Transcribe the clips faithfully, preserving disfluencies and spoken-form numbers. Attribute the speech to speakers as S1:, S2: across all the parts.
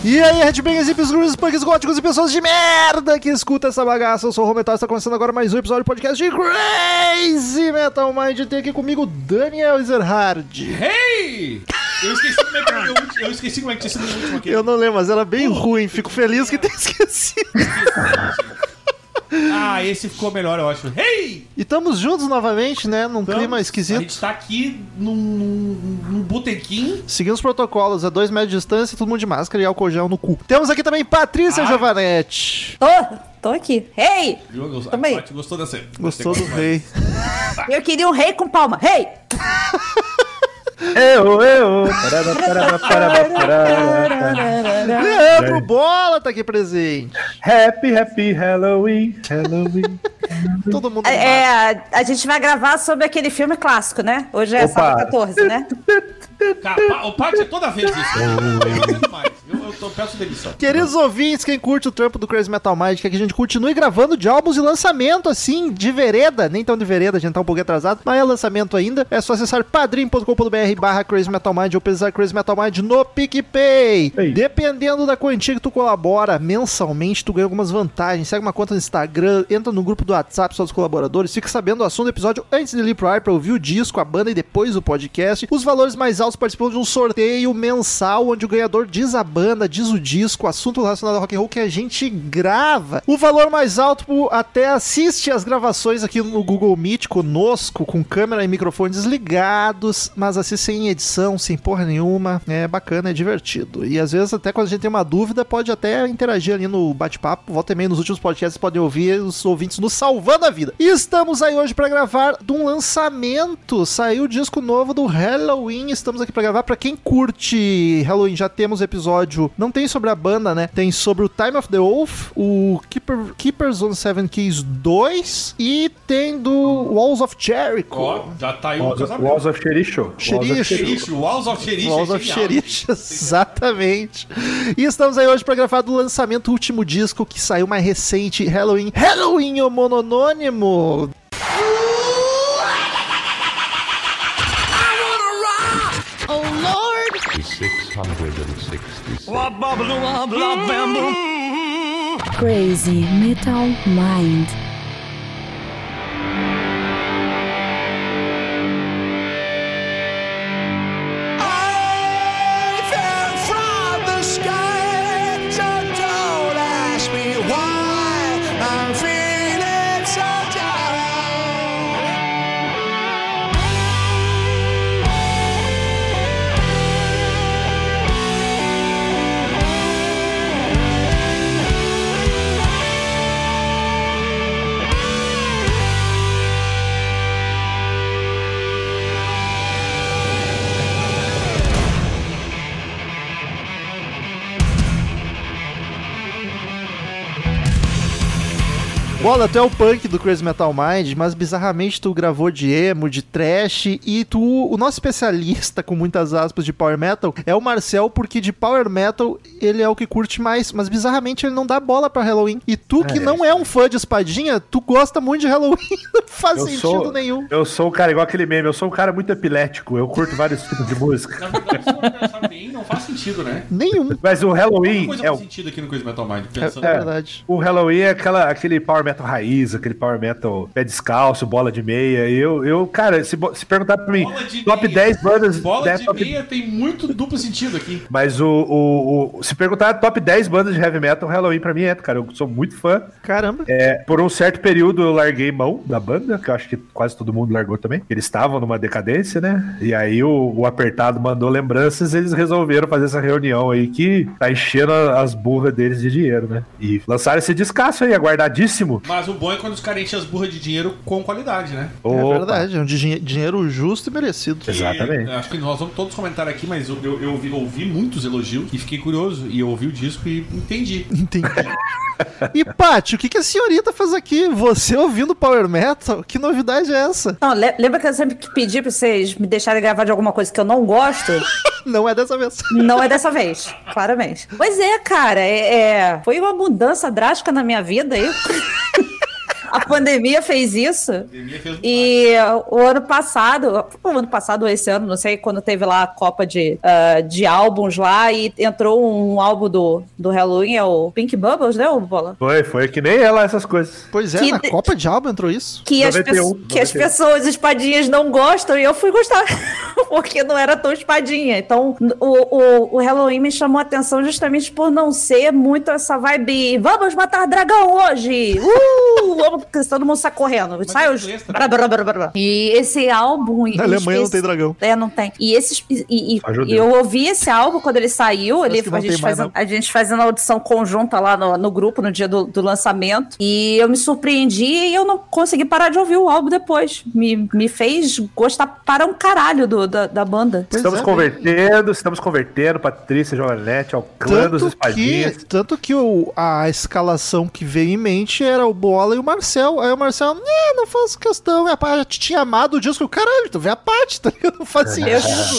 S1: E aí, headbangers, hippies, grunges, punks, góticos e pessoas de merda que escuta essa bagaça. Eu sou o Rometal e está começando agora mais um episódio do podcast de Crazy Metal Mind. Tem aqui comigo Daniel Ezerhard.
S2: Hey! Eu esqueci como é que eu, eu esqueci como é que tinha sido o último aqui.
S1: Eu não lembro, mas era bem uh, ruim. Fico feliz que tenha esquecido.
S2: Ah, esse ficou melhor, eu acho. Hey!
S1: E estamos juntos novamente, né? Num então, clima esquisito. A
S2: gente tá aqui num, num, num botequim.
S1: Seguindo os protocolos, a dois metros de distância, todo mundo de máscara e álcool gel no cu. Temos aqui também Patrícia ah. Giovanetti.
S3: Tô, tô aqui. Hey!
S2: Eu,
S3: também.
S2: A Paty gostou dessa.
S1: Gostou do rei.
S3: Eu queria um rei com palma. Hey!
S1: Eu, eu. Leandro Bola tá aqui presente.
S4: Happy, happy Halloween, Halloween.
S1: Todo mundo.
S3: É, a, a gente vai gravar sobre aquele filme clássico, né? Hoje é sábado quatorze, né?
S2: Cara, o Paty é toda vez isso. Eu não aguento mais. Eu, eu tô, peço demissão.
S1: Queridos ouvintes, quem curte o trampo do Crazy Metal Mind, quer que a gente continue gravando de álbuns e lançamento, assim, de vereda. Nem tão de vereda, a gente tá um pouquinho atrasado, mas é lançamento ainda. É só acessar padrim ponto com ponto b r barra Crazy Metal Mind ou pesquisar Crazy Metal Mind no PicPay. Ei. Dependendo da quantia que tu colabora mensalmente, tu ganha algumas vantagens. Segue uma conta no Instagram, entra no grupo do WhatsApp só dos colaboradores, fica sabendo do assunto do episódio antes de ir pro ar pra ouvir o disco, a banda e depois o podcast. Os valores mais altos participam de um sorteio mensal, onde o ganhador diz a banda, diz o disco, assunto relacionado ao rock and roll que a gente grava. O valor mais alto até assiste as gravações aqui no Google Meet conosco, com câmera e microfone desligados, mas assim sem edição, sem porra nenhuma. É bacana, é divertido. E às vezes até quando a gente tem uma dúvida, pode até interagir ali no bate-papo. Volta e meia nos últimos podcasts, podem ouvir os ouvintes nos salvando a vida. E estamos aí hoje pra gravar de um lançamento. Saiu o disco novo do Halloween. Estamos aqui pra gravar. Pra quem curte Halloween, já temos episódio, não tem sobre a banda, né? Tem sobre o Time of the Wolf, o Keeper, Keepers on Seven Keys dois e tem do Walls of Jericho.
S2: Ó, oh, já tá aí o
S4: Walls, Walls of Jericho.
S2: Xericho. Walls of Jericho.
S1: Walls of Jericho, exatamente. E estamos aí hoje pra gravar do lançamento do último disco que saiu mais recente, Halloween. Halloween, o mononônimo.
S5: six hundred sixty-six.
S6: Crazy Metal Mind.
S1: Bola, tu é o punk do Crazy Metal Mind, mas bizarramente tu gravou de emo, de trash, e tu, o nosso especialista, com muitas aspas, de Power Metal, é o Marcel, porque de Power Metal ele é o que curte mais, mas bizarramente ele não dá bola pra Halloween. E tu, que é, não é um fã de espadinha, tu gosta muito de Halloween, não faz eu sentido
S4: sou,
S1: nenhum.
S4: Eu sou o cara, igual aquele meme, eu sou um cara muito epilético, eu curto vários tipos de música.
S2: Na verdade, se for pensar bem, não faz sentido, né?
S1: Nenhum.
S4: Mas o Halloween...
S2: coisa
S4: é
S2: faz
S4: o...
S2: sentido aqui no Crazy Metal Mind, pensando.
S1: É, é verdade.
S4: O Halloween é aquela, aquele Power Metal raiz, aquele Power Metal pé descalço, bola de meia. Eu, eu cara, se, se perguntar pra mim, top meia. dez bandas...
S2: Bola
S4: né,
S2: de
S4: top...
S2: meia tem muito duplo sentido aqui.
S4: Mas o, o, o... Se perguntar top dez bandas de heavy metal, Halloween pra mim é, cara. Eu sou muito fã.
S1: Caramba.
S4: É, por um certo período eu larguei mão da banda, que eu acho que quase todo mundo largou também. Eles estavam numa decadência, né? E aí o, o Apertado mandou lembranças, eles resolveram fazer essa reunião aí que tá enchendo as burras deles de dinheiro, né? E lançaram esse descasso aí, aguardadíssimo.
S2: Mas o bom é quando os caras enchem as burras de dinheiro com qualidade, né?
S1: É verdade, é um dinhe- dinheiro justo e merecido.
S2: Que,
S4: exatamente.
S2: Acho que nós vamos todos comentar aqui, mas eu, eu, eu ouvi, ouvi muitos elogios e fiquei curioso. E eu ouvi o disco e entendi.
S1: Entendi. E, Paty, o que, que a senhorita faz aqui? Você ouvindo Power Metal? Que novidade é essa?
S3: Não, le- lembra que eu sempre pedi pra vocês me deixarem gravar de alguma coisa que eu não gosto?
S1: Não é dessa vez.
S3: Não é dessa vez, claramente. Pois é, cara, é, é... foi uma mudança drástica na minha vida aí. A pandemia fez isso. A pandemia fez e o ano passado, o ano passado ou esse ano, não sei, quando teve lá a Copa de, uh, de álbuns lá e entrou um álbum do, do Halloween, é o Pink Bubbles, né, o Bola?
S4: Foi, foi que nem ela essas coisas.
S1: Pois é,
S3: que,
S1: na Copa de álbum entrou isso.
S3: Que, as, pe- que as pessoas espadinhas não gostam e eu fui gostar, porque não era tão espadinha. Então, o, o, o Halloween me chamou a atenção justamente por não ser muito essa vibe, vamos matar dragão hoje! Uh! Vamos, todo mundo sai correndo. Sai os... E esse álbum...
S1: Na Alemanha não tem dragão.
S3: É, não tem. E, esses, e, e, e eu ouvi esse álbum quando ele saiu, ele, a, gente fazendo, a gente fazendo a audição conjunta lá no, no grupo, no dia do, do lançamento, e eu me surpreendi e eu não consegui parar de ouvir o álbum depois. Me, me fez gostar para um caralho do, da, da banda.
S4: Estamos é, convertendo, estamos convertendo Patrícia Joanete ao clã dos espadinhas.
S1: Que, tanto que o, a escalação que veio em mente era o Bola e o Marcel. Aí o Marcel, né, não faço questão. A Paty tinha amado o disco. Caralho, tu vê a Paty, tá ligado? Não faz sentido.
S3: Eu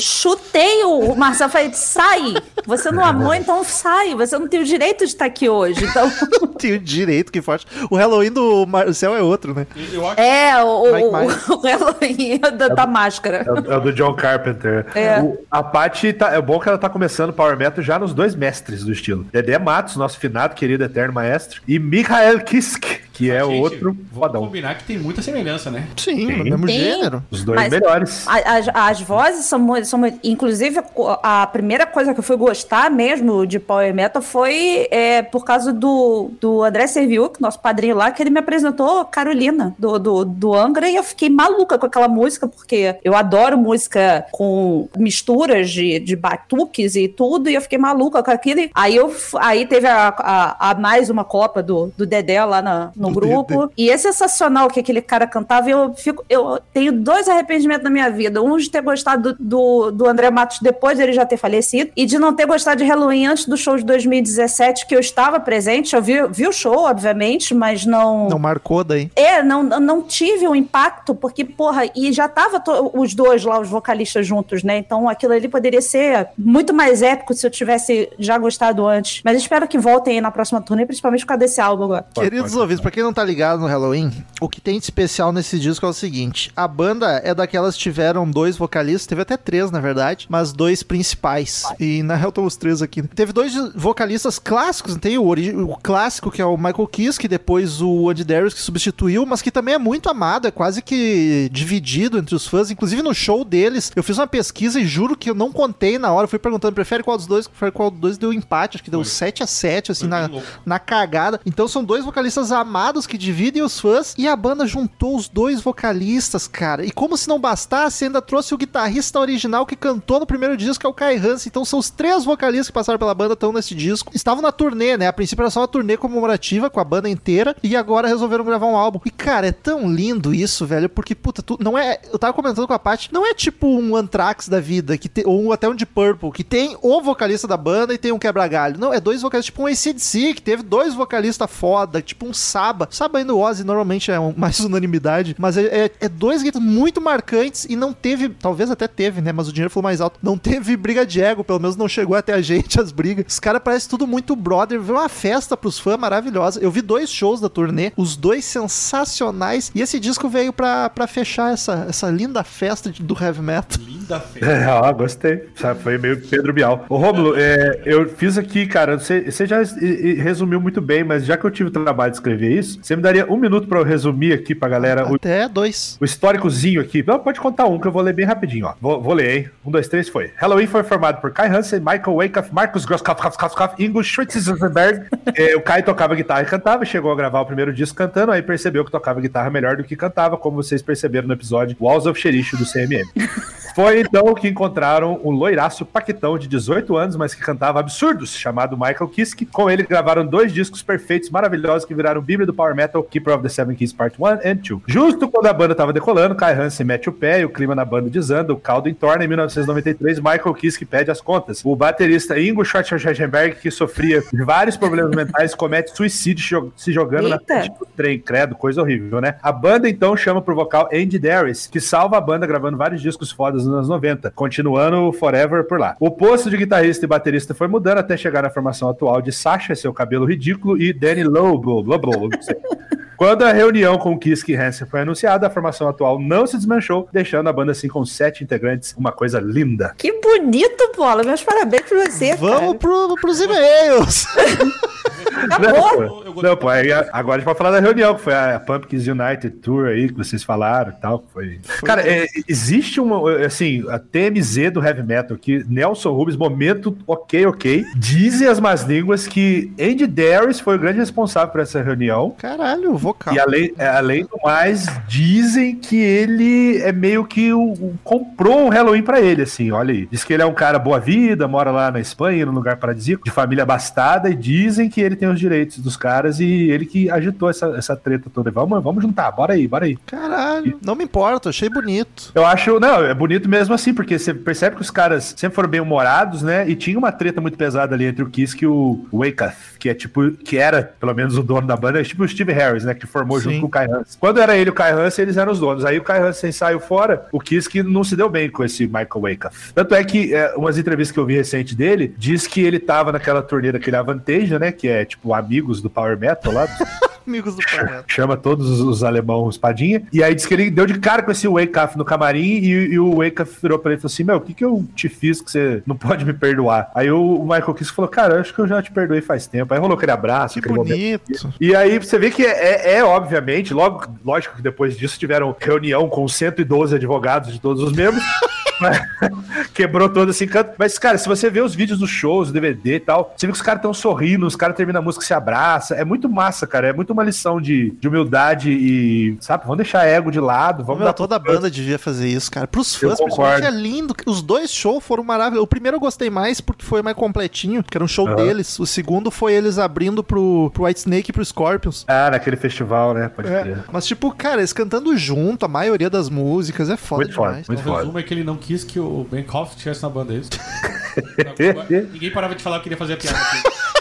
S3: chutei o Marcel, falei, sai. Você não amou, então sai. Você não tem o direito de estar aqui hoje. Então...
S1: não tem o direito, que forte. O Halloween do Marcel é outro, né?
S3: Eu acho... É, o, o, o Halloween da, da máscara.
S4: É o, é o do John Carpenter.
S3: É.
S4: O, a Paty, tá, é bom que ela tá começando Power Metal já nos dois mestres do estilo. Dedé Matos, nosso finado, querido, eterno maestro, e Michael Kiske, que é o outro fodão.
S2: Vamos combinar que tem muita semelhança, né?
S1: Sim, no mesmo
S3: Sim.
S1: gênero.
S4: Os dois
S3: Mas
S4: melhores.
S3: As, as vozes são muito, são muito... Inclusive, a primeira coisa que eu fui gostar mesmo de Power Metal foi é, por causa do, do André Serviuk, nosso padrinho lá, que ele me apresentou Carolina, do, do, do Angra, e eu fiquei maluca com aquela música, porque eu adoro música com misturas de, de batuques e tudo, e eu fiquei maluca com aquilo. Aí, eu, aí teve a, a, a mais uma Copa do, do Dedé lá na, no do grupo, Dedé. E é sensacional que aquele cara cantava, e eu, fico, eu tenho dois arrependimentos na minha vida. Um de ter gostado do, do, do André Matos depois dele já ter falecido, e de não ter gostado de Halloween antes do show de dois mil e dezessete, que eu estava presente. Eu vi, vi o show, obviamente, mas não...
S1: Não marcou daí.
S3: É, não, não tive um impacto, porque, porra, e já tava to, os dois lá, os vocalistas juntos, né? Então aquilo ali poderia ser muito mais épico se eu tivesse já gostado antes. Mas espero que voltem aí na próxima turnê, principalmente por causa desse álbum agora.
S1: Queridos ouvintes, pra quem não tá ligado no Halloween, o que tem de especial nesse disco é o seguinte: a banda é daquelas que tiveram dois vocalistas, teve até três, na verdade, mas dois principais. E na real estão os três aqui. Teve dois vocalistas clássicos, tem o, o clássico, que é o Michael Kiske, depois o Andy Darius, que substituiu, mas que também é muito amado, é quase que dividido entre os fãs. Inclusive no show deles, eu fiz uma pesquisa e juro que eu não contei na hora, eu fui perguntando, prefere qual dos dois? Prefere qual dos dois? Deu empate, acho que deu Foi. sete a sete, assim, na, na cagada. Então são dois vocalistas amados que dividem os fãs, e a banda juntou os dois vocalistas, cara. E como se não bastasse, ainda trouxe o guitarrista original que cantou no primeiro disco, que é o Kai Hansen. Então são os três vocalistas que passaram pela banda, estão nesse disco. Estavam na turnê, né? A princípio era só uma turnê comemorativa com a banda inteira, e agora resolveram gravar um álbum. E, cara, é tão lindo isso, velho, porque, puta, tu, não é... Eu tava comentando com a Paty, não é tipo um Anthrax da vida, que te, ou até um Deep Purple, que tem o vocalista da banda e tem um quebra-galho. Não, é dois vocalistas, tipo um A C D C, que teve dois vocalistas foda, tipo um Saba. Saba ainda o Ozzy normalmente é um, mais unanimidade, mas é, é, é dois guitarras muito marcantes, e não teve, talvez até teve, né, mas o dinheiro foi mais alto, não teve briga de ego, pelo menos não chegou até a gente as brigas. Os caras parecem tudo muito brother, viu, uma festa pros fãs maravilhosa. Eu vi dois shows da turnê, os dois sensacionais, e esse disco veio pra, pra fechar essa, essa linda festa de, do heavy metal.
S2: Linda festa.
S4: É, ó, gostei. Sabe, foi meio Pedro Bial. Ô, Rômulo, é, eu fiz aqui, cara, você, você já e, e resumiu muito bem, mas já que eu tive o trabalho de escrever isso, você me daria um minuto pra eu resumir aqui pra galera.
S1: Até
S4: o,
S1: dois.
S4: O históricozinho aqui. Não, pode contar um, que eu vou ler bem rapidinho, ó. Vou, vou ler, hein? Um, dois, três, foi. Halloween foi formado por Kai Hansen, Michael Wyckoff, Marcus Grosskopf, Ingo Schwarzenberg. é, o Kai tocava guitarra e cantava, chegou a gravar o primeiro disco cantando, aí percebeu que tocava guitarra melhor do que cantava, como vocês perceberam no episódio Walls of Cherish do C M M. Foi então que encontraram um loiraço paquetão de dezoito anos, mas que cantava absurdos, chamado Michael Kiske. Com ele gravaram dois discos perfeitos, maravilhosos, que viraram Bíblia do Power Metal, Keeper of the Seven Keys Part um and dois. Justo quando a banda tava decolando, Kai Hansen mete o pé e o clima na banda desanda, o caldo entorna. Em mil novecentos e noventa e três, Michael Kiske pede as contas. O baterista Ingo Schwarzenberg, que sofria de vários problemas mentais, comete suicídio se jogando Eita. na frente do trem. Credo, coisa horrível, né? A banda então chama pro vocal Andy Darius, que salva a banda gravando vários discos fodas nos anos noventa, continuando Forever por lá. O posto de guitarrista e baterista foi mudando até chegar na formação atual de Sasha, seu cabelo ridículo, e Danny Lobo, blá, blá, blá, não sei. Quando a reunião com Kiske e Hansen foi anunciada, a formação atual não se desmanchou, deixando a banda assim com sete integrantes, uma coisa linda.
S3: Que bonito, Bola. Meus parabéns pra você,
S1: Vamos pro, pros e-mails.
S4: Não, pô, não, pô, aí agora a gente vai falar da reunião, que foi a Pumpkins United Tour aí, que vocês falaram e tal. Foi... Cara, é, existe uma, assim, a T M Z do heavy metal aqui, Nelson Rubens, momento ok, ok. Dizem as más línguas que Andy Darius foi o grande responsável por essa reunião.
S1: Caralho, vocal.
S4: E além, além do mais, dizem que ele é meio que o, o comprou o Halloween pra ele, assim, olha aí. Diz que ele é um cara boa vida, mora lá na Espanha, num lugar paradisíaco, de família abastada, e dizem que ele tem os direitos dos caras e ele que agitou essa, essa treta toda. Vamos, vamos juntar, bora aí, bora aí.
S1: Caralho, e... não me importa, achei bonito.
S4: Eu acho, não, é bonito mesmo assim, porque você percebe que os caras sempre foram bem humorados, né, e tinha uma treta muito pesada ali entre o Kiske e o Wakath, que é tipo, que era, pelo menos o dono da banda, é tipo o Steve Harris, né, que formou Sim. junto com o Kai Hansen. Quando era ele e o Kai Hansen, eles eram os donos. Aí o Kai Hansen saiu fora, o Kiske não se deu bem com esse Michael Wakath. Tanto é que, é, umas entrevistas que eu vi recente dele, diz que ele tava naquela turnê daquele Avantasia, né, que é tipo amigos do Power Metal lá.
S1: Amigos do Power Metal.
S4: Chama todos os, os alemão espadinha. E aí diz que ele deu de cara com esse Wakath no camarim e, e o Wakath virou pra ele e falou assim, meu, o que que eu te fiz que você não pode me perdoar? Aí o, o Michael Kiske falou, cara, eu acho que eu já te perdoei faz tempo. Aí rolou aquele abraço.
S1: Que
S4: aquele
S1: bonito.
S4: Momento. E aí você vê que é, é, é obviamente, logo, lógico que depois disso tiveram reunião com cento e doze advogados de todos os membros. Quebrou todo esse canto. Mas, cara, se você vê os vídeos dos shows, o D V D e tal, você vê que os caras estão sorrindo, os caras terminam a música e se abraçam. É muito massa, cara. É muito uma lição de, de humildade e, sabe, vamos deixar ego de lado. Vamos
S1: Meu,
S4: dar
S1: toda a banda devia fazer isso, cara. Pros fãs,
S4: eu
S1: principalmente,
S4: concordo.
S1: é lindo. Os dois shows foram maravilhosos. O primeiro eu gostei mais porque foi mais completinho, que era um show uhum. deles. O segundo foi eles abrindo pro, pro White Snake e pro Scorpions.
S4: Ah, naquele festival, né? Pode
S1: é.
S4: crer.
S1: Mas, tipo, cara, eles cantando junto, a maioria das músicas é foda
S4: muito
S1: demais.
S4: Foda, muito
S2: o
S4: foda.
S2: resumo é que ele não quis que o Ben Hoff tivesse na banda, é isso? Ninguém parava de falar que queria fazer a piada aqui.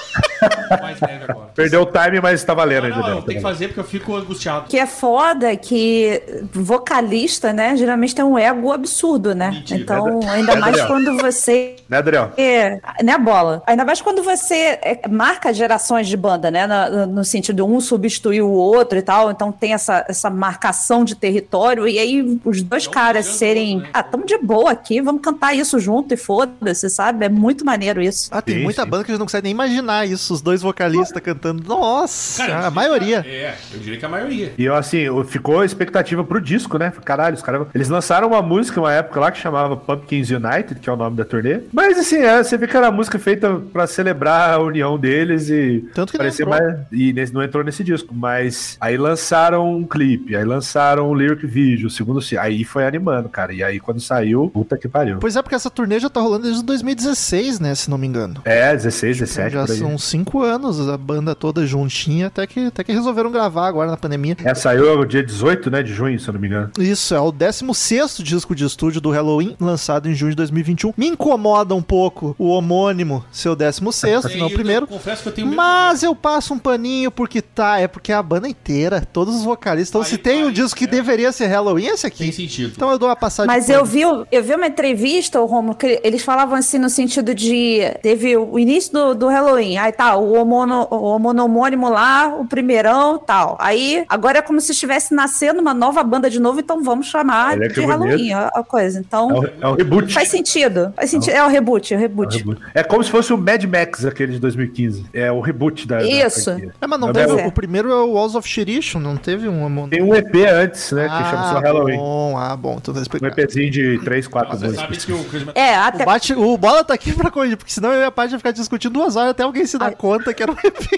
S2: Mais leve agora.
S4: Perdeu o time, mas tá valendo
S2: não,
S4: ainda.
S2: Não, eu tenho que fazer porque eu fico angustiado.
S3: Que é foda que vocalista, né, geralmente tem um ego absurdo, né?
S2: Mentira.
S3: Então,
S4: Né,
S3: ainda
S4: né,
S3: mais
S4: Adriel?
S3: quando você...
S4: Né, Adriel?
S3: É, né, bola? Ainda mais quando você é, marca gerações de banda, né? No, no sentido de um substituir o outro e tal. Então tem essa, essa marcação de território. E aí os dois
S2: é um
S3: caras serem...
S2: né?
S3: Ah, tamo de boa aqui, vamos cantar isso junto e foda-se, sabe? É muito maneiro isso.
S1: Ah, tem
S4: Sim,
S1: muita
S4: sim.
S1: banda que a gente não consegue nem imaginar isso. Os dois vocalistas cantando. Nossa,
S2: Cara, eu
S1: a
S2: diria
S1: maioria.
S2: que- É, eu diria que a maioria.
S4: E eu, assim, ficou a expectativa pro disco, né? Caralho, os caras. Eles lançaram uma música uma época lá que chamava Pumpkins United, que é o nome da turnê. Mas, assim, é, você vê que era uma música feita pra celebrar a união deles e.
S1: Tanto que não
S4: parecia
S1: entrou.
S4: mais. E nesse- não entrou nesse disco. Mas aí lançaram um clipe, aí lançaram um lyric video, o segundo. Aí foi animando, cara. E aí quando saiu, puta que pariu.
S1: Pois é, porque essa turnê já tá rolando desde dois mil e dezesseis, né? Se não me engano.
S4: É, dezesseis, dezessete.
S1: Já
S4: por aí.
S1: são cinco anos a banda toda juntinha, até que, até que resolveram gravar agora na pandemia.
S4: É, saiu no dia dezoito, né, de junho, se eu não me engano.
S1: Isso, é o décimo sexto disco de estúdio do Halloween, lançado em junho de dois mil e vinte e um. Me incomoda um pouco o homônimo ser o décimo sexto,
S2: E
S1: não o
S2: eu
S1: primeiro.
S2: confesso que eu tenho medo
S1: Mas eu passo um paninho porque tá, é porque a banda inteira, todos os vocalistas. Então,
S2: Aí,
S1: se tem um
S2: aí,
S1: disco que
S2: é.
S1: deveria ser Halloween, é esse aqui.
S2: Tem sentido.
S1: Então eu dou uma passada
S3: Mas
S1: de
S3: eu
S1: pano.
S3: vi, eu vi uma entrevista, o Romulo, que eles falavam assim no sentido de... Teve o início do, do Halloween, aí tá, o, homono, o homonomônimo lá, o primeirão tal. Aí, agora é como se estivesse nascendo uma nova banda de novo, então vamos chamar
S4: Olha que
S3: de
S4: bonito.
S3: Halloween a, a coisa.
S4: É
S3: Então,
S4: um, é um reboot.
S3: faz sentido. Faz sentido. É o reboot, é o reboot.
S4: É como se fosse o Mad Max, aquele de dois mil e quinze. É o reboot da. da
S3: Isso.
S4: franquia.
S1: É, mas não
S4: Mas
S1: teve,
S3: é.
S1: o primeiro é o Walls of Shirishon, não teve um homônimo.
S4: Tem um E P antes, né? Que
S1: ah,
S4: chama só Halloween.
S1: bom, ah, bom, então tá
S4: Um
S1: explicado.
S4: EPzinho de três, quatro
S2: Você sabe
S4: músicas.
S2: que o Chris Metal-
S3: É,
S1: O,
S3: até...
S1: bate, o Bola tá aqui pra corrigir, porque senão eu e a Paty ia ficar discutindo duas horas até alguém se dar
S3: Ai.
S1: conta que era um E P.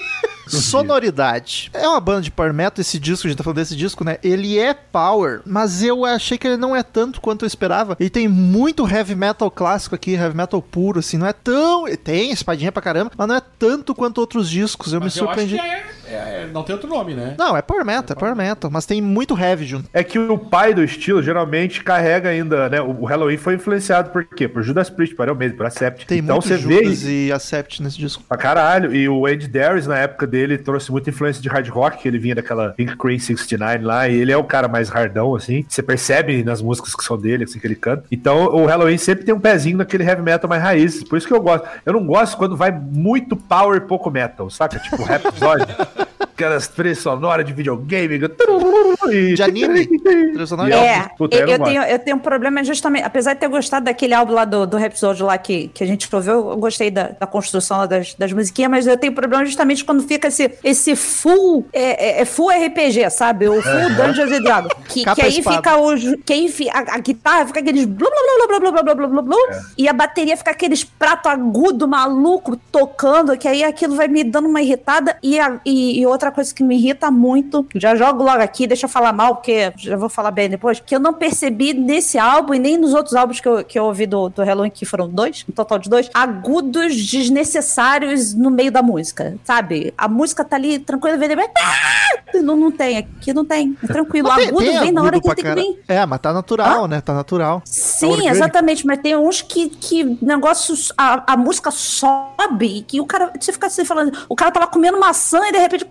S1: Sonoridade. É uma banda de power metal, esse disco, a gente tá falando desse disco, né? Ele é power, mas eu achei que ele não é tanto quanto eu esperava. Ele tem muito heavy metal clássico aqui, heavy metal puro, assim, não é tão... Tem espadinha pra caramba, mas não é tanto quanto outros discos, eu
S2: Mas
S1: me
S2: eu acho
S1: surpreendi.
S2: que é, é- não tem outro nome, né?
S1: Não, é power metal, é power metal, mas tem muito heavy junto.
S4: É que o pai do estilo geralmente carrega ainda, né? O Halloween foi influenciado por quê? Por Judas Priest, por Iron Maiden, por Accept.
S1: Tem
S4: então
S1: muito
S4: você vê
S1: Judas e Accept nesse disco.
S4: pra caralho. E o Andy Darius, na época dele, trouxe muita influência de hard rock, que ele vinha daquela Pink Cream sessenta e nove lá, e ele é o cara mais hardão, assim. Você percebe nas músicas que são dele, assim, que ele canta. Então o Halloween sempre tem um pezinho naquele heavy metal mais raiz. Por isso que eu gosto. Eu não gosto quando vai muito power e pouco metal, saca? Tipo Rhapsody. aquelas trilhas sonoras de videogame. E...
S1: De anime. Trilha sonora.
S3: É,
S4: Puta,
S3: eu,
S4: eu
S3: eu,
S4: não
S3: tenho, eu tenho um problema justamente, apesar de ter gostado daquele álbum lá do, do Rhapsody lá que, que a gente ouviu, eu gostei da, da construção lá das, das musiquinhas, mas eu tenho problema justamente quando fica esse, esse full, é, é full R P G, sabe? O full Dungeons and Dragons. Que, que aí
S1: espada.
S3: fica os, que aí fi- a, a guitarra fica aqueles blu, blu, blu, blu, blu, blu, blu, blu, blu,
S4: É.
S3: e a bateria fica aqueles prato agudo, maluco, tocando, que aí aquilo vai me dando uma irritada. E, a, e, e outra coisa que me irrita muito, já jogo logo aqui, deixa eu falar mal, porque já vou falar bem depois, que eu não percebi nesse álbum e nem nos outros álbuns que eu, que eu ouvi do, do Halloween, que foram dois, um total de dois, agudos desnecessários no meio da música, sabe? A música tá ali tranquila, vem depois, não, não tem, aqui não tem, é tranquilo,
S1: Mas tem-
S3: agudo
S1: tem
S3: vem na hora
S1: agudo
S3: que
S1: pra
S3: tem que
S1: cara-
S3: vir.
S1: É, mas tá natural, né? Tá natural.
S3: Sim,
S1: orgânico.
S3: exatamente, mas tem uns que, que negócios, a, a música sobe, que o cara, você fica assim falando, o cara tava comendo maçã e de repente...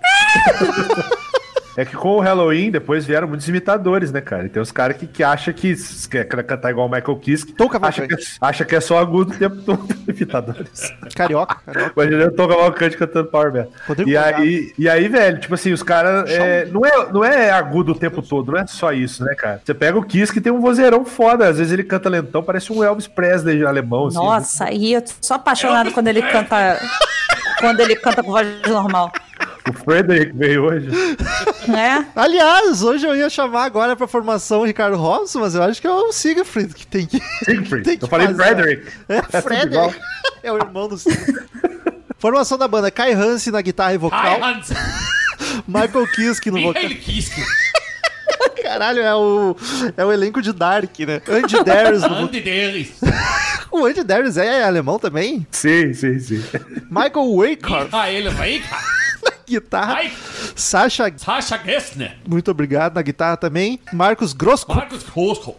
S4: É que com o Halloween, depois vieram muitos imitadores, né, cara? E tem os caras que, que acham que quer cantar igual o Michael Kiske.
S1: Tom
S4: acha que, é,
S1: Cavalcante.
S4: acha que é só agudo o tempo todo, imitadores.
S1: Carioca, carioca.
S4: Imagina eu Tom Cavalcante cantando Power Metal.
S1: Rodrigo
S4: E
S1: Morgado.
S4: aí, e aí, velho, tipo assim, os caras. É, não, é, não é agudo o tempo todo, não é só isso, né, cara? Você pega o Kiss que tem um vozeirão foda, às vezes ele canta lentão, parece um Elvis Presley alemão, assim.
S3: Nossa, e eu sou apaixonada quando ele canta, quando ele canta com voz normal,
S4: O Frederick veio hoje.
S3: né?
S1: Aliás, hoje eu ia chamar agora pra formação o Ricardo Robson, mas eu acho que é o Siegfried que tem que.
S4: Siegfried.
S1: tem que
S4: Eu falei
S1: fazer.
S4: Frederick.
S1: É,
S4: tudo igual.
S1: Frederick. É o irmão do Siegfried. Formação da banda: Kai Hansen na guitarra e vocal,
S2: Hi, Hans.
S1: Michael Kiske no vocal.
S2: Michael Kiske.
S1: Caralho, é o, é o elenco de Dark, né? Andy Darius no vocal.
S2: Andy Darius.
S1: O Andy Darius é alemão também?
S4: Sim, sim, sim.
S1: Michael Wakehardt
S2: Michael Weika.
S1: na guitarra.
S2: Mike.
S1: Sasha,
S2: Sasha Gessner.
S1: muito obrigado, na guitarra também. Marcos Grosko
S2: Marcus Roscoe.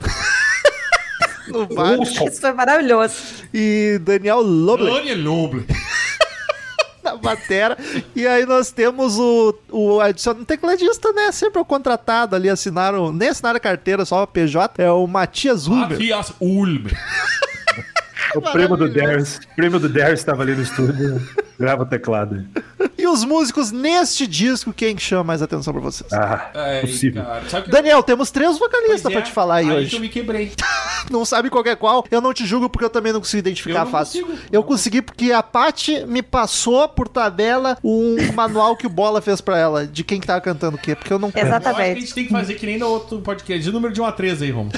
S1: no baixo.
S3: Isso foi maravilhoso.
S1: E Daniel Loble
S2: Daniel Noble.
S1: na batera. E aí nós temos o, o adicionado tecladista, né? Sempre o contratado ali, assinaram, nem assinaram a carteira, só a P J. É o Matias Huber.
S2: Matthias Ulm.
S4: O primo do Darius. O primo do Darius estava ali no estúdio. Grava o teclado.
S1: E os músicos neste disco, quem chama mais atenção pra vocês?
S4: Ah,
S2: Ai,
S4: possível.
S2: cara. Sabe que...
S1: Daniel, temos três vocalistas
S2: Pois
S1: pra
S2: é,
S1: te falar aí,
S2: aí
S1: hoje.
S2: que eu me quebrei.
S1: Não sabe qual é qual. Eu não te julgo porque eu também não consigo identificar
S2: Eu não
S1: fácil.
S2: consigo.
S1: Eu consegui porque a Paty me passou por tabela um manual que o Bola fez pra ela, de quem que tava cantando o quê. Porque eu não...
S2: Eu acho que a
S3: Exatamente.
S2: gente tem que fazer que nem no outro podcast. De número de um a três aí, Romulo.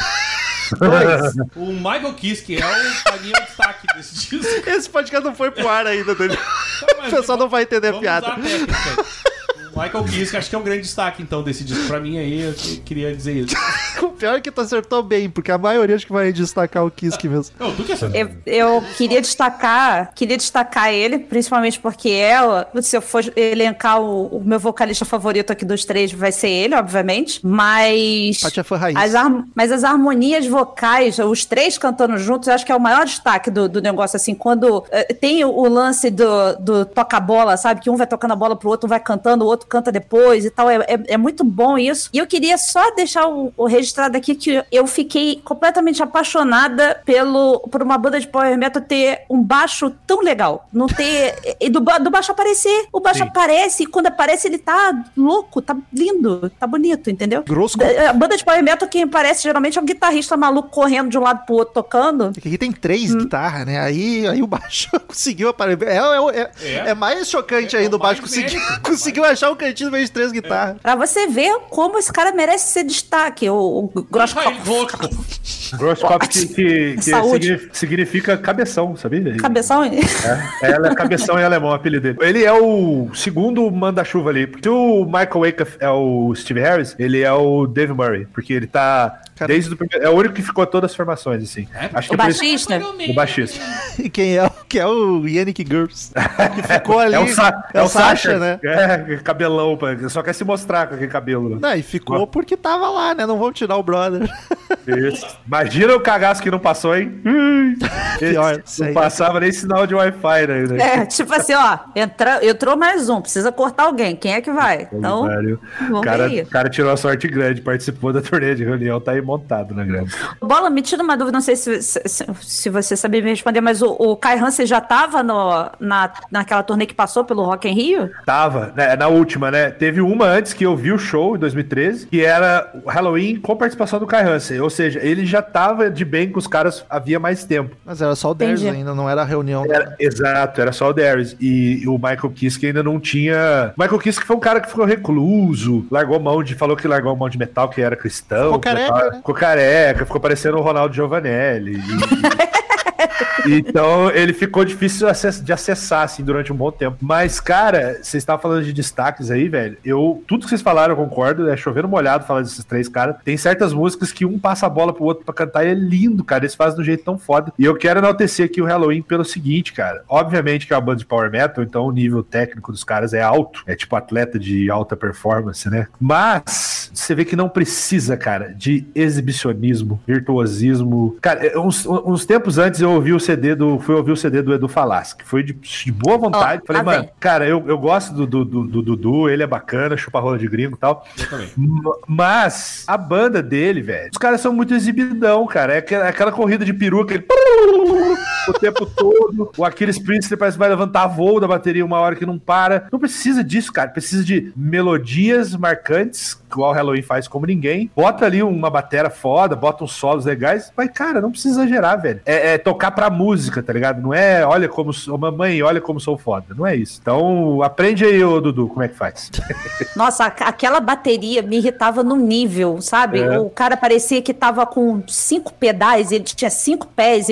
S2: O Michael Kiske é o carinho destaque desse disco.
S1: Esse podcast não foi pro ar ainda, Daniel.
S2: Mas
S1: O pessoal não vai entender a
S2: vamos
S1: piada.
S2: usar a técnica aí. O Michael Kiske acho que é um grande destaque, então, desse disco. Pra mim aí, eu que- queria dizer isso.
S1: O pior é que tu acertou bem, porque a maioria acho que vai destacar o Kiske mesmo.
S2: Não, tu que é
S3: Eu, eu queria destacar, queria destacar ele, principalmente porque é, o- se eu for elencar o, o meu vocalista favorito aqui dos três, vai ser ele, obviamente. Mas
S1: Paty é fã raiz.
S3: as, har- mas as harmonias vocais, os três cantando juntos, eu acho que é o maior destaque do, do negócio, assim, quando eh, tem o, o lance do, do toca-bola, sabe? Que um vai tocando a bola pro outro, um vai cantando, o outro canta depois e tal. É, é, é muito bom isso. E eu queria só deixar o, o registrado aqui que eu fiquei completamente apaixonada pelo, por uma banda de power metal ter um baixo tão legal. Não ter... e do, ba- do baixo aparecer. O baixo
S4: Sim.
S3: aparece e quando aparece ele tá louco, tá lindo, tá bonito, entendeu?
S1: Grosso.
S3: A banda de power metal, quem aparece geralmente é um guitarrista maluco correndo de um lado pro outro, tocando.
S1: Aqui tem três
S2: Hum.
S1: guitarras, né? Aí, aí o baixo conseguiu aparecer. É, é, é,
S2: É.
S1: é mais chocante
S2: É,
S1: ainda
S2: é
S1: o baixo
S2: mais
S1: conseguiu,
S2: mérito.
S1: conseguiu achar um cantinho no meio de três guitarras.
S3: Pra você ver como esse cara merece ser destaque. O, o Grosso
S2: Michael Roscoe.
S4: Grosscop que, que, que
S3: Saúde.
S4: signi- significa cabeção, sabia?
S3: Cabeção.
S4: É, ela é cabeção em alemão, o apelido dele. Ele é o segundo manda-chuva ali. Porque o Michael Wakeff é o Steve Harris, ele é o Dave Murray. Porque ele tá
S1: Cara.
S4: desde o primeiro... É o único que ficou todas as formações, assim.
S2: É?
S4: Acho que
S3: O
S4: é por isso-
S3: baixista.
S4: O baixista.
S1: E quem é, que é o Yannick Gers. Que ficou ali.
S4: É o, Sa
S1: é o Sasha, né?
S4: É, cabelão, pá, só quer se mostrar com aquele cabelo. Né?
S1: Não, e ficou porque tava lá, né? Não vão tirar o brother.
S4: Isso. Imagina o cagaço que não passou, hein?
S1: Pior,
S4: não passava nem sinal de Wi-Fi, né?
S3: É, tipo assim, ó, entra, entrou mais um, precisa cortar alguém, quem é que vai? Então,
S4: o cara, cara tirou a sorte grande, participou da turnê de reunião, tá aí montado na grama.
S3: Bola, me tira uma dúvida, não sei se, se, se você sabe me responder, mas o, o Kai Hansen já tava no, na, naquela turnê que passou pelo Rock in Rio?
S4: Tava, né, na última, né? Teve uma antes que eu vi o show, em dois mil e treze, que era o Halloween com participação do Kai Hansen, ou seja, ele já tava de bem com os caras havia mais tempo.
S1: Mas era só o Darius ainda, não era a reunião.
S4: Era, exato, era só o Darius. E o Michael Kiske ainda não tinha... O Michael Kiske foi um cara que ficou recluso, largou mão de... Falou que largou mão de metal, que era cristão.
S1: Ficou careca,
S4: tava,
S1: né?
S4: Ficou careca, ficou parecendo o Ronaldo Giovanelli. E... Então ele ficou difícil de acessar assim, durante um bom tempo. Mas, cara, vocês estavam falando de destaques aí, velho. Eu, tudo que vocês falaram, eu concordo. É chovendo molhado falar desses três caras. Tem certas músicas que um passa a bola pro outro pra cantar e é lindo, cara. Eles fazem de um jeito tão foda. E eu quero enaltecer aqui o Halloween pelo seguinte, cara. Obviamente que é uma banda de power metal, então o nível técnico dos caras é alto. É tipo atleta de alta performance, né? Mas você vê que não precisa, cara, de exibicionismo, virtuosismo. Cara, uns, uns tempos antes eu ouvi o C D do. Fui ouvir o C D do Edu Falaschi, que foi de, de boa vontade. Oh, Falei, mano, bem. cara, eu, eu gosto do Dudu, do, do, do, ele é bacana, chupa rola de gringo e tal.
S2: Eu também.
S4: Mas a banda dele, velho, os caras são muito exibidão, cara. É aquela, é aquela corrida de peruca, ele... o tempo todo. O Aquiles Priestley parece que vai levantar voo da bateria uma hora que não para. Não precisa disso, cara. Precisa de melodias marcantes, que o Halloween faz como ninguém. Bota ali uma batera foda, bota uns solos legais. Mas, cara, não precisa exagerar, velho. É, é tocar pra música, tá ligado? Não é, olha como sou, mamãe, olha como sou foda. Não é isso. Então, aprende aí, ô Dudu, como é que faz.
S3: Nossa, aquela bateria me irritava no nível, sabe? É. O cara parecia que tava com cinco pedais, ele tinha cinco pés e...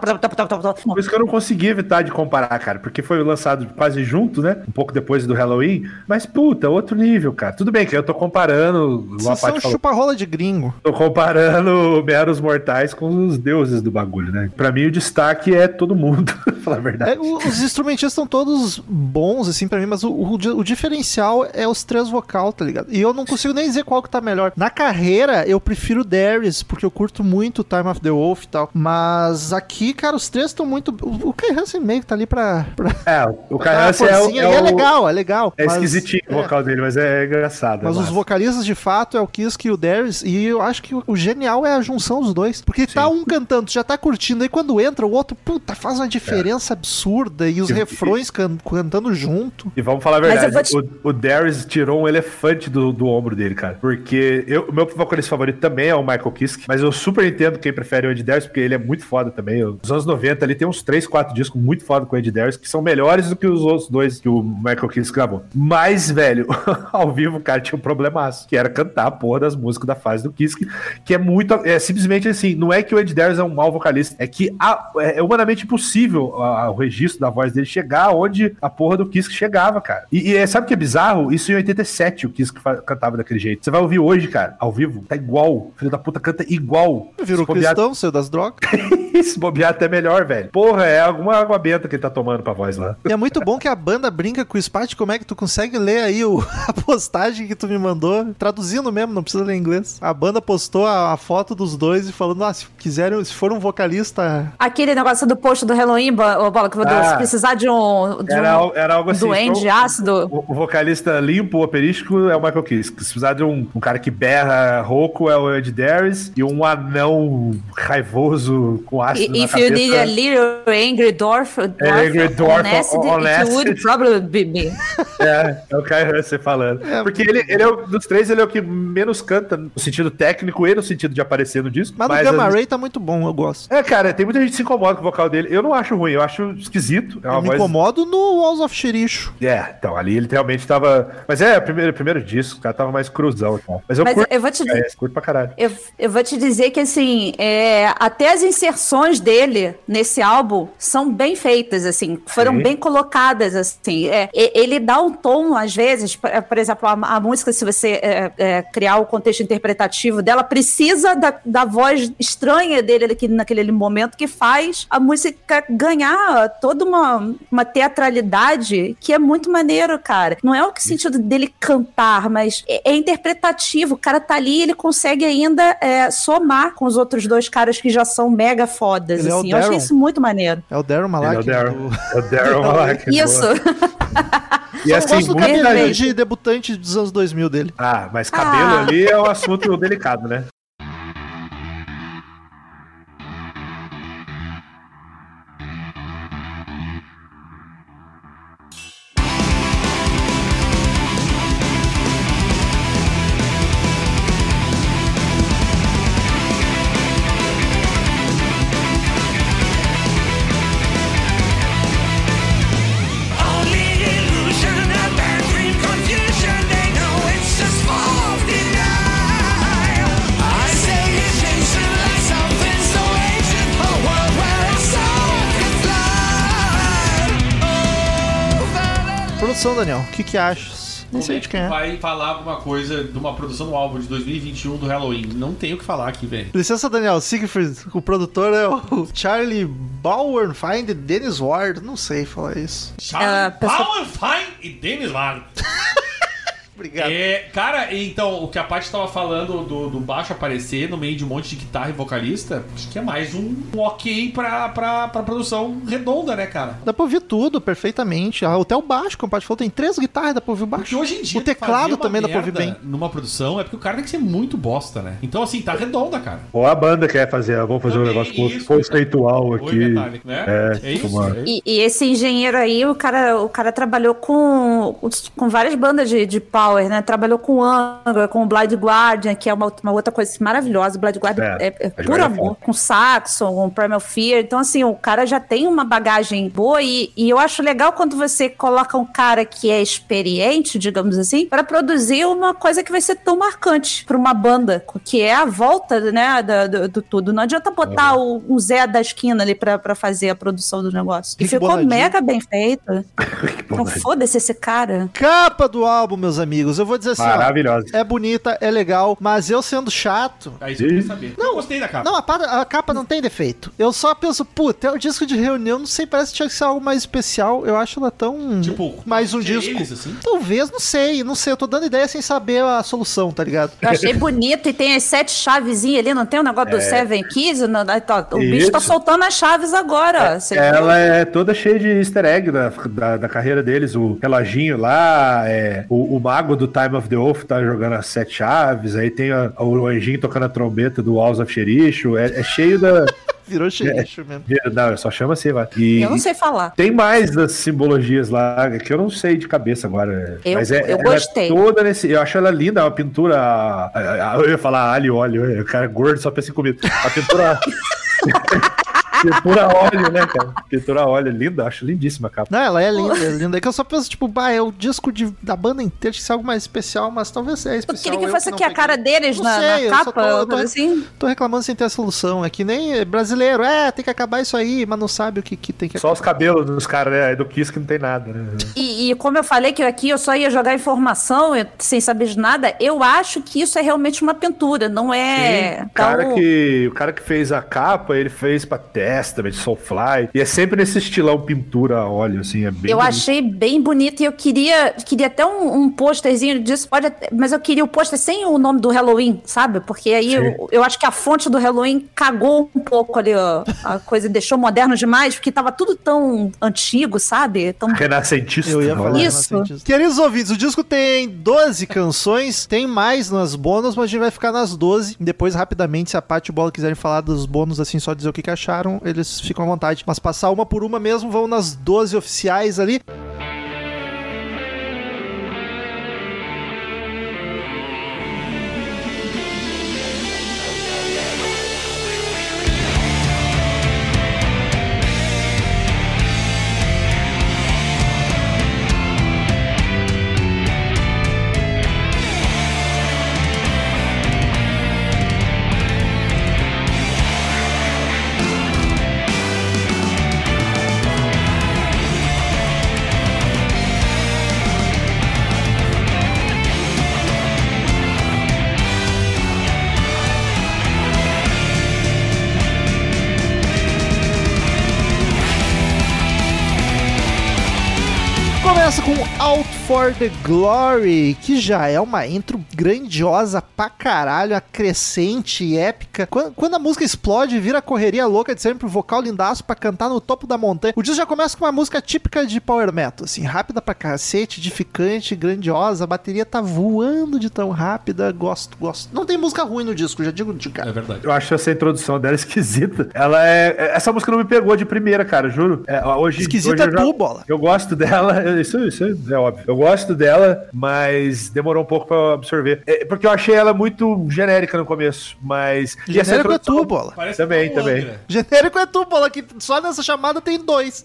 S4: Por isso que eu não consegui evitar de comparar, cara, porque foi lançado quase junto, né? Um pouco depois do Halloween. Mas, puta, outro nível, cara. Tudo bem que eu tô comparando...
S1: Vocês são chupa-rola de gringo.
S4: Tô comparando Meros Mortais com os deuses do bagulho, né? Pra mim, o destaque é todo mundo, pra falar a verdade.
S1: É, os instrumentistas são todos bons, assim, pra mim, mas o, o, o diferencial é os três vocal, tá ligado? E eu não consigo nem dizer qual que tá melhor. Na carreira, eu prefiro Darius, porque eu curto muito Time of the Wolf e tal. Mas aqui, cara, os três estão muito... O, o Kai Hansen meio que tá ali pra... pra
S4: é, o Kai Hansen é, o, é,
S1: o... é legal, é legal.
S4: É mas, esquisitinho é. o vocal dele, mas é engraçado.
S1: Mas
S4: é
S1: os vocalistas, de fato, é o Kiske e o Darius, e eu acho que o, o genial é a junção dos dois. Porque Sim. tá um cantando, já tá curtindo, aí quando entra o outro, puta, faz uma diferença é. absurda, e os e, refrões e, can, cantando junto.
S4: E vamos falar a verdade, te... o, o Darius tirou um elefante do, do ombro dele, cara. Porque eu, o meu vocalista favorito também é o Michael Kiske, mas eu super entendo quem prefere o Ed Darius, porque ele é muito foda também. Nos anos noventa ali tem uns três, quatro discos muito foda com o Ed Darius, que são melhores do que os outros dois que o Michael Kiske gravou. Mas, velho, ao vivo o cara tinha um problemaço, que era cantar a porra das músicas da fase do Kiske, que é muito, é simplesmente assim, não é que o Ed Darius é um mau vocalista, é que a, é humanamente impossível a, a, o registro da voz dele chegar onde a porra do Kiske chegava, cara. E, e sabe o que é bizarro? Isso em oitenta e sete o Kiske cantava daquele jeito. Você vai ouvir hoje, cara, ao vivo, tá igual. O filho da puta canta igual.
S1: Virou bobear... cristão, saiu das drogas.
S4: Se bobear até melhor, velho. Porra, é alguma água benta que ele tá tomando pra voz lá.
S1: E é muito bom que a banda brinca com o Spat. Como é que tu consegue ler aí o, a postagem que tu me mandou? Traduzindo mesmo, não precisa ler em inglês. A banda postou a, a foto dos dois e falando, ah, se quiserem, se for um vocalista...
S3: Aquele negócio do post do Halloween, Bola, que ah, se precisar de um, de
S4: era,
S3: um
S4: era algo assim,
S3: duende
S4: o,
S3: ácido...
S4: O, o vocalista limpo, operístico, é o Michael Kiske. Se precisar de um, um cara que berra rouco, é o Ed Darius. E um anão raivoso com ácido
S3: I,
S4: na
S3: if
S4: cabeça...
S3: you need a little angry dwarf, dwarf
S4: angry dwarf
S3: honest,
S4: honest.
S3: it would probably be me.
S4: É, é o Kai Hansen falando. É, porque ele, ele é o, dos três, ele é o que menos canta no sentido técnico e no sentido de aparecer no disco.
S1: Mas, mas o Gamma Ray tá muito bom, eu gosto.
S4: É, cara, tem muita gente que se incomoda com o vocal dele. Eu não acho ruim, eu acho esquisito. É uma
S1: eu
S4: voz...
S1: me incomodo no Walls of Shiricho.
S4: É, então, ali ele realmente tava... Mas é, o primeiro, primeiro disco, o cara tava mais cruzão. Então. Mas eu
S3: Mas
S4: curto,
S3: eu vou te
S4: é, curto pra caralho.
S3: Eu, eu vou te dizer que, assim, é, até as inserções dele nesse álbum são bem feitas, assim, foram
S4: Sim.
S3: bem colocadas, assim. É, ele dá um tom, às vezes, por, por exemplo, a, a música, se você é, é, criar o contexto interpretativo dela, precisa da, da voz estranha dele aqui, naquele momento, que faz a música ganhar toda uma, uma teatralidade que é muito maneiro, cara. Não é o sentido dele cantar, mas é, é interpretativo. O cara tá ali e ele consegue ainda é, somar com os outros dois caras que já são mega fodas,
S1: Ele é o
S3: assim. Eu achei
S1: Darryl.
S3: isso muito maneiro.
S1: É o Darren Malak.
S4: Ele é o Darryl.
S1: do-
S4: É o Darryl Malak.
S3: Isso.
S4: E
S1: Só
S4: assim,
S1: gosto do
S4: muita
S1: cabelinho
S4: gente...
S1: de debutante dos anos dois mil dele.
S4: Ah, mas cabelo
S3: Ah.
S4: ali é um assunto delicado, né?
S7: Only illusion, a bad dream, confusion. They know it's just false denial. I say it changed like something so ancient, a world where a soul can fly. Over
S1: Produção, Daniel, o que que achas? Nem
S2: Como
S1: sei
S2: é
S1: de
S2: que
S1: quem é.
S2: vai falar alguma coisa de uma produção do álbum de dois mil e vinte e um do Halloween? Não tem o que falar aqui, velho.
S1: Licença, Daniel. Siegfried, o produtor é o Charlie Bauernfeind e Dennis Ward. Não sei falar isso.
S2: Charlie
S3: pessoa-
S2: Bauernfeind e Dennis Ward.
S1: Obrigado.
S2: É, cara, então, o que a Paty tava falando do, do baixo aparecer no meio de um monte de guitarra e vocalista, acho que é mais um, um ok pra, pra, pra produção redonda, né, cara?
S1: Dá pra ouvir tudo perfeitamente. Ah, até o baixo, como o Paty falou, tem três guitarras, dá pra ouvir o baixo.
S2: Porque hoje em dia
S1: o teclado
S2: fazer uma
S1: também dá pra ouvir
S2: merda
S1: bem.
S2: numa produção é porque o cara tem que ser muito bosta, né? Então, assim, tá redonda, cara.
S4: Ou a banda quer fazer, vamos fazer um
S2: Também
S4: negócio
S2: isso,
S4: conceitual
S2: Oi,
S4: aqui.
S2: Metallic, né?
S4: É,
S2: É isso,
S4: uma-
S2: é isso.
S3: E, e esse engenheiro aí, o cara, o cara trabalhou com, com várias bandas de, de power, né? Trabalhou com Angra, com o Blind Guardian, que é uma, uma outra coisa maravilhosa. O Blind Guardian
S4: É,
S3: é, é
S4: Blind
S3: puro
S4: Guardian é
S3: amor.
S4: foda.
S3: Com Saxon, com Primal Fear. Então, assim, o cara já tem uma bagagem boa e, e eu acho legal quando você coloca um cara que é experiente, digamos assim, para produzir uma coisa que vai ser tão marcante para uma banda, que é a volta, né, da- do, do tudo. Não adianta botar o, um Zé da esquina ali pra, pra fazer a produção do negócio. E
S1: Rick
S3: ficou
S1: Bonadinho.
S3: mega bem feito. Então
S4: Bonadinho.
S3: foda-se esse cara.
S1: Capa do álbum, meus amigos. Eu vou dizer assim, ó,
S4: Maravilhosa.
S1: é bonita, é legal, mas eu sendo chato...
S2: É isso que eu queria saber. Não, eu gostei da capa.
S1: Não, a, pa- a capa não tem defeito. Eu só penso, puta, é o disco de reunião, não sei, parece que tinha que ser algo mais especial. Eu acho ela tão...
S2: Tipo,
S1: mais um
S2: ser
S1: disco.
S2: eles, assim?
S1: Talvez, não sei, não sei. Eu tô dando ideia sem saber a solução, tá ligado?
S3: Eu achei bonito e tem as sete chavezinhas ali, não tem o negócio do Seven Keys? Não, aí tá, o bicho tá
S4: Isso.
S3: soltando as chaves agora. Você viu?
S4: Ela é toda cheia de easter egg da, da, da carreira deles. O reloginho lá, é, o, o mago do Time of the Oath tá jogando as sete chaves. Aí tem a- o anjinho tocando a trombeta do Walls of Jericho. É, é cheio da.
S1: Virou xerife mesmo.
S4: Não, só chama assim, vai. E,
S3: Eu não sei falar.
S4: Tem mais das simbologias lá, que eu não sei de cabeça agora.
S3: Eu-
S4: mas é,
S3: eu
S4: ela
S3: gostei.
S4: É toda nesse. Eu acho ela linda, é uma pintura. a- a- a- Eu ia falar alho e óleo, o cara é gordo só pensa em comida. A pintura. Pintura a óleo, né, cara? Pintura a óleo, linda, acho lindíssima a capa.
S1: Não, ela é linda, é linda. É que eu só penso, tipo, bah, é o disco de, da banda inteira, tinha que ser algo mais especial, mas talvez seja
S3: Eu
S1: especial.
S3: queria que
S1: eu
S3: fosse
S1: não
S3: aqui a
S1: peguei.
S3: cara deles
S1: Não
S3: na,
S1: sei,
S3: na
S1: eu só
S3: capa,
S1: tô- eu
S3: ou
S1: tô-
S3: coisa assim.
S1: Tô reclamando sem ter a solução. É que nem brasileiro, é, tem que acabar isso aí, mas não sabe o que, que tem que
S4: Só os cabelos dos caras, né? Aí do Kiss que não tem nada, né?
S3: E, e como eu falei que aqui eu só ia jogar informação eu- sem saber de nada, eu acho que isso é realmente uma pintura, não é...
S4: O cara,
S3: então-
S4: que, o cara que fez a capa, ele fez pra Testament, Soulfly, e é sempre nesse estilão pintura a óleo, assim, é bem
S3: Eu
S4: bonito.
S3: achei bem bonito e eu queria, queria até um, um pôsterzinho disso, pode até- mas eu queria o pôster sem o nome do Halloween, sabe? Porque aí eu, eu acho que a fonte do Halloween cagou um pouco ali, ó, a coisa deixou moderno demais, porque tava tudo tão antigo, sabe? Tão...
S4: Renascentista.
S1: Eu ia
S4: olha.
S1: falar
S3: Isso.
S1: renascentista. Queridos ouvintes, o disco tem doze canções, tem mais nas bônus, mas a gente vai ficar nas doze. Depois, rapidamente, se a Paty e o Bola quiserem falar dos bônus, assim, só dizer o que, que acharam, eles ficam à vontade. Mas passar uma por uma mesmo, vão nas doze oficiais ali. começa com Out for the Glory, que já é uma intro grandiosa pra caralho, a crescente e épica. Quando, quando a música explode e vira a correria louca de sempre, o vocal lindaço pra cantar no topo da montanha. O disco já começa com uma música típica de power metal, assim, rápida pra cacete, edificante, grandiosa. A bateria tá voando de tão rápida. Gosto, gosto. Não tem música ruim no disco, já digo de cara.
S2: É verdade.
S4: Eu acho essa introdução dela esquisita. Ela é... Essa música não me pegou de primeira, cara, juro. É, hoje,
S1: Esquisita
S4: hoje
S1: é
S4: eu já-
S1: tu, Bola.
S4: Eu gosto dela, isso, isso é óbvio. Eu gosto dela, mas demorou um pouco pra eu absorver. É, porque eu achei ela muito genérica no começo, mas... e essa
S1: Genérico é
S4: introdução-
S1: tu, Bola.
S2: Parece
S4: Também,
S2: um
S4: também.
S2: Angra.
S1: Genérico é tu, Bola, que só nessa chamada tem dois.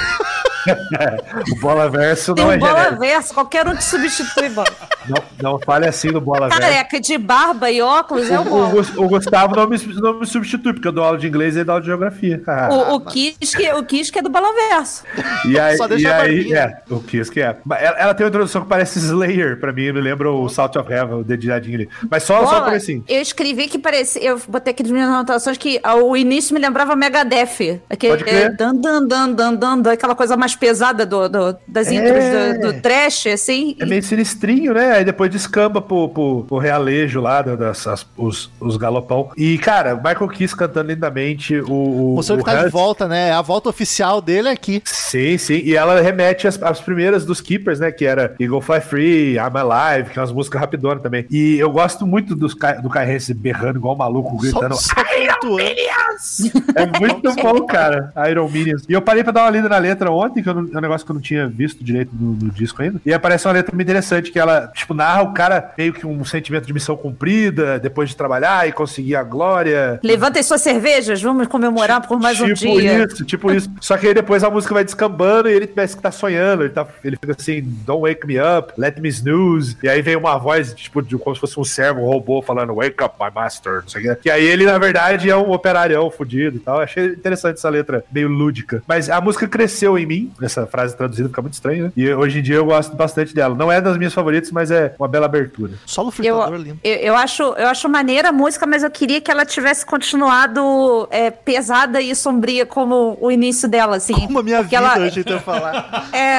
S4: O Bola Verso
S3: Tem
S4: não
S3: um
S4: é
S3: bola
S4: genérico.
S3: verso, qualquer um te substitui, bola.
S4: Não, não fale assim do Bola Verso.
S3: Careca de barba e óculos é o
S4: O, o,
S3: bola.
S4: Gus- o Gustavo não me, não me substitui, porque eu dou aula de inglês e ele dá aula de geografia.
S3: O, o, Kiss, que, o Kiss que é do bola verso.
S4: E aí,
S1: Só deixa
S4: e
S1: a
S4: aí
S1: barbinha.
S4: é, o Kiss que é. Mas Ela, ela tem uma introdução que parece Slayer, pra mim, me lembra o Salt of Heaven, o dedilhadinho ali. Mas só, só
S3: Bola,
S4: por assim.
S3: eu escrevi que parecia. Eu botei aqui nas minhas anotações que ah, o início me lembrava Megadeth. Aquele,
S4: Pode crer.
S3: é, dan, dan, dan, dan, dan, dan, aquela coisa mais pesada do, do- das
S4: É.
S3: intros do, do trash, assim.
S4: É meio sinistrinho, né? Aí depois descamba pro, pro, pro realejo lá, da- das, as- os, os galopão. E, cara, Michael Kiss cantando lindamente, o, o,
S1: Mostrando
S4: o
S1: que tá de
S4: Hans-
S1: volta, né? A volta oficial dele é aqui.
S4: Sim, sim. E ela remete às, às primeiras dos Keepers, né? Que era Eagle Fly Free, I'm Alive, que é umas músicas rapidonas também. E eu gosto muito dos, Kai- do Kai Hansen berrando igual um maluco, gritando.
S1: Só, só flutuando.
S4: É muito bom, cara. Iron Minions. E eu parei pra dar uma lida na letra ontem, que eu não- é um negócio que eu não tinha visto direito no, no disco ainda. E aparece uma letra muito interessante, que ela, tipo, narra o cara meio que um sentimento de missão cumprida, depois de trabalhar e conseguir a glória.
S3: Levantem suas cervejas, vamos comemorar por mais um
S4: tipo
S3: dia.
S4: isso, tipo isso. Só que aí depois a música vai descambando e ele parece que tá sonhando. Ele, tá, ele fica assim, don't wake me up, let me snooze. E aí vem uma voz, tipo, de, como se fosse um servo, um robô falando, wake up, my master, não sei o que. E aí ele, na verdade, é um operarião fudido e tal. Eu achei interessante essa letra, meio lúdica. Mas a música cresceu em mim, essa frase traduzida fica muito estranha, né? E hoje em dia eu gosto bastante dela. Não é das minhas favoritas, mas é uma bela abertura.
S1: Solo
S3: Eu,
S1: fritador lindo.
S3: eu, eu, acho, eu acho maneira a música, mas eu queria que ela tivesse continuado é, pesada e sombria como o início dela, assim.
S1: Como a minha
S3: Porque
S1: vida,
S3: ela,
S1: eu achei que eu ia falar.
S3: é,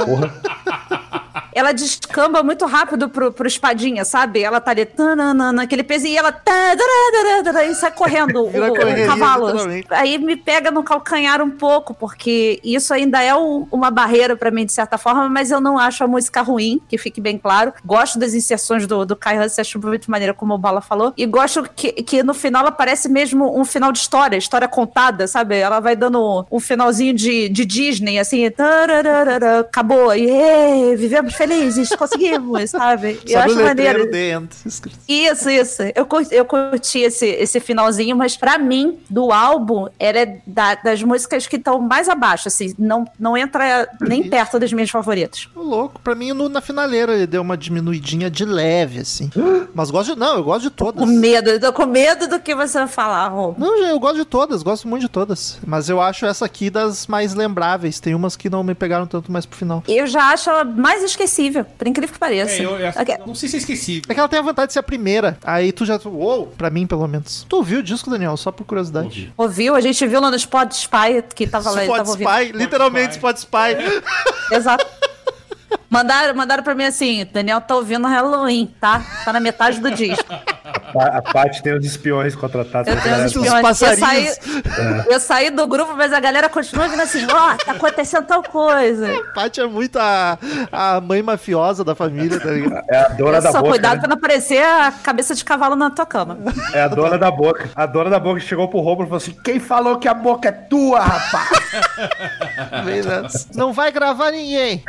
S3: ela descamba muito rápido pro, pro espadinha, sabe? Ela tá ali, tananana, aquele peso, e ela tá, tararara, e sai correndo o,
S1: Vira
S3: o
S1: correria,
S3: cavalo.
S1: literalmente.
S3: Aí me pega no calcanhar um pouco, porque isso ainda é um- uma barreira pra mim, de certa forma, mas eu não acho a música ruim, que fique bem claro. Gosto das inserções do, do Kai Hansen, acho muito maneira, como o Bala falou. E gosto que, que no final ela parece mesmo um final de história, história contada, sabe? Ela vai dando um finalzinho de, de Disney, assim, tararara, acabou, e vivemos felizes, conseguimos, sabe? Eu
S1: Sabe
S3: acho
S1: o
S3: maneiro.
S1: letreiro dentro. escrito.
S3: Isso, isso. Eu curti, eu curti esse, esse finalzinho, mas pra mim, do álbum, ela é da- das músicas que estão mais abaixo, assim, não, não entra nem perto das minhas favoritas.
S1: Ô, louco, pra mim no- na finaleira ele deu uma diminuidinha de leve, assim. Mas gosto de. Não, eu gosto de todas.
S3: Com medo, eu tô com medo do que você vai falar, Rô.
S1: Não, eu gosto de todas, gosto muito de todas. Mas eu acho essa aqui das mais lembráveis. Tem umas que não me pegaram tanto mais pro final.
S3: Eu já acho ela mais esquecível, por incrível que pareça.
S2: É, eu, eu-
S3: Ok.
S2: não sei se é esquecível.
S1: É que ela tem a vontade de ser a primeira. Aí tu já. Uou, pra mim pelo menos. Tu ouviu o disco, Daniel? Só por curiosidade.
S2: Ouvi.
S3: Ouviu? A gente viu lá no Spotify que tava lá, ele tava ouvindo.
S1: Spotify, literalmente Spotify.
S3: Exato. Mandaram, mandaram pra mim assim, Daniel tá ouvindo Halloween, tá? Tá na metade do disco.
S4: A, a Paty tem os espiões contratados.
S3: Eu
S4: pra
S3: tenho
S4: galera.
S3: os
S1: Os
S3: espiões. Eu saí,
S1: passarinhos.
S3: eu saí do grupo, mas a galera continua vindo assim, ó, tá acontecendo tal coisa.
S1: Paty é muito a, a mãe mafiosa da família, tá ligado?
S4: É a dona da
S3: Só
S4: boca.
S3: cuidado
S4: né?
S3: pra não aparecer a cabeça de cavalo na tua cama.
S4: É a dona da boca. A dona da boca chegou pro Romulo e falou assim: quem falou que a boca é tua, rapaz?
S1: Bem nessa. Não vai gravar ninguém.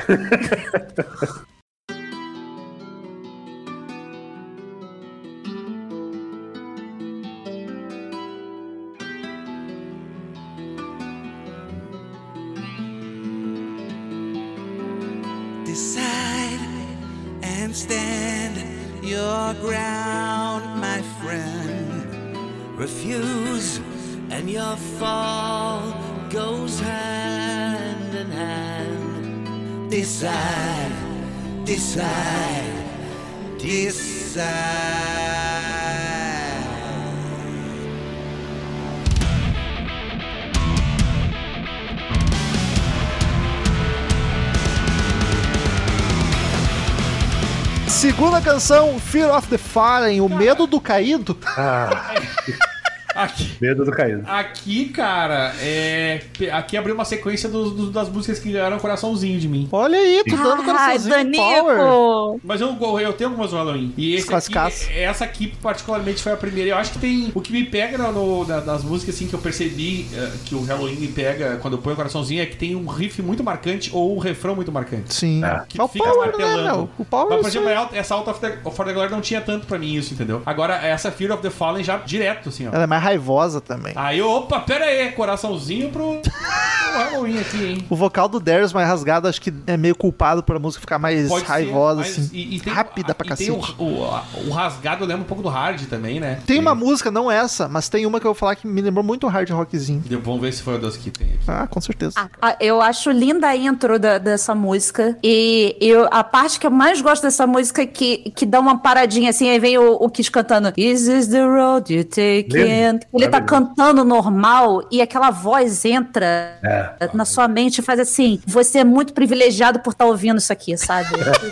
S7: Decide and stand your ground, my friend. Refuse and your fall goes hand in hand. Decide, decide, decide.
S1: Segunda canção, Fear of the Fallen, o medo do caído.
S4: Ah,
S2: Aqui,
S4: medo do caído.
S2: aqui, cara, é. Aqui abriu uma sequência dos- dos- das músicas que ganharam coraçãozinho de mim.
S1: Olha aí, tu dando
S3: Ai,
S1: coraçãozinho power.
S3: Danico!
S2: Mas eu, eu tenho algumas do Halloween. E esse aqui,
S1: Classicaço.
S2: essa aqui, particularmente, foi a primeira. Eu acho que tem. O que me pega no, no- na- nas músicas, assim, que eu percebi eh, que o Halloween me pega quando eu ponho o coraçãozinho, é que tem um riff muito marcante ou um refrão muito marcante.
S1: Sim.
S4: Ah.
S2: Que
S1: Mas o
S2: fica
S1: power, né,
S2: martelando.
S1: meu? O power
S2: Mas, por
S1: é
S2: exemplo,
S1: isso aí.
S2: ela- essa Out of the, of the Glory não tinha tanto pra mim isso, entendeu? Agora, essa Fear of the Fallen já direto, assim, ó.
S1: Ela é mais raivosa também.
S2: Aí, opa, pera aí, coraçãozinho pro, pro Halloween aqui, hein?
S1: O vocal do Darius mais rasgado, acho que é meio culpado pra música ficar mais
S2: Pode ser,
S1: raivosa,
S2: mas-
S1: assim.
S2: e- e tem-
S1: rápida pra
S2: e
S1: cacete.
S2: tem o, o, a- o rasgado, lembra um pouco do hard também, né?
S1: Tem uma música, não essa, mas tem uma que eu vou falar que me lembrou muito o hard rockzinho.
S2: Vamos ver se foi o das que tem aqui.
S1: Ah, com certeza.
S3: Ah, ah, eu acho linda a intro da- dessa música. E eu, a parte que eu mais gosto dessa música é que, que dá uma paradinha assim, aí vem o, o Kiss cantando This is the road you take
S4: Lindo.
S3: in. Ele tá
S4: Maravilhoso.
S3: cantando normal e aquela voz entra
S4: É.
S3: na sua mente e faz assim: você é muito privilegiado por estar ouvindo isso aqui, sabe?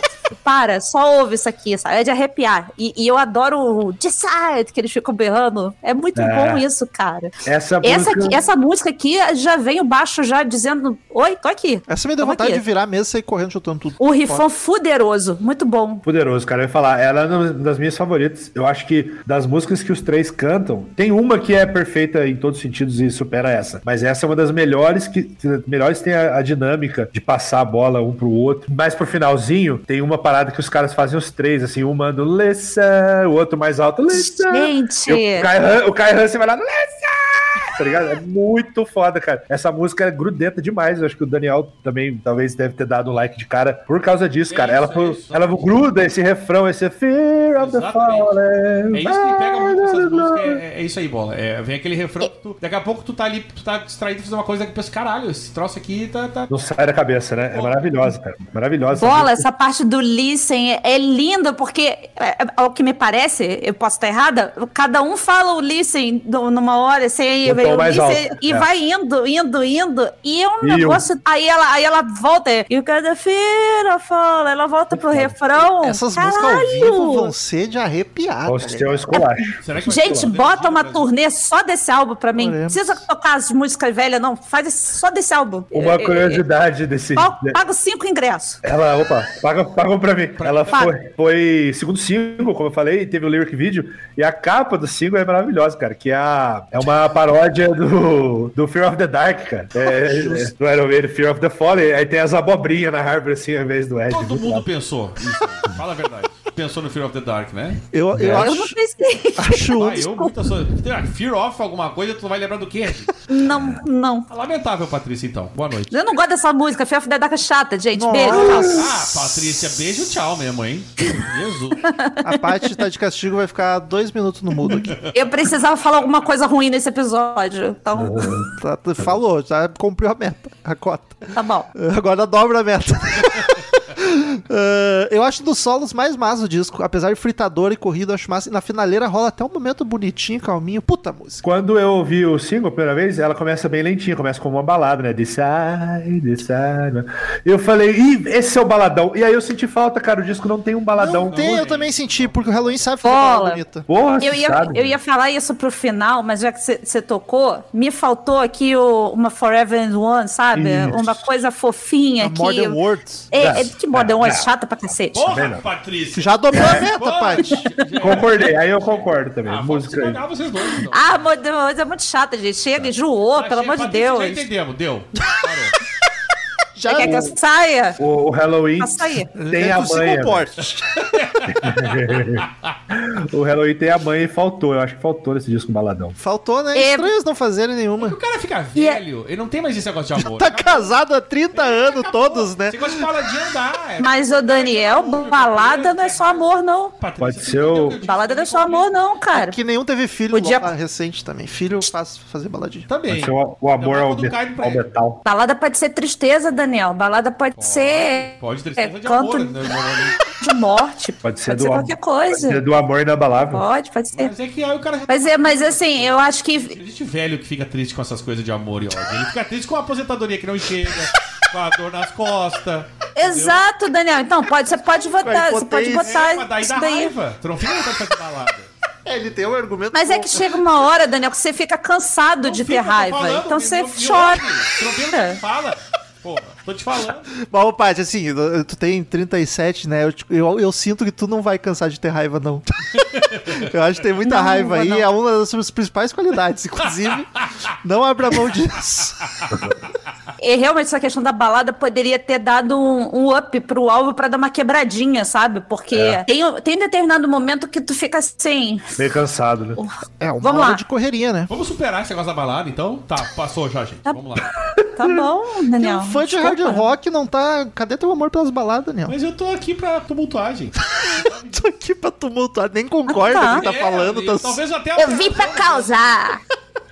S3: Para, só ouve isso aqui, sabe? É de arrepiar. E, e eu adoro o Decide, que eles ficam berrando. É muito
S4: É.
S3: bom isso, cara.
S4: Essa
S3: Essa,
S4: música...
S3: aqui- essa música aqui já vem o baixo já dizendo: oi, tô aqui.
S1: Essa me deu
S3: Tamo
S1: vontade
S3: aqui.
S1: de virar a mesa e sair correndo chutando tudo.
S3: O rifão fuderoso, muito bom.
S4: Poderoso, cara. Eu ia falar, ela é uma das minhas favoritas. Eu acho que das músicas que os três cantam, tem uma que é perfeita em todos os sentidos e supera essa. Mas essa é uma das melhores que, que melhores tem a, a dinâmica de passar a bola um pro outro. Mas pro finalzinho, tem uma parada que os caras fazem os três, assim, um manda o listen, o outro mais alto, listen.
S3: Gente.
S4: E o Kai Han- o Kai Hansen vai lá, listen! Tá ligado? É muito foda, cara. Essa música é grudenta demais. Eu acho que o Daniel também talvez deve ter dado um like de cara por causa disso,
S2: É
S4: cara.
S2: isso,
S4: ela,
S2: é
S4: foi-
S2: isso.
S4: ela gruda esse refrão, esse Fear of the
S2: Exatamente.
S4: Fallen.
S2: É isso que me pega muito nessas músicas, é, é isso aí, bola. É, vem aquele refrão que tu, daqui a pouco tu tá ali, tu tá distraído fazendo uma coisa que pensa, caralho, esse troço aqui tá. tá...
S4: Não sai da cabeça, né? É maravilhosa, cara. Maravilhosa.
S3: Bola, essa parte do listen é, é linda, porque, é, é, ao que me parece, eu posso estar errada, cada um fala o listen do- numa hora, assim, aí
S4: Um
S3: vem
S4: tom
S3: o
S4: mais
S3: listen,
S4: alto,
S3: e
S4: é.
S3: vai indo, indo, indo, e é um
S4: E
S3: negócio. Aí ela, aí ela volta, é, You got the fear of all, ela volta pro refrão.
S1: Essas
S3: Caralho!
S1: músicas ao vivo vão ser de arrepiar.
S4: O
S1: cara.
S4: sistema esculacho.
S2: Será que vai
S3: Gente,
S2: ter
S3: bota uma
S2: Brasil?
S3: turnê só desse álbum pra mim. Não
S1: Oremos.
S3: precisa tocar as músicas velhas, não. Faz esse- só desse álbum.
S4: Uma
S3: É, é,
S4: curiosidade desse.
S3: é, pago- Pago cinco ingressos.
S4: Ela, opa, paga, pagam pra mim. Ela
S3: Paga.
S4: foi, foi segundo single, como eu falei, teve o lyric video, e a capa do single é maravilhosa, cara, que é, a, é uma paródia do, do Fear of the Dark, cara. É, é, do Iron Maiden, Fear of the Fallen, aí tem as abobrinhas na árvore, assim, ao invés do Ed.
S2: Todo
S4: muito
S2: mundo
S4: legal.
S2: pensou. Isso, fala a verdade. Pensou no Fear of the Dark, né?
S1: Eu, eu
S3: Eu
S1: acho,
S3: não pensei.
S1: acho um
S2: Ah, eu muita so... Fear of alguma coisa, tu vai lembrar do quê?
S3: Não, não.
S2: Lamentável, Patrícia, então. Boa noite.
S3: Eu não gosto dessa música. Fear of the Dark é chata, gente.
S1: Nossa.
S3: Beijo, tchau.
S2: Ah, Patrícia, beijo, tchau mesmo, hein? Jesus.
S1: a Paty tá de castigo, vai ficar dois minutos no mudo aqui.
S3: Eu precisava falar alguma coisa ruim nesse episódio. Então,
S1: Tá- tá- falou, já cumpriu a meta, a cota.
S3: tá bom.
S1: Agora dobra a meta. Uh, eu acho dos solos mais massa o disco, apesar de fritador e corrida, eu acho massa. E na finaleira rola até um momento bonitinho, calminho. Puta música.
S4: Quando eu ouvi o single a primeira vez, ela começa bem lentinha, começa como uma balada, né? Decide, decide. Eu falei, ih, esse é o baladão. E aí eu senti falta, cara, o disco não tem um baladão.
S1: Não tem, eu também senti, porque o Halloween sabe fazer
S3: Bola.
S1: balada bonita.
S4: Porra,
S3: Eu ia,
S4: sabe?
S3: eu ia falar isso pro final, mas já que você tocou, me faltou aqui o- uma Forever and One, sabe?
S4: Isso.
S3: Uma coisa fofinha
S1: A
S3: aqui.
S1: Modern Words.
S3: É, é que Modern
S4: É,
S3: One é
S4: é.
S3: chata pra cacete.
S2: Porra,
S4: não.
S2: Patrícia.
S1: Já dobrou a meta,
S2: Porra,
S1: Paty.
S2: já-
S4: Concordei, aí eu concordo também.
S2: Ah,
S4: música
S2: vamos
S4: aí.
S2: pagar vocês dois, então.
S3: Ah, Modern One é muito chata, gente. Chega, enjoou,
S2: Ah,
S3: pelo
S2: chega,
S3: amor de
S2: Patrícia,
S3: Deus.
S2: Já entendemos, deu. Parou.
S1: Já
S3: Quer que eu saia?
S4: O, o Halloween
S3: Passa aí.
S4: tem a
S1: tu se
S4: manha.
S1: comporte.
S4: O Halloween tem a manha e faltou. Eu acho que faltou nesse disco baladão.
S1: Faltou, né?
S3: É.
S1: Estranho eles não fazerem nenhuma.
S2: O cara fica
S3: E é-
S2: velho, ele não tem mais esse negócio de amor.
S1: Tá
S2: Acabou.
S1: casado há trinta anos,
S2: Acabou.
S1: todos, né?
S2: Você gosta de baladinha, não dá. É-
S3: Mas, ô Daniel, balada não é só amor, não.
S2: Patrícia,
S4: Pode
S2: você
S4: ser
S2: entendeu
S4: o-
S2: que eu disse?
S3: Balada não é só amor, não, cara.
S1: Que nenhum teve filho
S3: Podia-
S1: lá recente também. Filho faz fazer baladinha.
S2: Também.
S4: Pode ser o, o amor
S2: Ainda
S4: ao,
S2: mais quando
S4: me-
S2: cai pra
S4: ao
S2: ele.
S4: metal.
S3: Balada pode ser tristeza, Daniel. Balada pode, ser.
S2: Pode tristeza
S3: é,
S2: de
S3: canto-
S2: amor, né, normalmente.
S3: de morte.
S4: Pode ser
S3: pode
S4: do
S3: ser
S4: am-
S3: qualquer coisa.
S4: Pode ser do amor inabalável.
S3: Pode, pode ser.
S2: Mas é que aí o cara já
S3: Mas, é, mas assim, eu acho que...
S2: Existe velho que fica triste com essas coisas de amor e ódio. Ele fica triste com a aposentadoria que não chega, com a dor nas costas.
S3: Exato, Daniel. Então, pode, você pode votar, você pode
S1: impotência.
S3: votar
S2: É, mas daí
S3: isso
S2: dá
S3: daí.
S2: raiva. Tu não fica vontade de fazer balada.
S1: É, ele tem um argumento.
S3: Mas é
S1: bom.
S3: que chega uma hora, Daniel, que você fica cansado
S2: Não
S3: de
S2: fica,
S3: ter
S2: tô
S3: raiva.
S2: falando,
S3: Então
S2: me-
S3: você
S2: me- me
S3: chora.
S2: ouve. Tu não viu o que tu fala? Porra, tô te falando.
S1: Bom, Paty, assim, tu tem trinta e sete, né? Eu, eu, eu sinto que tu não vai cansar de ter raiva, não. Eu acho que tem muita
S3: Não,
S1: raiva
S3: não
S1: aí,
S3: vou,
S1: é uma das suas principais qualidades. Inclusive, não abra mão disso.
S3: E realmente essa questão da balada poderia ter dado um, um up pro álbum pra dar uma quebradinha, sabe? Porque
S4: É.
S3: tem, tem determinado momento que tu fica assim...
S4: Meio cansado, né?
S1: É, uma
S3: Vamos
S1: hora
S3: lá.
S1: de correria, né?
S2: Vamos superar esse negócio da balada, então? Tá, passou já, gente.
S3: Tá.
S2: Vamos lá.
S3: Tá bom, Daniel.
S1: Um fã de hard
S3: desculpa.
S1: rock não tá... Cadê teu amor pelas baladas, Daniel?
S2: Mas eu tô aqui pra tumultuar, gente.
S1: Tô aqui pra tumultuar, nem concorda
S3: Ah, tá.
S1: com o que tá
S2: É,
S1: falando.
S2: e
S1: Tá...
S2: Talvez até a
S3: Eu vim pra causar.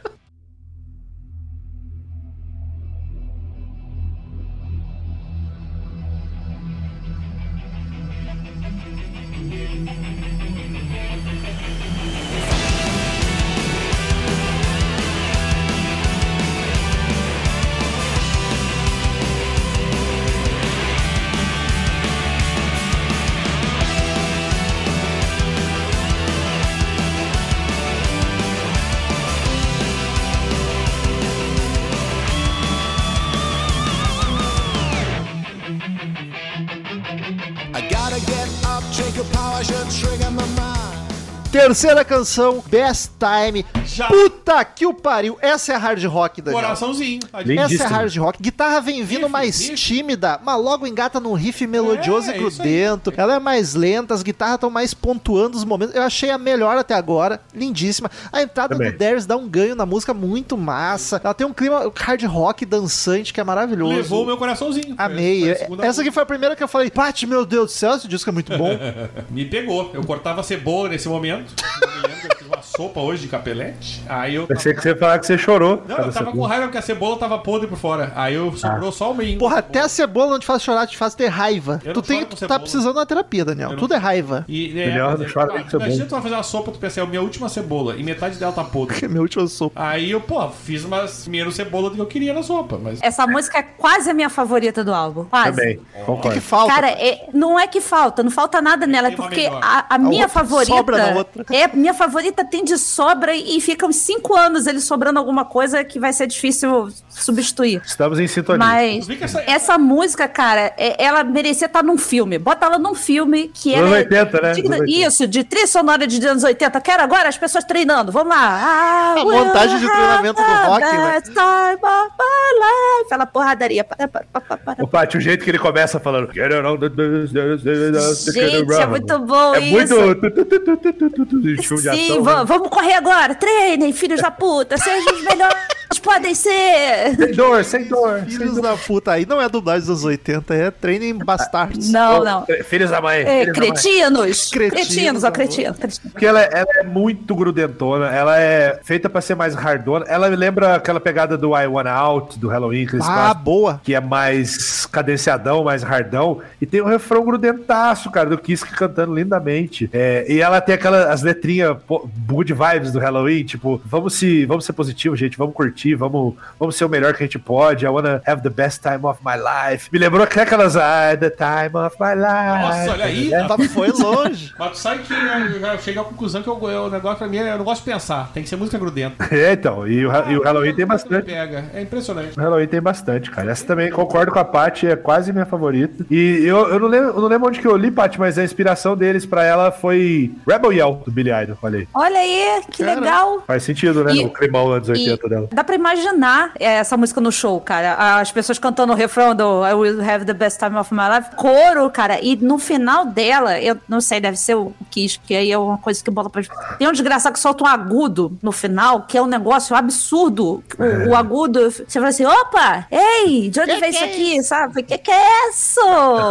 S7: I gotta get up, take a power shot, trigger my mind.
S1: Terceira canção, Best Time.
S2: Já.
S1: Puta que o pariu. Essa é a hard rock, Daniel.
S2: Coraçãozinho.
S4: Lindo.
S1: Essa é
S4: Lindíssimo.
S1: hard rock. Guitarra vem vindo
S2: Riff,
S1: mais
S2: riff.
S1: tímida, mas logo engata num riff melodioso
S2: É,
S1: e
S2: isso aí.
S1: grudento. Ela é mais lenta, as guitarras estão mais pontuando os momentos. Eu achei a melhor até agora. Lindíssima. A entrada
S4: Também.
S1: do Darius dá um ganho na música muito massa. Ela tem um clima hard rock dançante que é maravilhoso.
S2: Levou o meu coraçãozinho.
S1: Amei.
S2: Foi a segunda
S1: Essa aqui foi a primeira que eu falei, Paty, meu Deus do céu, esse disco é muito bom.
S2: Me pegou. Eu cortava cebola nesse momento. Eu me lembro que eu fiz uma sopa hoje de capelete. Aí eu.
S4: Pensei que você ia falar que você chorou.
S2: Não,
S4: Cada
S2: eu tava com
S4: segundo.
S2: raiva porque a cebola tava podre por fora. Aí eu sobrou só o meio.
S1: Porra, até a cebola não te faz chorar, te faz ter raiva.
S2: Eu
S1: Tu,
S2: não
S1: tem,
S2: choro com
S1: tu tá
S2: cebola.
S1: precisando de uma terapia, Daniel.
S2: Eu não-
S1: Tudo é raiva.
S2: E, é,
S4: Melhor
S2: mas
S4: não
S2: é-
S4: chora
S2: ah,
S4: com cebola.
S2: imagina tu vai fazer uma sopa, tu pensa, é a minha última cebola. E metade dela tá podre.
S1: Meu último sopa.
S2: Aí eu, pô, fiz umas menos cebola do que eu queria na sopa. Mas
S3: Essa música é quase a minha favorita do álbum. Quase.
S4: Também,
S1: O que,
S4: concordo.
S1: que falta?
S3: Cara, é- não é que falta, não falta nada nela, é
S2: Tem uma
S3: porque
S2: melhor.
S3: a, a minha
S1: outra
S3: favorita.
S1: sobra na outra.
S3: É, minha favorita tem de sobra e fica uns cinco anos ele sobrando alguma coisa que vai ser difícil substituir.
S4: Estamos em sintonia.
S3: Mas
S2: vi que essa-
S3: essa música, cara, é- ela merecia estar num filme. Bota ela num filme que
S4: Anos
S3: ela é
S4: oitenta, né?
S3: digna-
S4: Anos oitenta.
S3: Isso, de trilha sonora de anos oitenta. Quero agora as pessoas treinando. Vamos lá.
S1: A montagem de treinamento do rock, né?
S3: Best time of my life. Ela porradaria. Para, para, para, para.
S4: O Paty, o jeito que ele começa falando. Get around the- the- the- the- the-
S3: Gente,
S4: the-
S3: é muito bom
S4: É
S3: isso.
S4: muito. tu- tu- tu- tu- tu- tu- tu- tu- de filme de
S3: Sim,
S4: ação,
S3: va-
S4: né?
S3: vamos correr agora. Treinem, filhos da puta. Sejam os melhores que podem ser.
S4: Sem dor, sem dor. sem
S1: Filhos
S4: dor.
S1: da puta. Aí não é dublagem dos anos oitenta, é Training Bastards.
S3: Não, não.
S4: Filhos da mãe.
S3: É,
S4: filhos da mãe.
S3: cretinos.
S1: Cretinos,
S3: Cretinos, ó,
S1: amor.
S3: cretinos. cretinos.
S4: Porque ela, é- ela é muito grudentona, ela é feita pra ser mais hardona. Ela me lembra aquela pegada do I Wanna Out, do Halloween, que eles
S1: Ah,
S4: fazem,
S1: boa.
S4: que é mais cadenciadão, mais hardão. E tem um refrão grudentaço, cara, do Kiss cantando lindamente. É, e ela tem aquelas as letrinhas pô, good vibes do Halloween, tipo, vamos se vamos ser positivo, gente, vamos curtir, vamos, vamos ser o melhor que a gente pode. I wanna have the best time of my life. Me lembrou até aquelas I the time of my life.
S2: Nossa, olha aí.
S4: É,
S1: Tá- Foi longe.
S2: Mas tu sabe que eu já cheguei à conclusão que eu, eu- o negócio pra mim é, eu não gosto de pensar. Tem que ser música grudenta.
S4: é, então, e o, e o Halloween tem bastante.
S2: Pega. É impressionante.
S4: O Halloween tem bastante, cara. Essa também, concordo com a Paty, é quase minha favorita. E eu, eu, não lembro, eu não lembro onde que eu li, Paty, mas a inspiração deles pra ela foi Rebel Yell, do Billy Idol, falei.
S3: Olha aí, que
S1: Cara.
S3: legal.
S4: Faz sentido, né?
S3: E-
S4: O climão anos
S3: E
S4: oitenta dela.
S3: dá pra imaginar é, essa música no show, cara. As pessoas cantando o refrão do I will have the best time of my life. Coro, cara. E no final dela, eu não sei, deve ser o Kiss, que aí é uma coisa que bola pra... Tem um desgraçado que solta um agudo no final, que é um negócio absurdo. O, o agudo, você fala assim, opa, ei, de onde
S1: Que
S3: vem
S1: que
S3: isso
S1: é
S3: aqui, sabe? O que, que é isso?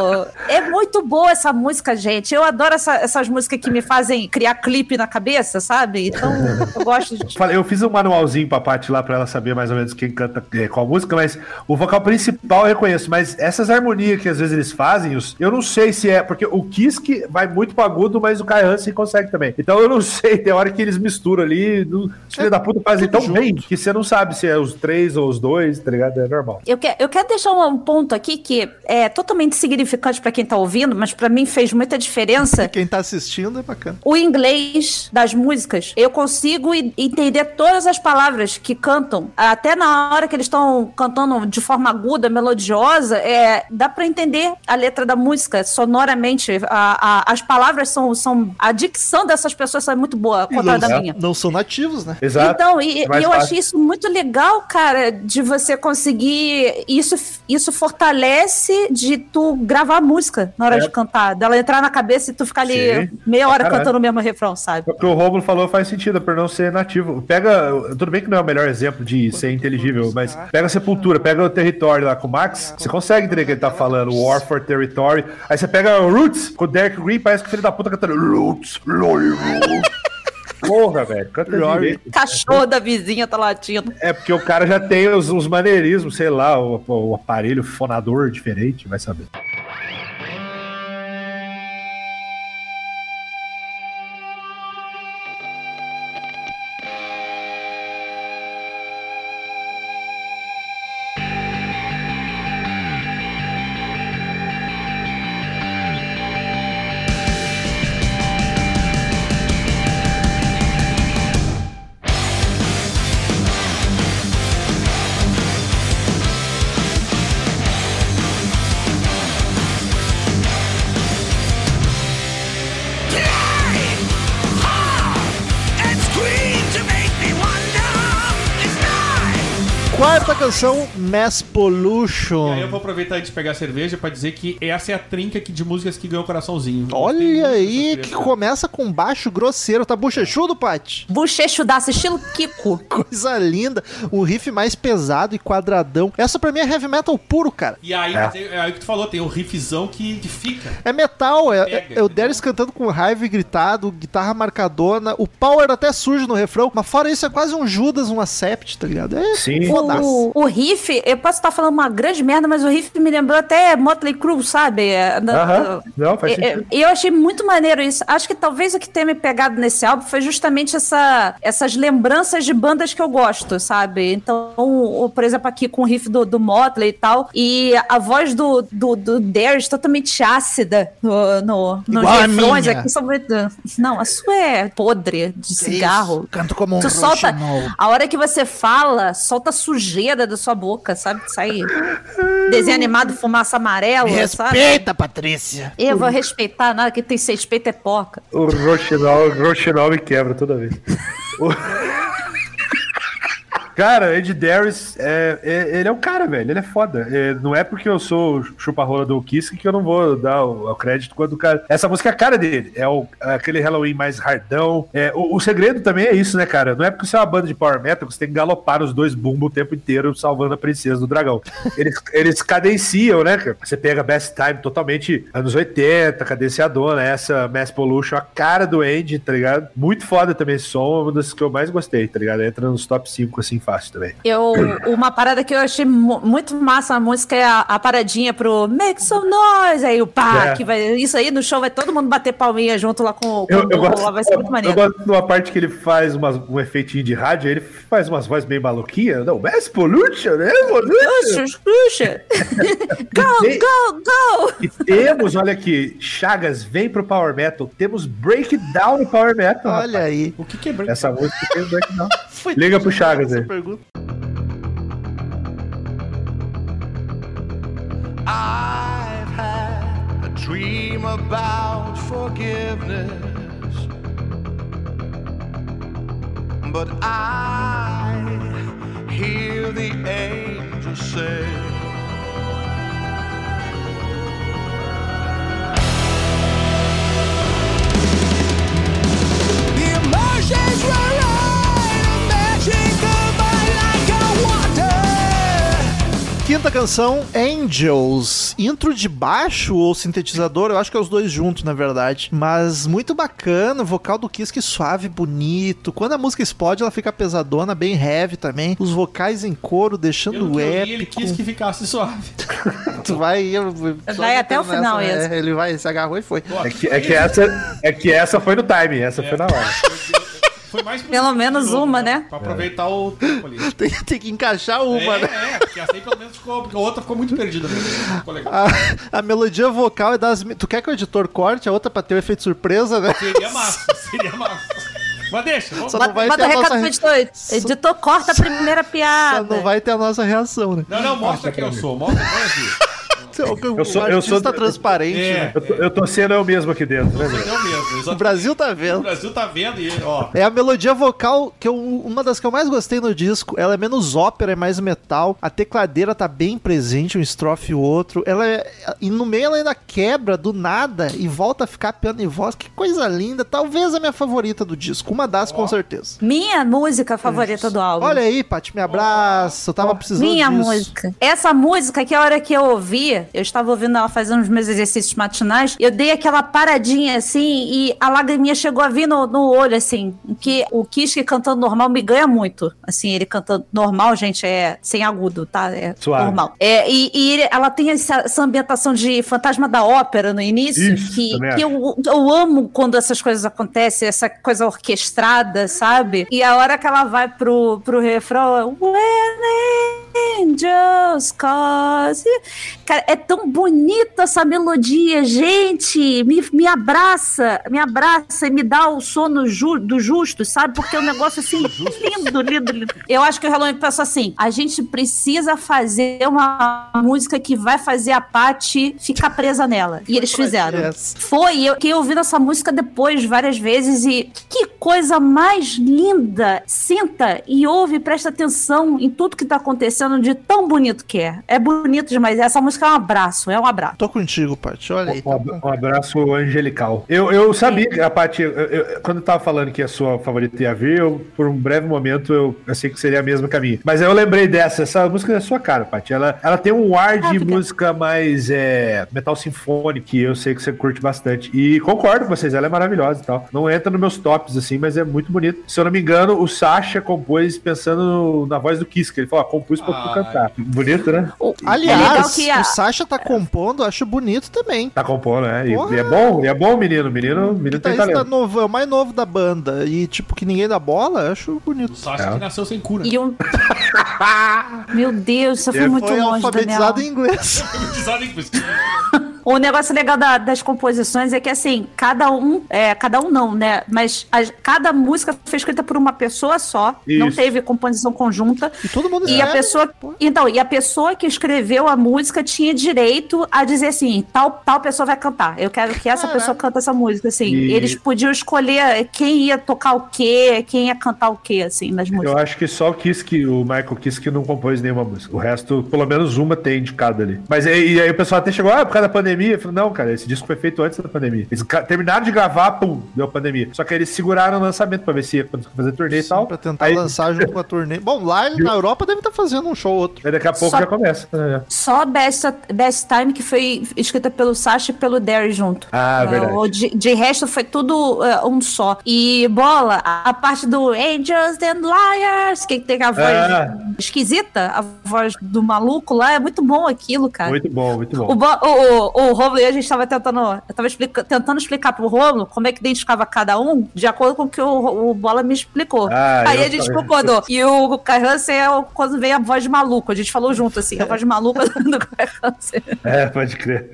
S3: É muito boa essa música, gente. Eu adoro essa- essas músicas que me fazem criar clipe na cabeça, sabe? Então, eu gosto de...
S4: Falei, eu fiz um manualzinho pra Paty lá pra ela saber mais ou menos quem canta é, qual música, mas o vocal principal eu reconheço, mas essas harmonias que às vezes eles fazem, os, eu não sei se é, porque o Kiske vai muito pro agudo, mas o Kai Hansen consegue também. Então eu não sei, tem hora que eles misturam ali, no, os filhos da puta fazem tão bem que você não sabe se é os três ou os dois, tá ligado? É normal.
S3: Eu, que, eu quero deixar um ponto aqui que é totalmente significante pra quem tá ouvindo, mas pra mim fez muita diferença.
S1: Quem tá assistindo é bacana.
S3: O inglês das músicas, eu consigo i- entender todas as palavras que cantam, até na hora que eles estão cantando de forma aguda, melodiosa, é, dá pra entender a letra da música sonoramente. A, a- as palavras são, são. A dicção dessas pessoas é muito boa, contra a da minha.
S1: Não são nativos, né?
S4: Exato.
S3: Então, e,
S4: É mais
S3: e eu
S4: fácil.
S3: achei isso muito legal, cara, de você conseguir. Isso, isso fortalece de tu gravar a música na hora
S4: É.
S3: de cantar, dela entrar na cabeça e tu ficar ali
S4: Sim.
S3: meia hora
S4: Caralho.
S3: cantando o mesmo refrão, sabe?
S4: O que o Romulo falou faz sentido, por não ser nativo. Pega, tudo bem que não é o melhor exemplo de ser inteligível, mas pega a Sepultura, pega o Território lá com o Max, você consegue entender o que ele tá falando, War for Territory. Aí você pega o Roots, com o Derek Green, parece que o filho da puta cantando Roots, Lori Roots. Porra, velho, canta direito.
S3: Cachorro da vizinha tá latindo.
S4: É porque o cara já tem os, os maneirismos, sei lá, o, o aparelho fonador diferente, vai saber.
S1: Quarta canção, Mass
S2: E
S1: Pollution.
S2: aí eu vou aproveitar de pegar a cerveja pra dizer que essa é a trinca aqui de músicas que ganhou o coraçãozinho. Eu gostei muito
S1: Olha
S2: dessa
S1: aí,
S2: trilha.
S1: que começa com baixo grosseiro. Tá bochechudo, Paty?
S3: Bochechudaço, estilo Kiko.
S1: Coisa linda. Um riff mais pesado e quadradão. Essa pra mim é heavy metal puro, cara.
S2: E aí,
S4: É.
S2: tem- é aí que tu falou, tem o riffzão que, que fica.
S1: É metal, é,
S2: Pega,
S1: é, é o Darius cantando com raiva e gritado, guitarra marcadona. O power até surge no refrão, mas fora isso é quase um Judas, um Accept, tá ligado? É
S4: Sim.
S1: fodaço.
S3: O, o riff, eu posso estar falando uma grande merda, mas o riff me lembrou até Motley Crue, sabe? É, na-
S4: Aham, não, faz
S3: E
S4: sentido.
S3: e eu achei muito maneiro isso. Acho que talvez o que tenha me pegado nesse álbum foi justamente essa, essas lembranças de bandas que eu gosto, sabe? Então, o- por exemplo, aqui com o riff do, do Motley e tal, e a voz do, do, do Darius totalmente ácida no, no, nos
S1: Igual a
S3: refrões
S1: minha.
S3: aqui são muito... Não, a sua é podre de cigarro.
S1: Isso, canto como um
S3: Tu solta,
S1: roxinol.
S3: a hora que você fala, solta sujeira da sua boca, sabe? Sai desenho animado, fumaça amarela, sabe?
S1: Respeita, Patrícia.
S3: Eu vou respeitar nada, que tem respeito é porca.
S4: O Rochinol, o Rochinol me quebra toda vez. O- Cara, Ed Darius, é, é- ele é um cara, velho, ele é foda. É, não é porque eu sou chupa-rola do Kiss que eu não vou dar o, o crédito quando o cara... Essa música é a cara dele, é o, aquele Halloween mais hardão. É, o, o segredo também é isso, né, cara? Não é porque você é uma banda de power metal que você tem que galopar os dois bumbos o tempo inteiro salvando a princesa do dragão. Eles, eles cadenciam, né, cara? Você pega Best Time totalmente anos oitenta, cadenciadona, essa Mass Pollution, a cara do Andy, tá ligado? Muito foda também esse som, uma das que eu mais gostei, tá ligado? Entra nos top cinco, assim, fácil também.
S3: Eu, uma parada que eu achei mu- muito massa na música é a, a paradinha pro Make Some Noise, aí o pá,
S4: É.
S3: que vai, isso aí no show vai todo mundo bater palminha junto lá com, com
S4: Eu,
S3: o
S4: eu,
S3: lá,
S4: gosto,
S3: vai ser muito
S4: eu
S3: maneiro.
S4: gosto de uma parte que ele faz umas, um efeitinho de rádio, ele faz umas vozes meio maluquinhas. Não, Mass Pollution, né? Pollution.
S3: Puxa, puxa. Go,
S4: tem-
S3: go, go!
S4: E temos, olha aqui, Chagas vem pro Power Metal, temos Breakdown no Power Metal.
S1: Olha
S4: rapaz.
S1: aí.
S2: O que que é break?
S4: Essa música tem Breakdown.
S1: Foi
S4: Liga pro Chagas
S1: essa
S4: aí.
S1: pergunta.
S7: I've had a dream about forgiveness, but I hear the angels say, the emotions run on, magic of my like a water.
S1: Quinta da canção, Angels. Intro de baixo ou sintetizador, eu acho que é os dois juntos, na verdade. Mas muito bacana, o vocal do Kiske suave, bonito. Quando a música explode, ela fica pesadona, bem heavy também. Os vocais em coro, deixando
S2: Pelo que eu li,
S1: épico.
S2: ele quis que ficasse suave.
S1: Tu vai... Eu,
S3: Vai até o final,
S1: nessa,
S3: esse.
S1: é, Ele vai, se agarrou e foi.
S4: É que, é, que essa, é que essa foi no time, essa foi na hora.
S2: Foi mais pro
S3: Pelo menos
S2: jogo,
S3: uma, né?
S2: Pra aproveitar o tempo ali.
S1: Tem, tem que encaixar uma,
S2: É,
S1: né?
S2: é, porque essa aí pelo menos ficou. Porque a outra ficou muito perdida mesmo. Ficou legal.
S1: A, a melodia vocal é das... Tu quer que o editor corte a outra pra ter o efeito surpresa, né?
S2: Seria massa, seria massa. Mas deixa, vamos.
S1: Só não vai
S3: Manda
S1: ter a
S3: recado
S1: nossa...
S3: pro editor. Editor, corta a primeira
S1: Só
S3: piada.
S1: não vai ter a nossa reação, né?
S2: Não, não, mostra quem eu sou. Mostra quem eu sou.
S1: O,
S4: Eu sou-
S1: o
S4: eu
S1: artista
S4: sou-
S1: transparente,
S2: É.
S1: né?
S4: Eu tô, eu tô sendo eu mesmo aqui dentro, né, velho?
S2: Eu mesmo.
S1: O
S2: exatamente.
S1: Brasil tá
S2: O
S1: vendo.
S2: Brasil tá vendo e, ó.
S1: É a melodia vocal que eu, uma das que eu mais gostei no disco. Ela é menos ópera, é mais metal. A tecladeira tá bem presente, um estrofe e o outro. Ela é, e no meio ela ainda quebra do nada e volta a ficar piano e voz. Que coisa linda. Talvez a minha favorita do disco. Uma das, com certeza.
S3: Minha música favorita do álbum.
S1: Olha aí, Paty, me abraça. Eu tava precisando
S3: Minha
S1: disso.
S3: música. Essa música, que a hora que eu ouvi, eu estava ouvindo ela fazendo os meus exercícios matinais, eu dei aquela paradinha assim e a lagriminha chegou a vir no, no olho, assim. Que o Kiske cantando normal me ganha muito. Assim, ele cantando normal, gente, é sem agudo, tá? É
S4: Suave.
S3: normal. É, e e ele- ela tem essa, essa ambientação de fantasma da ópera no início,
S4: Isso,
S3: que,
S4: também
S3: que eu, eu amo quando essas coisas acontecem, essa coisa orquestrada, sabe? E a hora que ela vai pro, pro refrão, When Angels Cause. Cara, é tão bonita essa melodia, gente. Me, me abraça, me abraça e me dá o sono ju, do justo, sabe? Porque é um negócio assim, lindo, lindo, lindo. Eu acho que o Halloween pensou assim: a gente precisa fazer uma música que vai fazer a Paty ficar presa nela. E eles fizeram.
S1: Yes.
S3: Foi, eu que ouvindo essa música depois várias vezes e que coisa mais linda. Sinta e ouve, presta atenção em tudo que tá acontecendo de tão bonito que é. É bonito demais. Essa música é um abraço, é um abraço.
S1: Tô contigo, Paty. Olha aí,
S4: Um,
S1: tá
S4: ab-
S1: bom.
S4: um abraço angelical. Eu, eu sabia que a Paty, eu- eu- quando eu tava falando que a sua favorita ia vir, eu, por um breve momento eu achei que seria a mesma que a minha. Mas aí eu lembrei dessa, essa música é a sua cara, Paty. Ela, ela tem um ar de
S3: Ah, fica-
S4: música mais é, metal sinfônico, que eu sei que você curte bastante. E concordo com vocês, ela é maravilhosa e tal. Não entra nos meus tops, assim, mas é muito bonito. Se eu não me engano, o Sasha compôs pensando na voz do Kiske. Ele falou, ah, compus pra tu
S2: Ai.
S4: cantar. Bonito, né?
S3: O-
S1: Aliás,
S3: é legal que a-
S1: o Sasha tá compondo, eu acho bonito também.
S4: Tá compondo, né? E,
S1: Porra.
S4: e é bom, e é bom, menino. Menino, menino tem
S1: Tá, tá
S4: talento.
S1: novo, é o mais novo da banda. E, tipo, que ninguém dá bola, eu acho bonito.
S2: Só acho
S4: É.
S2: que nasceu sem cura.
S3: E um... Meu Deus, isso foi
S4: Ele
S3: muito
S1: Foi
S3: longe,
S1: alfabetizado
S3: Daniel.
S1: em inglês.
S3: O negócio legal da- das composições é que, assim, cada um, é, cada um não, né? Mas as- cada música foi escrita por uma pessoa só, não
S4: Isso.
S3: teve composição conjunta.
S1: E todo mundo
S3: E a
S1: escreve.
S3: pessoa, então, e a pessoa que escreveu a música tinha direito a dizer assim, tal, tal pessoa vai cantar. Eu quero que essa
S1: Caralho.
S3: pessoa cante essa música, assim.
S4: E-
S3: Eles podiam escolher quem ia tocar o quê, quem ia cantar o quê, assim, nas músicas.
S4: Eu acho que só o Kiske, o Michael Kiske não compôs nenhuma música. O resto, pelo menos uma tem indicado ali. Mas e, e aí o pessoal até chegou, ah, por causa da pandemia. Eu falei, não, cara, esse disco foi feito antes da pandemia. Eles ca- terminaram de gravar, pum, deu a pandemia. Só que aí eles seguraram o lançamento pra ver se ia fazer turnê e tal.
S1: Pra tentar
S4: Aí,
S1: lançar junto com a turnê. Bom, lá na Europa deve estar fazendo um show ou outro.
S4: aí daqui a pouco
S3: Só-
S4: já começa. né?
S3: Só Best, Best Time, que foi escrita pelo Sasha e pelo Derry junto.
S4: Ah,
S3: É,
S4: verdade.
S3: o de, de resto foi tudo é, um só. E, bola, a, a parte do Angels and Liars, que tem a voz
S4: Ah.
S3: esquisita, a voz do maluco lá, é muito bom aquilo, cara.
S4: Muito bom, muito bom.
S3: O, Bo- o, o, o Romulo e a gente tava tentando, eu tava explica- tentando explicar pro Romulo como é que identificava cada um, de acordo com o que o, o Bola me explicou.
S4: Ah,
S3: Aí
S4: eu
S3: a gente
S4: também.
S3: concordou. E o Kai Hansen é o- quando vem a voz de maluco. A gente falou junto, assim, a voz de maluco do Kai Hansen.
S4: É, pode crer.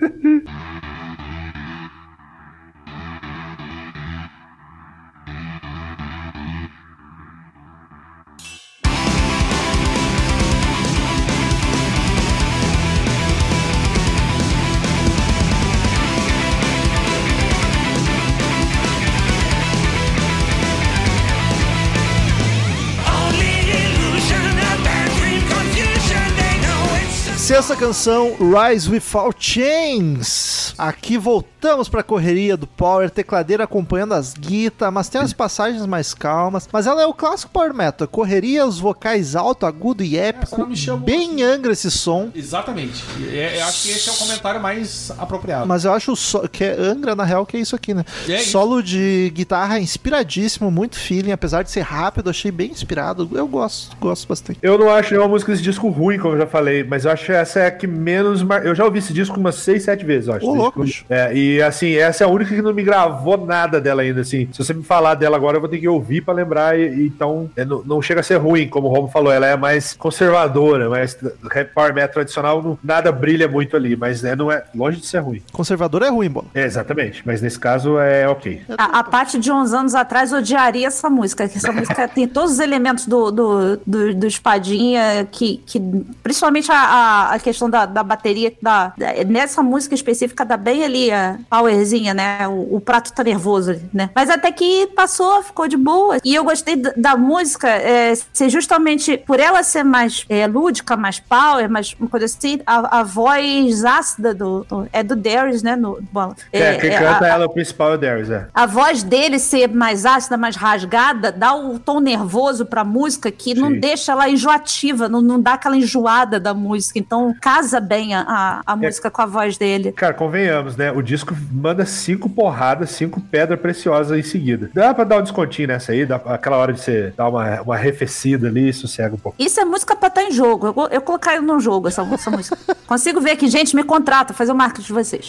S1: Sexta canção, Rise Without Chains. Aqui voltamos pra correria do Power, tecladeira acompanhando as guitas, mas tem umas passagens mais calmas. Mas ela é o clássico Power Metal, correria, os vocais alto, agudo e épico.
S2: não me chamou
S1: Bem Angra esse som.
S2: Exatamente. É, eu acho que esse é o comentário mais apropriado.
S1: Mas eu acho o so que é Angra, na real, que é isso aqui, né?
S2: É isso.
S1: Solo de guitarra inspiradíssimo, muito feeling, apesar de ser rápido, achei bem inspirado. Eu gosto, gosto bastante.
S4: Eu não acho nenhuma música desse disco ruim, como eu já falei, mas eu acho que essa é a que menos... Mar... Eu já ouvi esse disco umas seis, sete vezes, eu acho.
S1: Ô, louco,
S4: disco. É, e assim, essa é a única que não me gravou nada dela ainda, assim. Se você me falar dela agora, eu vou ter que ouvir pra lembrar, e, e então é, não, não chega a ser ruim, como o Romo falou, ela é mais conservadora, mais power metal tradicional, não, nada brilha muito ali, mas é, não é longe de ser ruim.
S1: Conservador é ruim, Bola.
S4: É, exatamente, mas nesse caso é ok.
S3: A, a parte de uns anos atrás odiaria essa música, que essa música tem todos os elementos do, do, do, do espadinha, que, que principalmente a, a, a questão da, da bateria, da, da- nessa música específica dá bem ali a powerzinha, né? O, o prato tá nervoso ali, né? Mas até que passou, ficou de boa. E eu gostei da, da música é, ser justamente por ela ser mais é, lúdica, mais power, mais uma coisa assim, a, a voz ácida do, do- é do Darius, né? No, bom,
S4: É, quem
S3: é,
S4: canta
S3: a-
S4: ela, o principal é o Darius, é.
S3: a voz dele ser mais ácida, mais rasgada, dá o tom nervoso pra música que não
S4: Sim.
S3: deixa ela enjoativa, não, não dá aquela enjoada da música. Então casa bem a, a, a música com a voz dele.
S4: Cara, convenhamos, né? O disco manda cinco porradas, cinco pedras preciosas em seguida. Dá pra dar um descontinho nessa aí, dá aquela hora de você dar uma, uma arrefecida ali, sossega um pouco.
S3: Isso é música pra estar em jogo. Eu, eu colocaria no jogo essa, essa música. Consigo ver aqui, gente, me contrata, fazer o marketing de vocês.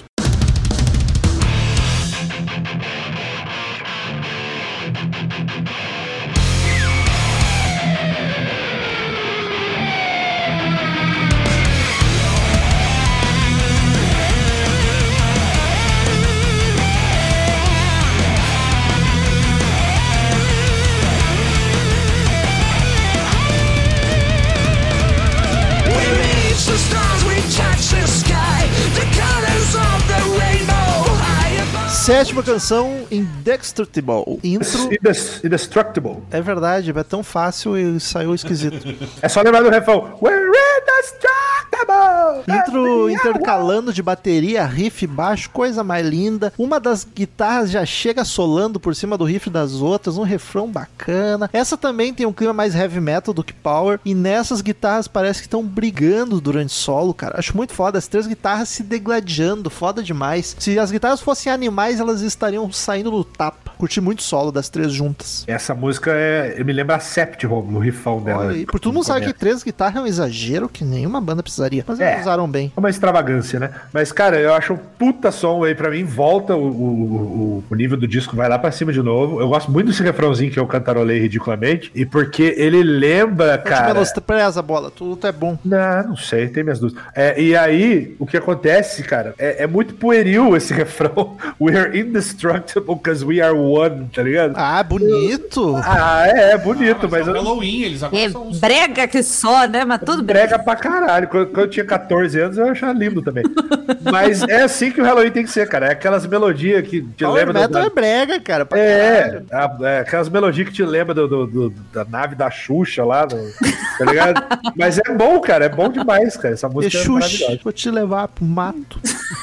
S7: We reach the stars, we touch the sky, the colors of the rainbow high above.
S1: Sétima canção, Indestructible. Intro.
S4: Indes- Indestructible.
S1: É verdade, é tão fácil e saiu esquisito.
S4: É só lembrar do refrão. We're indestructible!
S1: Intro intercalando de bateria, riff baixo, coisa mais linda. Uma das guitarras já chega solando por cima do riff das outras, um refrão bacana. Essa também tem um clima mais heavy metal do que power. E nessas guitarras parece que estão brigando durante o solo, cara. Acho muito foda, as três guitarras se degladiando, foda demais. Se as guitarras fossem animais, elas estariam saindo no tapa. Curti muito o solo das três juntas.
S4: Essa música é. Me lembra a Sept, Romulo, o rifão dela.
S1: Olha aí, por todo mundo sabe que
S4: começo.
S1: três guitarras é um exagero que nenhuma banda precisaria. Mas
S4: É.
S1: eles usaram bem.
S4: É uma extravagância, né? Mas, cara, eu acho um puta som aí pra mim. Volta o, o, o, o nível do disco, vai lá pra cima de novo. Eu gosto muito desse refrãozinho que eu cantarolei ridiculamente. E porque ele lembra,
S1: Eu te
S4: cara.
S1: menospreza, Bola, tudo é bom.
S4: Não, não sei, tem minhas dúvidas. É, e aí, o que acontece, cara, é, é muito pueril esse refrão. We're indestructible because we are one, tá ligado?
S1: Ah, bonito.
S4: Ah, é, é bonito,
S2: Ah,
S4: mas
S2: é o
S4: eu
S2: Halloween, eles agora
S3: É
S2: são os...
S3: brega que só, né? Mas tudo bem.
S4: brega pra caralho. Quando, quando eu tinha catorze anos, eu achava lindo também. Mas é assim que o Halloween tem que ser, cara. É aquelas melodias que te
S1: Power
S4: lembram
S1: Metal
S4: da...
S1: é brega, cara. pra
S4: É,
S1: caralho.
S4: a- é, aquelas melodias que te lembram do, do- do- da nave da Xuxa lá, do- tá ligado? Mas é bom, cara, é bom demais, cara. Essa música é
S1: Exux,
S4: maravilhosa.
S1: vou te levar pro mato.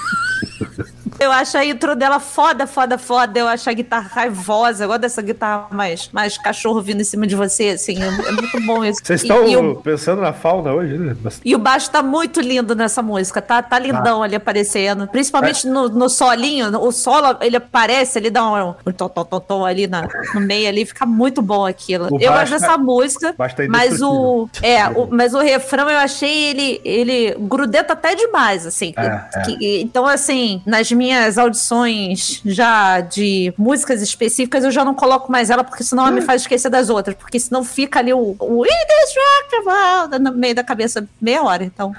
S3: Eu acho a intro dela foda, foda, foda. Eu acho a guitarra raivosa. Eu gosto dessa guitarra mais, mais cachorro vindo em cima de você, assim. É, é muito bom isso.
S4: Vocês
S3: E-
S4: estão
S3: e, o,
S4: pensando na fauna hoje, né? Mas-
S3: e o baixo tá muito lindo nessa música. Tá, tá lindão ali aparecendo. Principalmente
S4: É.
S3: no, no solinho. O solo, ele aparece, ele dá um, um tom, tom, tom, tom ali na, no meio ali. Fica muito bom aquilo.
S4: O
S3: Eu
S4: baixo
S3: gosto dessa
S4: tá-
S3: música.
S4: baixo tá
S3: mas o... É, o,
S4: indestrutível.
S3: mas o refrão eu achei ele, ele grudento até demais, assim.
S4: É, é.
S3: Que- então, assim, nas minhas audições já de músicas específicas, eu já não coloco mais ela, porque senão ela me faz esquecer das outras. Porque senão fica ali o, o Indestructible no meio da cabeça meia hora, então.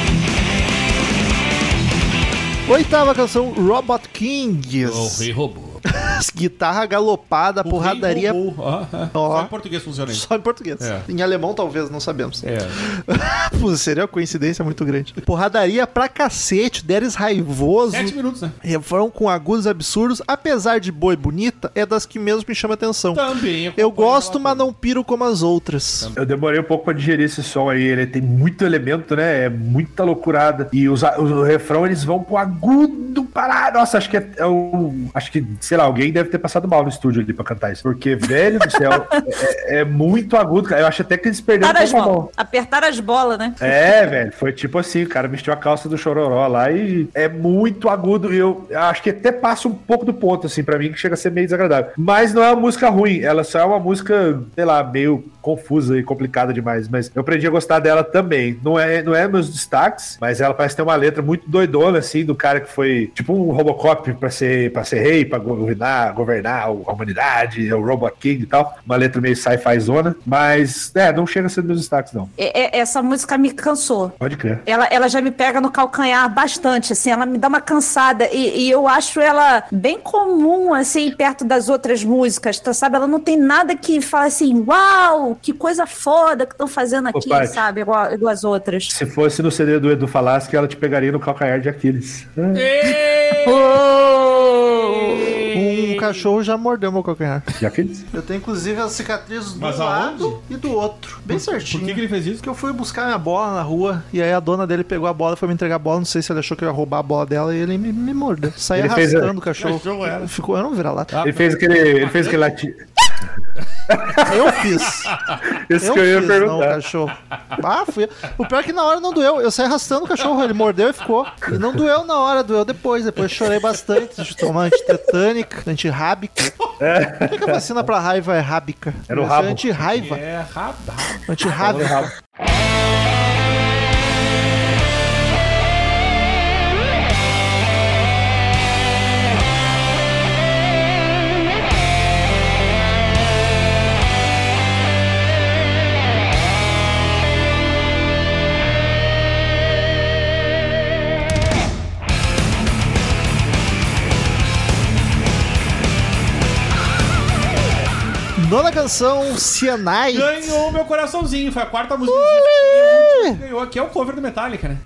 S1: Oitava canção, Robot Kings.
S2: O Rei Robô.
S1: Guitarra galopada,
S2: O
S1: porradaria.
S2: rei roubou. Ah, ah.
S1: Ó.
S2: Só em português funciona isso.
S1: Só em português.
S2: É.
S1: Em alemão, talvez, não sabemos.
S2: É.
S1: Pô, seria uma coincidência muito grande. Porradaria pra cacete, Deres raivoso.
S2: Sete minutos, né?
S1: Refrão com agudos absurdos, apesar de boa e bonita, é das que mesmo me chama atenção.
S2: Também.
S1: Eu gosto, mas não piro como as outras.
S4: Eu demorei um pouco pra digerir esse som aí. Ele tem muito elemento, né? É muita loucurada. E os, os, o refrão, eles vão pro agudo parar. Nossa, acho que é, é o. Acho que, sei lá, alguém deve ter passado mal no estúdio ali pra cantar isso. Porque, velho do céu, é, é muito agudo, cara. Eu acho até que eles perderam
S3: Apertar as
S4: um pouco a mão.
S3: bolas. Apertar as bolas, né?
S4: É, velho, foi tipo assim, o cara vestiu a calça do Chororó lá e é muito agudo. E eu acho que até passa um pouco do ponto, assim, pra mim, que chega a ser meio desagradável. Mas não é uma música ruim, ela só é uma música, sei lá, meio confusa e complicada demais. Mas eu aprendi a gostar dela também. Não é, não é meus destaques, mas ela parece ter uma letra muito doidona, assim, do cara que foi tipo um Robocop pra ser, pra ser rei, pra governar, governar a humanidade, o Robot King e tal. Uma letra meio sci-fi zona, mas, é, não chega a ser dos meus destaques, não.
S3: É- é- essa música me cansou.
S4: Pode crer.
S3: Ela, ela já me pega no calcanhar bastante, assim, ela me dá uma cansada e, e eu acho ela bem comum, assim, perto das outras músicas, tá, sabe? Ela não tem nada que fala assim, uau, que coisa foda que estão fazendo aqui,
S4: Paty.
S3: sabe? Igual, igual as outras.
S4: Se fosse no C D do Edu Falaschi, ela te pegaria no calcanhar de Aquiles.
S1: Um cachorro já mordeu meu calcanhar.
S4: De Aquiles?
S1: Eu tenho inclusive as cicatrizes do
S2: Mas
S1: lado
S2: aonde?
S1: e do outro. Bem certinho.
S2: Por que, que ele fez isso?
S1: Porque eu fui buscar minha bola na rua e aí a dona dele pegou a bola e foi me entregar a bola. Não sei se ele achou que eu ia roubar a bola dela e ele me, me mordeu. Saí
S4: Ele fez
S1: arrastando
S4: a-
S1: o cachorro.
S2: cachorro era.
S1: Ficou, eu não vira lá.
S2: Ah,
S4: Ele fez aquele. Ele fez aquele lati...
S1: Eu fiz.
S4: Isso
S1: Eu
S4: que eu ia
S1: fiz, não, o
S4: perguntar.
S1: cachorro. Ah, fui. O pior é que na hora não doeu. Eu saí arrastando o cachorro, ele mordeu e ficou. E não doeu na hora, doeu depois. Depois chorei bastante. Deixa eu tomar antitetânica, antirrábica. Por que, que a vacina pra raiva é rábica?
S4: É no
S1: Deve ser
S4: rabo.
S1: Antirraiva.
S2: É rápido.
S1: Antirrábica. Nona canção, Cyanide.
S2: Ganhou meu coraçãozinho. Foi a quarta música que ganhou. Aqui é o cover do Metallica, né?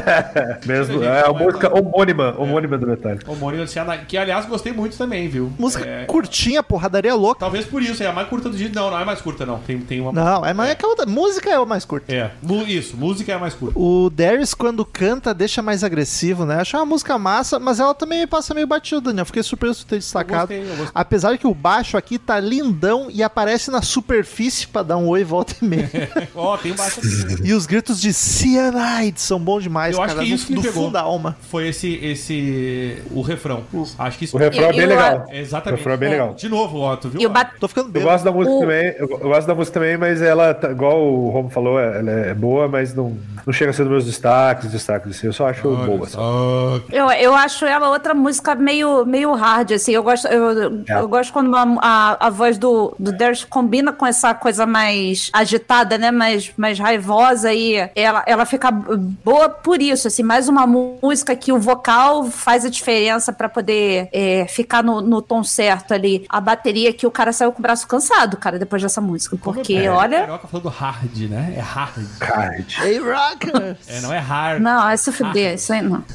S4: Mesmo, é a música homônima, homônima do Metallica.
S2: Homônimo Cyanide, que aliás gostei muito também, viu?
S1: Música
S2: É,
S1: curtinha, porradaria louca.
S2: talvez por isso, é a mais curta do dia. Não, não é mais curta, não. Tem, tem uma.
S1: Não, é mais é que a outra. Música é o mais curto.
S2: É, mu- isso, música é a mais curta.
S1: O Darius, quando canta, deixa mais agressivo, né? Achei uma música massa, mas ela também me passa meio batida, né? Eu fiquei surpreso de ter destacado.
S2: Eu gostei, eu gostei.
S1: Apesar de que o baixo aqui tá lindão e aparece na superfície pra dar um oi, volta e meia.
S2: Ó, tem baixo aqui.
S1: E os gritos de Cyanide são bons demais,
S2: Eu acho
S1: cara.
S2: que isso
S1: do,
S2: que me
S1: do
S2: pegou.
S1: fundo da alma.
S2: Foi esse, esse. O refrão. Acho que isso.
S4: O refrão é bem
S3: Eu-
S4: legal.
S2: É, exatamente.
S4: O refrão é bem legal.
S2: De novo, ó, tu viu?
S3: E o ba-
S1: Tô ficando
S4: Eu
S1: bem.
S4: gosto da música
S3: O-
S4: também, eu, eu gosto da música também, mas ela, tá- igual o Romo falou, ela é boa, mas não, não chega a ser dos meus destaques, destaques, assim, eu só acho boa. Assim.
S3: Eu, eu acho ela outra música meio, meio hard, assim. Eu gosto, eu,
S4: É.
S3: eu gosto quando uma- a, a voz do, do Darius combina com essa coisa mais agitada, né? Mais, mais raivosa e ela, ela fica boa por isso, assim. Mais uma música que o vocal faz a diferença pra poder é, ficar no, no tom certo ali. A bateria que o cara saiu com o braço cansado, cara, depois dessa música. Porque,
S2: É,
S3: olha...
S2: Carioca falando hard, né? É hard.
S4: Card.
S1: Hey, rockers!
S2: É, não é hard.
S3: Não, é se fuder, isso aí não.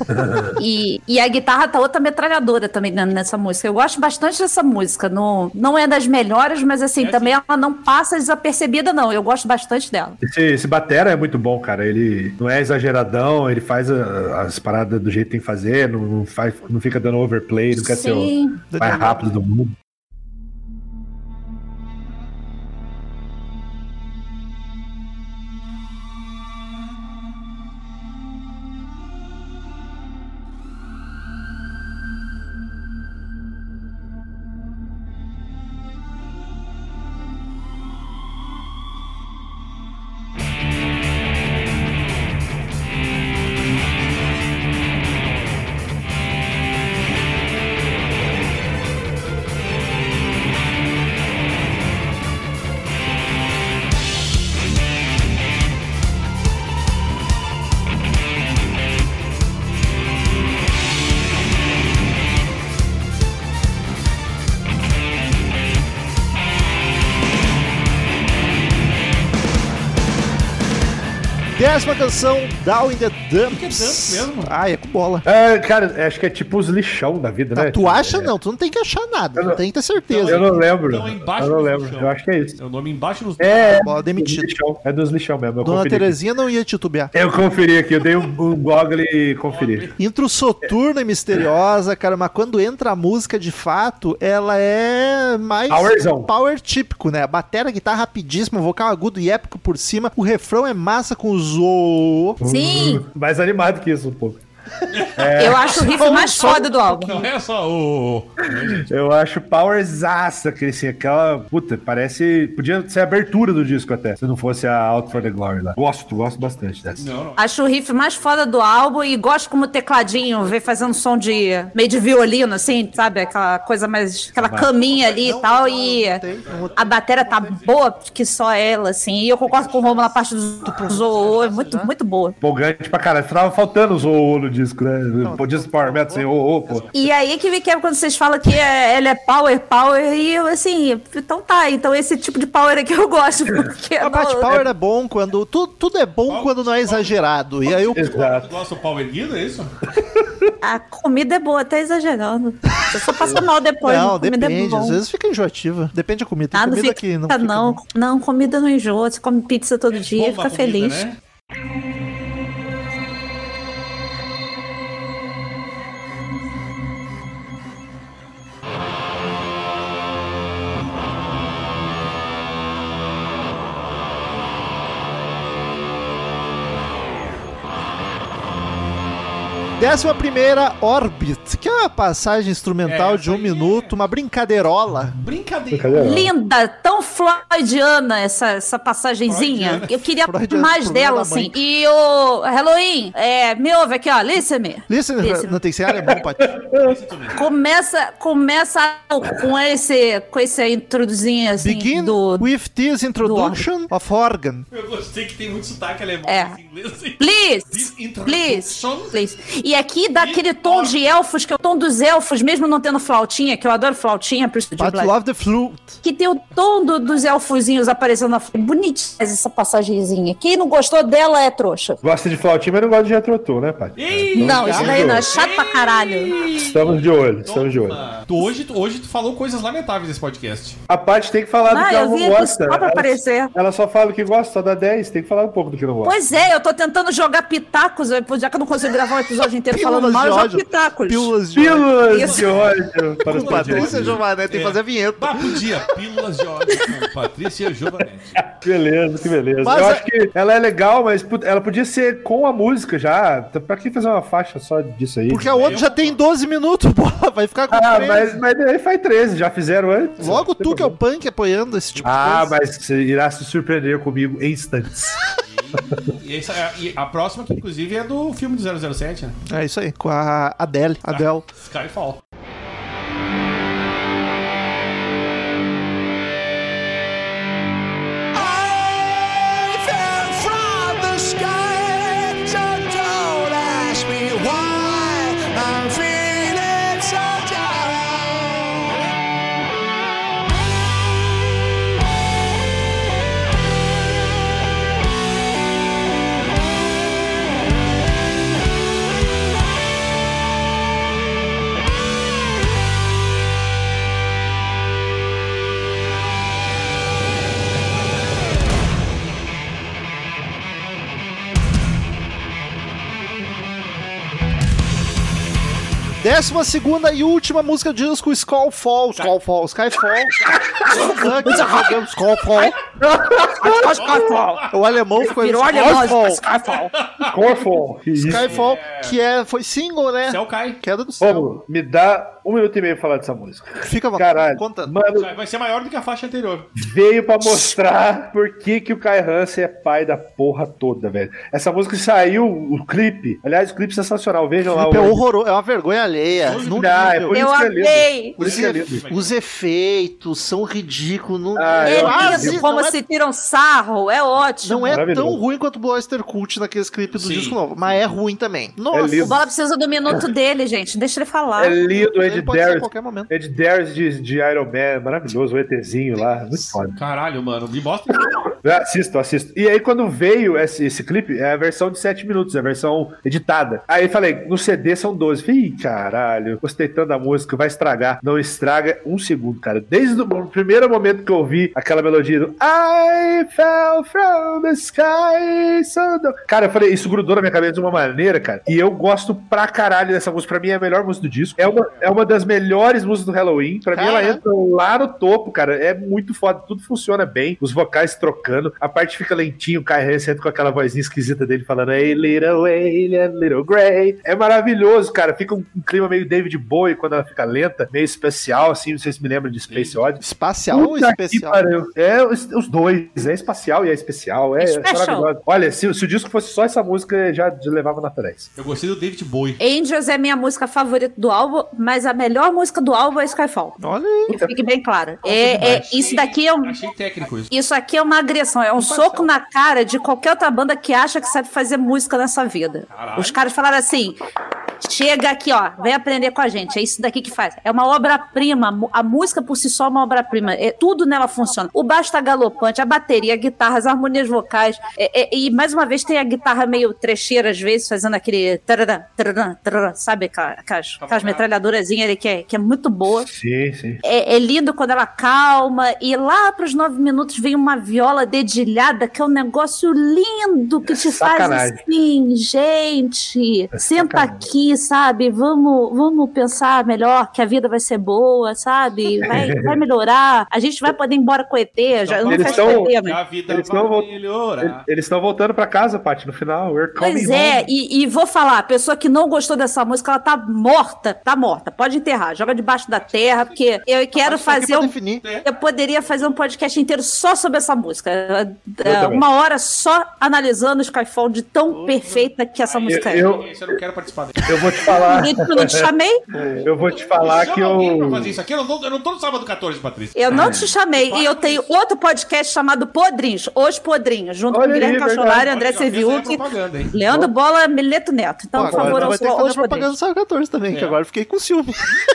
S3: E, e a guitarra tá outra metralhadora também né, nessa música. Eu gosto bastante dessa música. Não, não é das melhores, mas assim,
S2: É,
S3: também ela não passa desapercebida, não. Eu gosto bastante dela.
S4: Esse, esse batera é muito bom, cara. Ele não é exageradão, ele faz a- as paradas do jeito que tem que fazer, não, não faz, não fica dando overplay, não quer ser o
S3: Sim.
S4: mais rápido do mundo.
S1: Décima canção, Down in the Dumps.
S2: que é dumps mesmo?
S1: Ah, é com bola.
S4: É, cara, acho que é tipo os lixão da vida,
S1: Tá,
S4: né?
S1: tu acha?
S4: É.
S1: Não, tu não tem que achar nada.
S4: Eu
S1: Tu
S4: não-
S1: tem que ter certeza.
S4: Eu não lembro.
S2: Então é embaixo
S4: eu não
S2: dos
S4: lembro.
S2: lixão.
S4: Eu acho que é isso.
S2: É o nome embaixo nos...
S4: É,
S1: Bola demitida.
S4: lixão. É dos lixão mesmo. Eu
S1: Dona
S4: conferi aqui.
S1: Terezinha não ia titubear.
S4: Eu conferi aqui, eu dei um, um Google e conferi.
S1: Intro soturna e misteriosa, cara, mas quando entra a música de fato, ela é mais
S4: Powerzão.
S1: power típico, né? A bateria, a guitarra rapidíssima, vocal agudo e épico por cima, o refrão é massa com zo.
S3: Sim,
S4: Mais animado que isso um pouco.
S3: eu acho o riff mais foda do álbum.
S2: Não é só o...
S4: Eu acho powerzaça, que assim, aquela. Puta, parece. Podia ser a abertura do disco até, se não fosse a Out for the Glory lá. Gosto, gosto bastante dessa.
S2: Não, não.
S3: Acho o riff mais foda do álbum e gosto como o tecladinho vem fazendo som de meio de violino, assim, sabe? Aquela coisa mais. Aquela caminha ali e tal. E a bateria tá boa que só ela, assim. E eu concordo com o Romulo na parte do, do Zoô, é muito, muito boa.
S4: Empolgante pra caralho. Tava faltando os O no disco, né? Pô, disco Power Metal sem O, pô.
S3: E aí que me quebra quando vocês falam que é, ela é power, power, e eu assim, então tá, então esse tipo de power aqui eu gosto, porque
S1: A
S3: não-
S1: Bat Power é bom quando. Tu, tudo é bom quando não é exagerado. E aí o.
S2: Tu
S4: Exato.
S2: gosta do pau erguido, é isso?
S3: a comida é boa, até exagerando. Eu só passo mal depois,
S1: Não,
S3: a comida é
S1: depende.
S3: bom.
S1: Às vezes fica enjoativa. Depende da comida. Tem
S3: Ah, não
S1: comida
S3: fica,
S1: que não
S3: não,
S1: fica
S3: não,
S1: bom.
S3: não, comida não enjoa, você come pizza todo dia,
S2: Bomba
S3: fica
S2: a comida,
S3: feliz.
S2: né?
S1: Décima primeira, Orbit, que é uma passagem instrumental
S2: É,
S1: de um
S2: essa aí é-
S1: minuto, uma brincadeirola.
S2: Brincadeira.
S4: Cadê ela?
S3: Linda, tão floydiana essa, essa passagenzinha.
S2: Freudiana.
S3: Eu queria
S1: Freudiana,
S3: mais
S1: problema
S3: dela,
S1: da mãe.
S3: assim. E o Halloween, é, me ouve aqui, ó, listen me.
S1: Listen,
S3: Listen.
S1: não tem que ser alemão, Paty.
S3: Começa, começa com esse, com esse introduzinho assim
S1: Begin
S3: do
S1: with this introduction of organ.
S2: Eu gostei que tem muito sotaque alemão
S3: É.
S2: nesse inglês. Assim.
S3: Please,
S2: This
S3: please,
S2: introduction.
S3: please. E aqui dá aquele tom de elfos, que é o tom dos elfos, mesmo não tendo flautinha, que eu adoro flautinha, por isso de
S1: But
S3: Black.
S1: love the flute.
S3: Que tem o tom do- dos elfozinhos aparecendo na frente. Bonitinha essa passagenzinha. Quem não gostou dela é trouxa.
S4: Gosta de flautinha, mas não gosta de retrotu, né, pai?
S2: Ei,
S3: Não, isso daí não é chato pra caralho.
S4: Estamos de olho, estamos de olho.
S2: Toma. Tu, hoje, tu, hoje tu falou coisas lamentáveis nesse podcast.
S4: A Paty tem que falar do
S3: Ah,
S4: que
S3: eu
S4: ela
S3: vim
S4: não
S3: aqui
S4: gosta.
S3: só pra
S4: Ela-
S3: aparecer.
S4: Ela só fala o que gosta, só dá dez. Tem que falar um pouco do que não gosta.
S3: Pois é, eu tô tentando jogar pitacos, já que eu não consigo gravar um episódio inteiro falando mal, eu jogo pitacos.
S1: Pílulas de
S4: Pílulas
S3: Isso.
S4: de ódio para os
S1: Com Patrícia
S4: podcasts.
S1: Giovanetti, tem que fazer a vinheta.
S2: Bah, podia. Pílulas de ódio com Patrícia Giovanetti.
S4: Beleza, que beleza.
S1: Mas
S4: eu
S1: a-
S4: acho que ela é legal, mas put- ela podia ser com a música já. Pra que fazer uma faixa só disso aí?
S1: Porque a outra já tem doze minutos, pô. Vai ficar com
S4: Ah,
S1: treze.
S4: mas, mas daí faz treze, já fizeram antes.
S1: Logo
S4: Não tem
S1: tu que é o
S4: problema.
S1: punk apoiando esse tipo
S4: Ah,
S1: de coisa.
S4: mas você irá se surpreender comigo em instantes.
S2: E, essa, e a próxima, que inclusive é do filme do zero zero sete, né?
S1: É isso aí, com a Adele. Adele.
S2: Skyfall.
S7: I fell from the sky, so don't ask me why I'm feeling so down.
S1: Décima segunda e última música do disco, Skullfall. Skullfall. Skyfall. Skullfall. O alemão ficou
S3: Virou alemão,
S1: Skullfall.
S3: Skyfall.
S4: Corfon. Que isso?
S1: Skyfall, que é, foi single, né?
S2: Céu cai.
S1: Queda do céu.
S4: Romulo, me dá um minuto e meio pra falar dessa música.
S1: Fica à vontade.
S4: Caralho.
S1: Conta.
S4: Mano,
S2: Vai ser maior do que a faixa anterior.
S4: veio pra mostrar por que, que o Kai Hansen é pai da porra toda, velho. Essa música saiu, o clipe. Aliás, o clipe sensacional. Vejam lá.
S1: É
S4: o...
S1: horroroso, é uma vergonha alheia. Num
S4: Ah, é
S1: nível.
S4: por
S3: Eu
S4: isso que é lindo.
S3: amei.
S4: Por isso que é lindo.
S1: Os efeitos são ridículos. Não,
S4: Ah,
S3: É
S4: eu
S1: quase-
S3: lindo, como
S1: não é,
S3: se tiram sarro, é ótimo.
S1: não é
S4: Maravilhoso.
S1: tão ruim quanto o Bloster Cult naqueles clipes do
S2: Sim.
S1: disco novo, mas é ruim também. Nossa,
S4: lindo.
S3: O Bola precisa do minuto dele, gente. Deixa ele falar.
S4: É lindo, o
S1: ele
S4: Ed
S1: pode ser a
S4: Darius.
S1: qualquer momento.
S4: Ed Darius de, de Iron Man, maravilhoso, o ETzinho lá, muito foda.
S2: Caralho, mano. Me mostra.
S4: Eu assisto, assisto. E aí, quando veio esse, esse clipe, é a versão de sete minutos, é a versão editada. Aí falei, no C D são doze. Falei, ih, caralho, gostei tanto da música, vai estragar. Não estraga um segundo, cara. Desde o primeiro momento que eu ouvi aquela melodia do I fell from the sky. So the... Cara, eu falei, isso grudou na minha cabeça de uma maneira, cara. E eu gosto pra caralho dessa música. Pra mim é a melhor música do disco. É uma, é uma das melhores músicas do Halloween. Pra
S1: Cara.
S4: mim ela entra lá no topo, cara. É muito foda. Tudo funciona bem. Os vocais trocando. A parte fica lentinho. O Kai Hansen sempre com aquela vozinha esquisita dele falando Hey, little alien, little grey. É maravilhoso, cara. Fica um, um clima meio David Bowie quando ela fica lenta. Meio especial, assim. Não sei se me lembra de Space Odyssey.
S1: Espacial ou
S4: Puta que
S1: especial?
S4: pariu. É os, os dois. É espacial e é especial. É, é
S3: Special.
S4: maravilhoso. Olha, se, se o disco fosse só essa música, já levava nota dez.
S2: Eu gostei do David Bowie.
S3: Angels é minha música favorita do álbum, mas a melhor música do álbum é Skyfall.
S1: Olha aí.
S3: Que fique bem claro. É, é, isso daqui é um,
S2: Achei técnico isso.
S3: isso aqui é uma agressão, é um soco na cara de qualquer outra banda que acha que sabe fazer música nessa vida.
S2: Caralho.
S3: Os caras falaram assim: chega aqui, ó, vem aprender com a gente. É isso daqui que faz. É uma obra-prima. A música por si só é uma obra-prima. É, tudo nela funciona. O baixo tá galopante, a bateria, a guitarra, as harmonias vocais. É, é, e mais uma vez tem a guitarra meio trecheira, às vezes, fazendo aquele. Tarará, tarará, tarará, sabe? Aquelas, aquelas metralhadorazinhas ali que é, que é muito boa.
S4: Sim, sim.
S3: É, é lindo quando ela calma. E lá pros nove minutos vem uma viola dedilhada, que é um negócio lindo que te
S4: Sacanagem.
S3: faz assim, gente.
S4: É
S3: Senta
S4: sacanagem.
S3: aqui, sabe? Vamos, vamos pensar melhor que a vida vai ser boa, sabe? Vai, vai melhorar. A gente vai poder ir embora com o E T. Já não
S4: Eles
S3: faz
S4: tão-
S3: com E T,
S2: Que
S3: mas...
S2: a vida
S4: Eles
S2: vai
S4: não vão-
S2: melhorar.
S4: Eles estão voltando pra casa, Paty, no final. We're coming
S3: Pois é,
S4: home.
S3: e, e vou falar, a pessoa que não gostou dessa música, ela tá morta, tá morta, pode enterrar, joga debaixo da terra, porque eu quero
S1: Isso aqui
S3: fazer
S1: pra
S3: um...
S1: definir.
S3: Eu poderia fazer um podcast inteiro só sobre essa música. É,
S4: também.
S3: uma hora só analisando Skyfall de tão perfeita que essa música é.
S4: eu-
S2: Esse eu não quero participar dele.
S4: Eu vou te falar.
S3: Gente, eu não te chamei?
S4: Eu vou te falar
S2: Chama
S4: que
S2: alguém pra
S4: eu.
S2: fazer isso aqui. Eu não, tô, eu não tô no sábado catorze, Patrícia.
S3: Eu não te chamei. E eu tenho outro podcast chamado Podrinhos, Os Podrinhos, junto
S4: Olha
S3: com
S4: aí,
S3: Guilherme
S4: verdade.
S3: Cacholari, André
S2: Já fez aí a
S3: Serviuc,
S2: propaganda, hein?
S3: Leandro Bola, Mileto Neto. Então,
S1: Pô,
S3: por
S1: agora
S3: favor,
S1: vai
S3: eu
S1: ter que
S3: sou
S1: fazer
S3: Os
S1: propaganda do
S3: Podrinhos.
S1: Sábado catorze também, que
S2: É.
S1: agora eu fiquei com ciúme.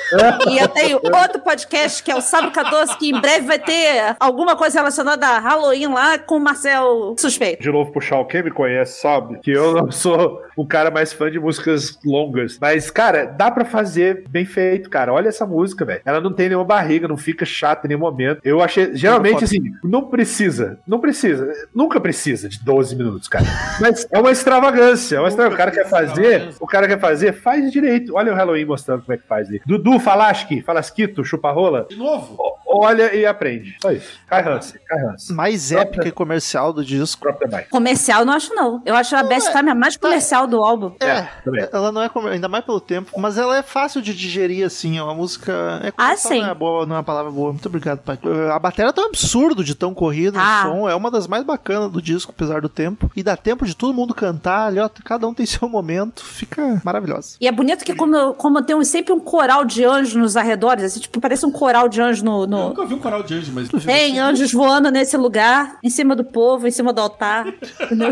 S3: E eu tenho outro podcast que é o Sábado catorze, que em breve vai ter alguma coisa relacionada a Halloween lá com o Marcel Suspeito.
S4: De novo puxar o quem me conhece sabe que eu não sou um cara mais fã de músicas longas. Mas, cara, dá pra fazer bem feito, cara. Olha essa música, velho. Ela não tem nenhuma barriga, não fica chata em nenhum momento. Eu achei. Geralmente, assim, não precisa. Não precisa. Nunca precisa de doze minutos, cara. Mas é uma extravagância. É uma extravagância. O cara quer fazer, o cara quer fazer, faz direito. Olha o Halloween mostrando como é que faz aí. Dudu, Falaschi, Falasquito, chupa-rola.
S2: De novo?
S4: Olha e aprende. Só isso. Kai Hansen, Kai Hansen.
S1: Mais épica e comercial do disco.
S4: Próprio também.
S3: Comercial, eu não acho, não. Eu acho a Best Time a mais comercial do álbum.
S1: É,
S4: também.
S1: ela não é comer- ainda mais pelo tempo, mas ela é fácil de digerir, assim. É uma música. É
S3: Ah,
S1: comercial,
S3: sim.
S1: Não é boa, não é uma palavra boa. Muito obrigado, pai. A bateria tá um absurdo de tão corrida.
S3: Ah.
S1: O som é uma das mais bacanas do disco, apesar do tempo. E dá tempo de todo mundo cantar ali, ó. Cada um tem seu momento. Fica maravilhosa.
S3: E é bonito que como, como tem um- sempre um coral de anjos nos arredores, assim, tipo, parece um coral de anjos no...
S2: Eu
S3: no...
S2: nunca vi um coral de anjo, mas...
S3: Tem anjos voando nesse lugar, em cima do povo, em cima do altar, entendeu?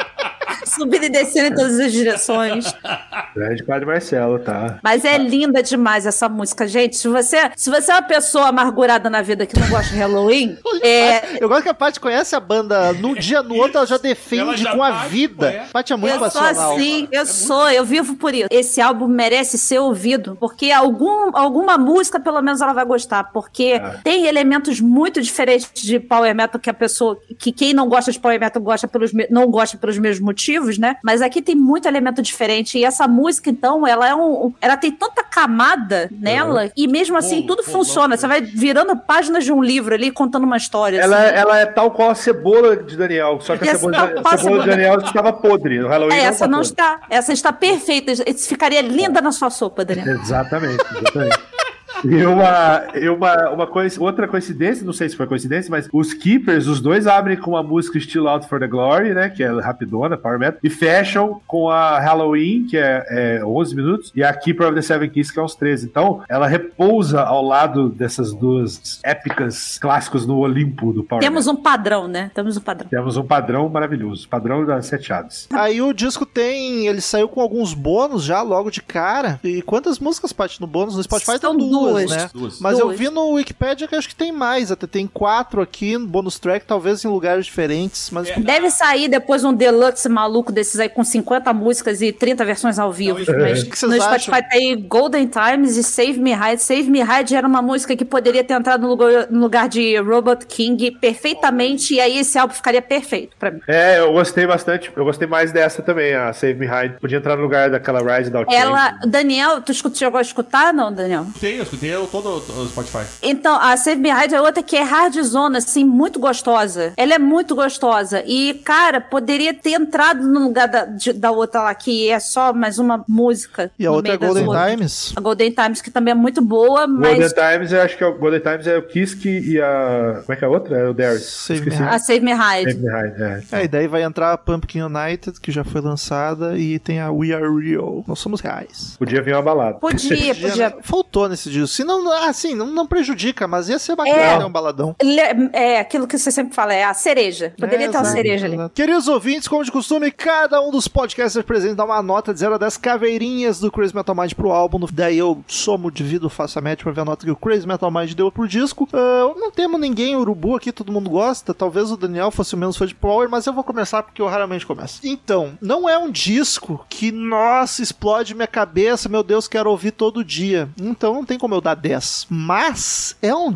S3: Subindo e descendo em todas as direções.
S4: Grande Padre Marcelo, tá?
S3: Mas é linda demais essa música, gente. Se você, se você é uma pessoa amargurada na vida que não gosta de Halloween, é,
S1: Eu gosto que a Paty conhece a banda num dia, no outro ela já defende
S2: Ela já
S1: com a
S2: tá,
S1: vida.
S2: é.
S1: Paty é muito
S3: eu sou
S1: passional.
S3: assim, eu sou, eu vivo por isso. Esse álbum merece ser ouvido, porque algum, alguma música, pelo menos, ela vai gostar, porque tem elementos muito diferentes de power metal que a pessoa, que quem não gosta de power metal gosta pelos, me- não gosta pelos mesmos motivos, né? Mas aqui tem muito elemento diferente, e essa música, então, ela é um, ela tem tanta camada nela, e mesmo assim,
S2: Bolo,
S3: tudo
S2: bolão,
S3: funciona. Você vai virando páginas de um livro ali, contando uma história.
S4: Ela,
S3: assim.
S4: ela é tal qual a cebola de Daniel, só que a
S3: Essa
S4: cebola,
S3: tal
S4: de,
S3: qual
S4: a
S3: a
S4: cebola de
S3: cebola-
S4: Daniel estava podre. No Halloween
S3: É, essa
S4: tá
S3: não
S4: podre.
S3: está. Essa está perfeita. Isso ficaria linda na sua sopa, Daniel.
S4: Exatamente, exatamente. E uma, e uma, uma coisa, outra coincidência, não sei se foi coincidência, mas os Keepers, os dois abrem com a música Still Out for the Glory, né, que é rapidona, Power Metal, e fecham com a Halloween, que é, é onze minutos, e a Keeper of the Seven Keys, que é uns treze. Então, ela repousa ao lado dessas duas épicas clássicos no Olimpo do Power
S3: Temos
S4: Metal.
S3: um padrão, né? Temos um padrão.
S4: Temos um padrão maravilhoso, padrão das sete chaves.
S1: Aí o disco tem. Ele saiu com alguns bônus já logo de cara. E quantas músicas, Paty, no bônus? No Spotify
S3: São
S1: tem duas. duas,
S3: Duas.
S1: né?
S2: Duas.
S1: Mas eu
S3: Duas.
S1: vi no Wikipedia que acho que tem mais, até tem quatro aqui no bonus track, talvez em lugares diferentes, mas...
S2: É.
S3: Deve sair depois um deluxe maluco desses aí com cinquenta músicas e trinta versões ao vivo.
S2: Não,
S3: Mas
S1: o que vocês
S3: no
S1: acham?
S3: Spotify tem Golden Times e Save Me Hide. Save Me Hide era uma música que poderia ter entrado no lugar, no lugar de Robot King perfeitamente, e aí esse álbum ficaria perfeito pra mim.
S4: É, eu gostei bastante. Eu gostei mais dessa também, a Save Me Hide. Podia entrar no lugar daquela Rise Without Change.
S3: Ela, Daniel, tu escutou, chegou a escutar, não, Daniel?
S2: Tem, eu escutei eu todo o Spotify.
S3: Então, a Save Me Hide é outra que é hardzona, assim, muito gostosa. Ela é muito gostosa. E, cara, poderia ter entrado no lugar da, de- da outra lá, que é só mais uma música.
S1: E a
S3: no
S1: outra é
S3: meio das
S1: Golden
S3: outras.
S1: Times.
S3: A Golden Times, que também é muito boa, mas
S4: Golden Times, eu acho que é o Golden Times é o Kiske e a. Como é que é a outra? É o Darius.
S1: Save Me
S4: Esqueci.
S1: Hide.
S3: a Save Me Hide.
S4: Save Me Hide, é.
S1: É, e daí vai entrar a Pumpkin United, que já foi lançada, e tem a We Are Real. Nós somos reais.
S4: Podia vir uma balada.
S3: Podia, podia.
S1: Faltou nesse disco. Se não, assim, não, não prejudica, mas ia ser bacana,
S3: É.
S1: né, um baladão.
S3: Ele é, é aquilo que você sempre fala, é a cereja. Poderia
S1: É,
S3: ter uma
S1: exato,
S3: cereja ali.
S1: exato. Queridos ouvintes, como de costume, cada um dos podcasters presentes dá uma nota de zero a dez caveirinhas do Crazy Metal Mind pro álbum. Daí eu somo, divido, faço a média pra ver a nota que o Crazy Metal Mind deu pro disco. Ah, não temos ninguém urubu aqui, todo mundo gosta. Talvez o Daniel fosse o menos fã de Power, mas eu vou começar porque eu raramente começo. Então, não é um disco que, nossa, explode minha cabeça, meu Deus, quero ouvir todo dia. Então não tem como eu dar dez. Mas é um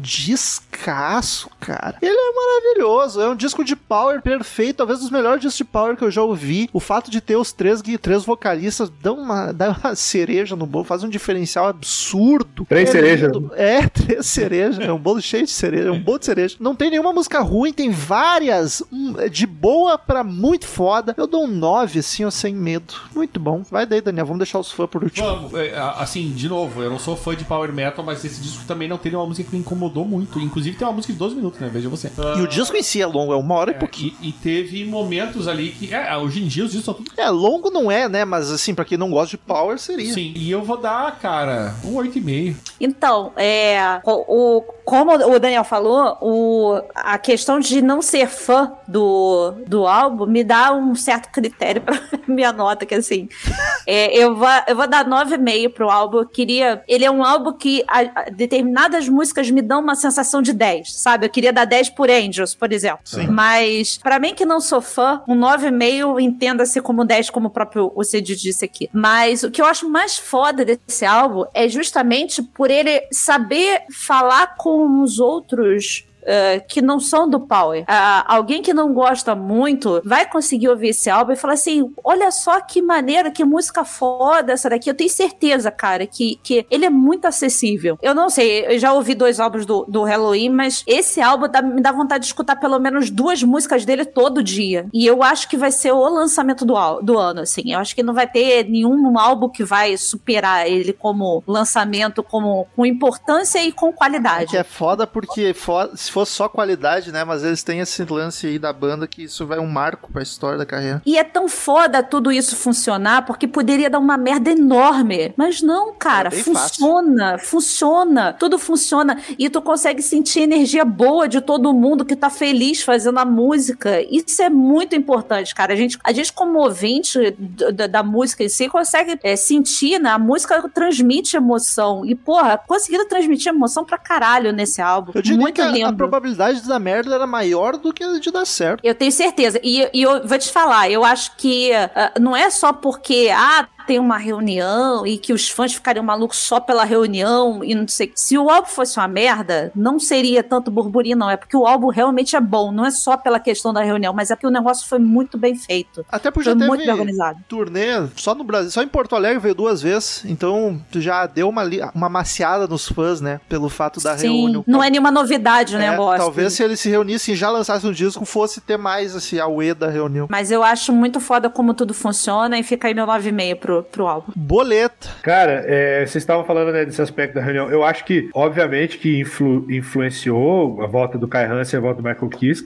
S1: discaço, cara. Ele é maravilhoso, é um disco de Power perfeito, talvez dos melhores discos de Power que eu já ouvi. O fato de ter os três, gui- três vocalistas dão uma, dá uma cereja no bolo, faz um diferencial absurdo.
S4: Três
S1: É
S4: cerejas.
S1: lindo. É, três cerejas. É um bolo cheio de cereja, é um bolo de cereja. Não tem nenhuma música ruim, tem várias, hum, de boa pra muito foda. Eu dou um nove, assim, ó, sem medo. Muito bom. Vai daí, Daniel, vamos deixar os fãs por último.
S2: Vamos, é, a- assim, de novo, eu não sou fã de Power Metal, mas esse disco também não tem nenhuma música que me incomodou muito. Inclusive tem uma música de doze minutos, né? Veja você.
S1: E o disco em si é longo, é uma hora e pouquinho.
S2: E, e teve momentos ali que. É, hoje em dia os discos são tudo.
S1: É, longo não é, né? Mas assim, pra quem não gosta de Power, seria.
S2: Sim, e eu vou dar, cara, um oito e meio.
S3: Então, é, o, o- como o Daniel falou, o, a questão de não ser fã do, do álbum me dá um certo critério pra minha nota, que assim, é, eu, vou, eu vou dar nove e meio pro álbum. Eu queria, ele é um álbum que a- a- determinadas músicas me dão uma sensação de dez, sabe? Eu queria dar dez por Angels, por exemplo.
S1: Sim.
S3: Mas, pra mim que não sou fã, um nove e meio entenda-se como dez, como o próprio o Cid disse aqui. Mas o que eu acho mais foda desse álbum é justamente por ele saber falar com os outros uh, que não são do Power. Uh, alguém que não gosta muito vai conseguir ouvir esse álbum e falar assim, olha só que maneira, que música foda essa daqui. Eu tenho certeza, cara, que, que ele é muito acessível. Eu não sei, eu já ouvi dois álbuns do, do Halloween, mas esse álbum dá- me dá vontade de escutar pelo menos duas músicas dele todo dia. E eu acho que vai ser o lançamento do, ál- do ano, assim. Eu acho que não vai ter nenhum álbum que vai superar ele como lançamento, como, com importância e com qualidade.
S1: Que é foda porque fo- se fosse só qualidade, né? Mas eles têm esse lance aí da banda que isso vai um marco pra história da carreira.
S3: E é tão foda tudo isso funcionar, porque poderia dar uma merda enorme. Mas não, cara,
S1: É bem
S3: funciona, funciona, tudo funciona. E tu consegue sentir a energia boa de todo mundo que tá feliz fazendo a música. Isso é muito importante, cara. A gente, a gente como ouvinte d- d- da música em si, consegue é, sentir, né? A música transmite emoção. E, porra, conseguiram transmitir emoção pra caralho nesse álbum.
S1: Eu diria
S3: Muito
S1: que a,
S3: lindo.
S1: a probabilidade de dar merda era maior do que a de dar certo.
S3: Eu tenho certeza. E, e eu vou te falar, eu acho que ah, não é só porque, ah, tem uma reunião e que os fãs ficariam malucos só pela reunião e não sei. Se o álbum fosse uma merda, não seria tanto burburinho, não. É porque o álbum realmente é bom. Não é só pela questão da reunião, mas é porque o negócio foi muito bem feito.
S1: Até porque
S3: Foi
S1: já
S3: muito
S1: teve
S3: bem organizado.
S1: turnê só no Brasil, só em Porto Alegre veio duas vezes, então tu já deu uma, li- uma maciada nos fãs, né? Pelo fato da reunião.
S3: Sim, não é nenhuma novidade o
S1: É,
S3: negócio.
S1: talvez se eles se reunissem e já lançassem um disco, fosse ter mais assim, a uê da reunião.
S3: Mas eu acho muito foda como tudo funciona e fica aí meu nove e meio pro, pro álbum.
S1: Boleta.
S4: Cara, é, vocês estavam falando, né, desse aspecto da reunião. Eu acho que, obviamente, que influ- influenciou a volta do Kai Hansen e a volta do Michael Kiske.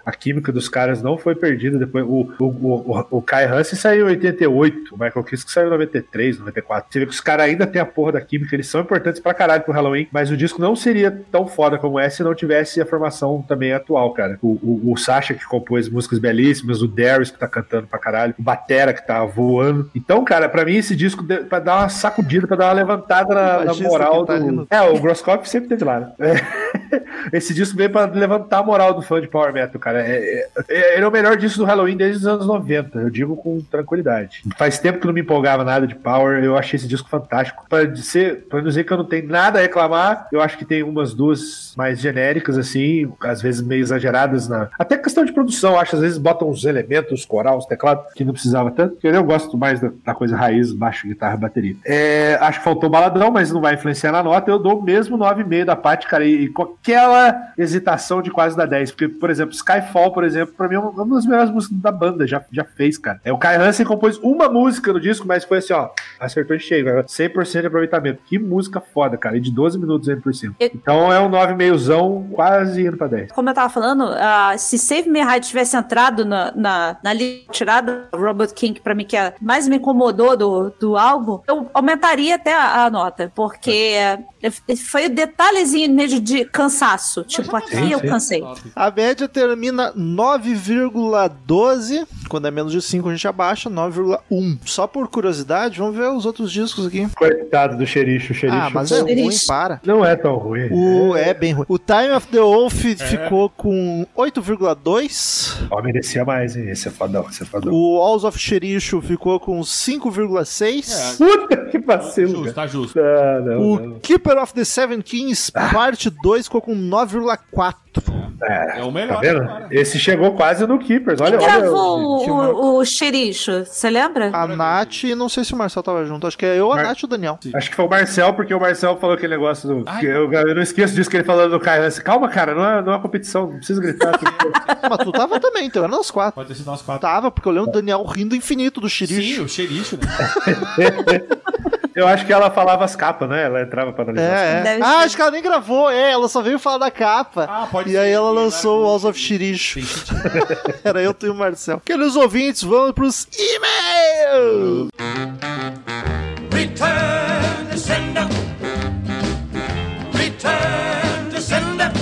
S4: a química dos caras não foi perdida depois. O, o, o, o Kai Hansen saiu em oitenta e oito, o Michael Kiske saiu em noventa e três, noventa e quatro. Você vê que os caras ainda têm a porra da química, eles são importantes pra caralho pro Halloween, mas o disco não seria tão foda como é se não tivesse a formação também atual, cara. O, o, o Sasha que compôs músicas belíssimas, o Darius que tá cantando pra caralho, o Batera que tá voando. Então, cara, pra mim esse disco deu, pra dar uma sacudida, pra dar uma levantada na, na moral tá do... Rindo. É, o Grosskopf sempre teve lá, né? É. Esse disco veio pra levantar a moral do fã de Power Metal, cara. É, é, ele é o melhor disco do Halloween desde os anos noventa, eu digo com tranquilidade. Faz tempo que não me empolgava nada de Power, eu achei esse disco fantástico. Pra dizer, pra dizer que eu não tenho nada a reclamar, eu acho que tem umas duas mais genéricas, assim, às vezes meio exageradas na... Até questão de produção, acho, às vezes botam uns elementos, coral, os teclados, que não precisava tanto, porque eu gosto mais da, da coisa raiz, baixo, guitarra, bateria. É, acho que faltou baladão, mas não vai influenciar na nota, eu dou mesmo nove vírgula cinco da Paty, cara, e, e com aquela hesitação de quase dar dez, porque, por exemplo, Skyfall, por exemplo, pra mim é uma, uma das melhores músicas da banda, já, já fez, cara. É, o Kai Hansen compôs uma música no disco, mas foi assim, ó, acertou em cheio, cem por cento de aproveitamento. Que música foda, cara, e de doze minutos ainda por cima. Então é um nove vírgula cinco quase indo pra dez.
S3: Como eu tava falando, uh, se Save Me High tivesse entrado na, na, na tirada do Robert King, pra mim, que é, mais me incomodou do, do álbum, eu aumentaria até a, a nota, porque uh, foi o detalhezinho mesmo de cansaço. Tipo, aqui sim, eu sim. cansei.
S1: A média termina nove vírgula doze, quando é menos de cinco a gente abaixa, nove vírgula um. Só por curiosidade, vamos ver os outros discos aqui.
S4: Coitado do Xericho, o Xericho.
S1: Ah, mas é ruim, para.
S4: Não é tão ruim.
S1: O, é bem ruim. O Time of the Wolf é. ficou com oito vírgula dois.
S4: Ó, merecia mais, hein? Esse é fodão, esse é fodão.
S1: O Halls of Xericho ficou com cinco vírgula seis.
S4: É. Puta que vacilo.
S2: Justo, tá justo.
S4: Não, não,
S1: o
S4: não.
S1: Keeper of the Seven Kings, ah. parte dois, ficou com nove vírgula quatro.
S4: É,
S2: é o melhor.
S4: Tá vendo?
S2: Agora.
S4: Esse chegou quase no Keepers. Olha,
S3: Quem
S4: olha.
S3: gravou o, o, o Xericho? Você lembra?
S1: A Nath, não sei se o Marcel tava junto. Acho que é eu, a Mar... Nath e o Daniel.
S4: Sim. Acho que foi o Marcel, porque o Marcel falou aquele negócio do. Eu, eu não esqueço disso que ele falou do Caio. Calma, cara, não é, não é uma competição, não precisa gritar.
S1: Mas tu tava também, então era nós quatro.
S2: Pode ter sido nós quatro.
S1: Tava, porque eu lembro o Daniel rindo infinito do Xericho.
S2: Sim, o Xericho, né?
S4: Eu acho que ela falava as capas, né? Ela entrava pra analisar.
S1: É, é. Ah, acho que ela nem gravou, é. Ela só veio falar da capa.
S2: Ah, pode
S1: e
S2: ser.
S1: aí ela lançou o House of Xericho. Era eu, tu e o Marcel. Queridos ouvintes, vamos pros e-mails!
S7: Return to sender. Return to sender.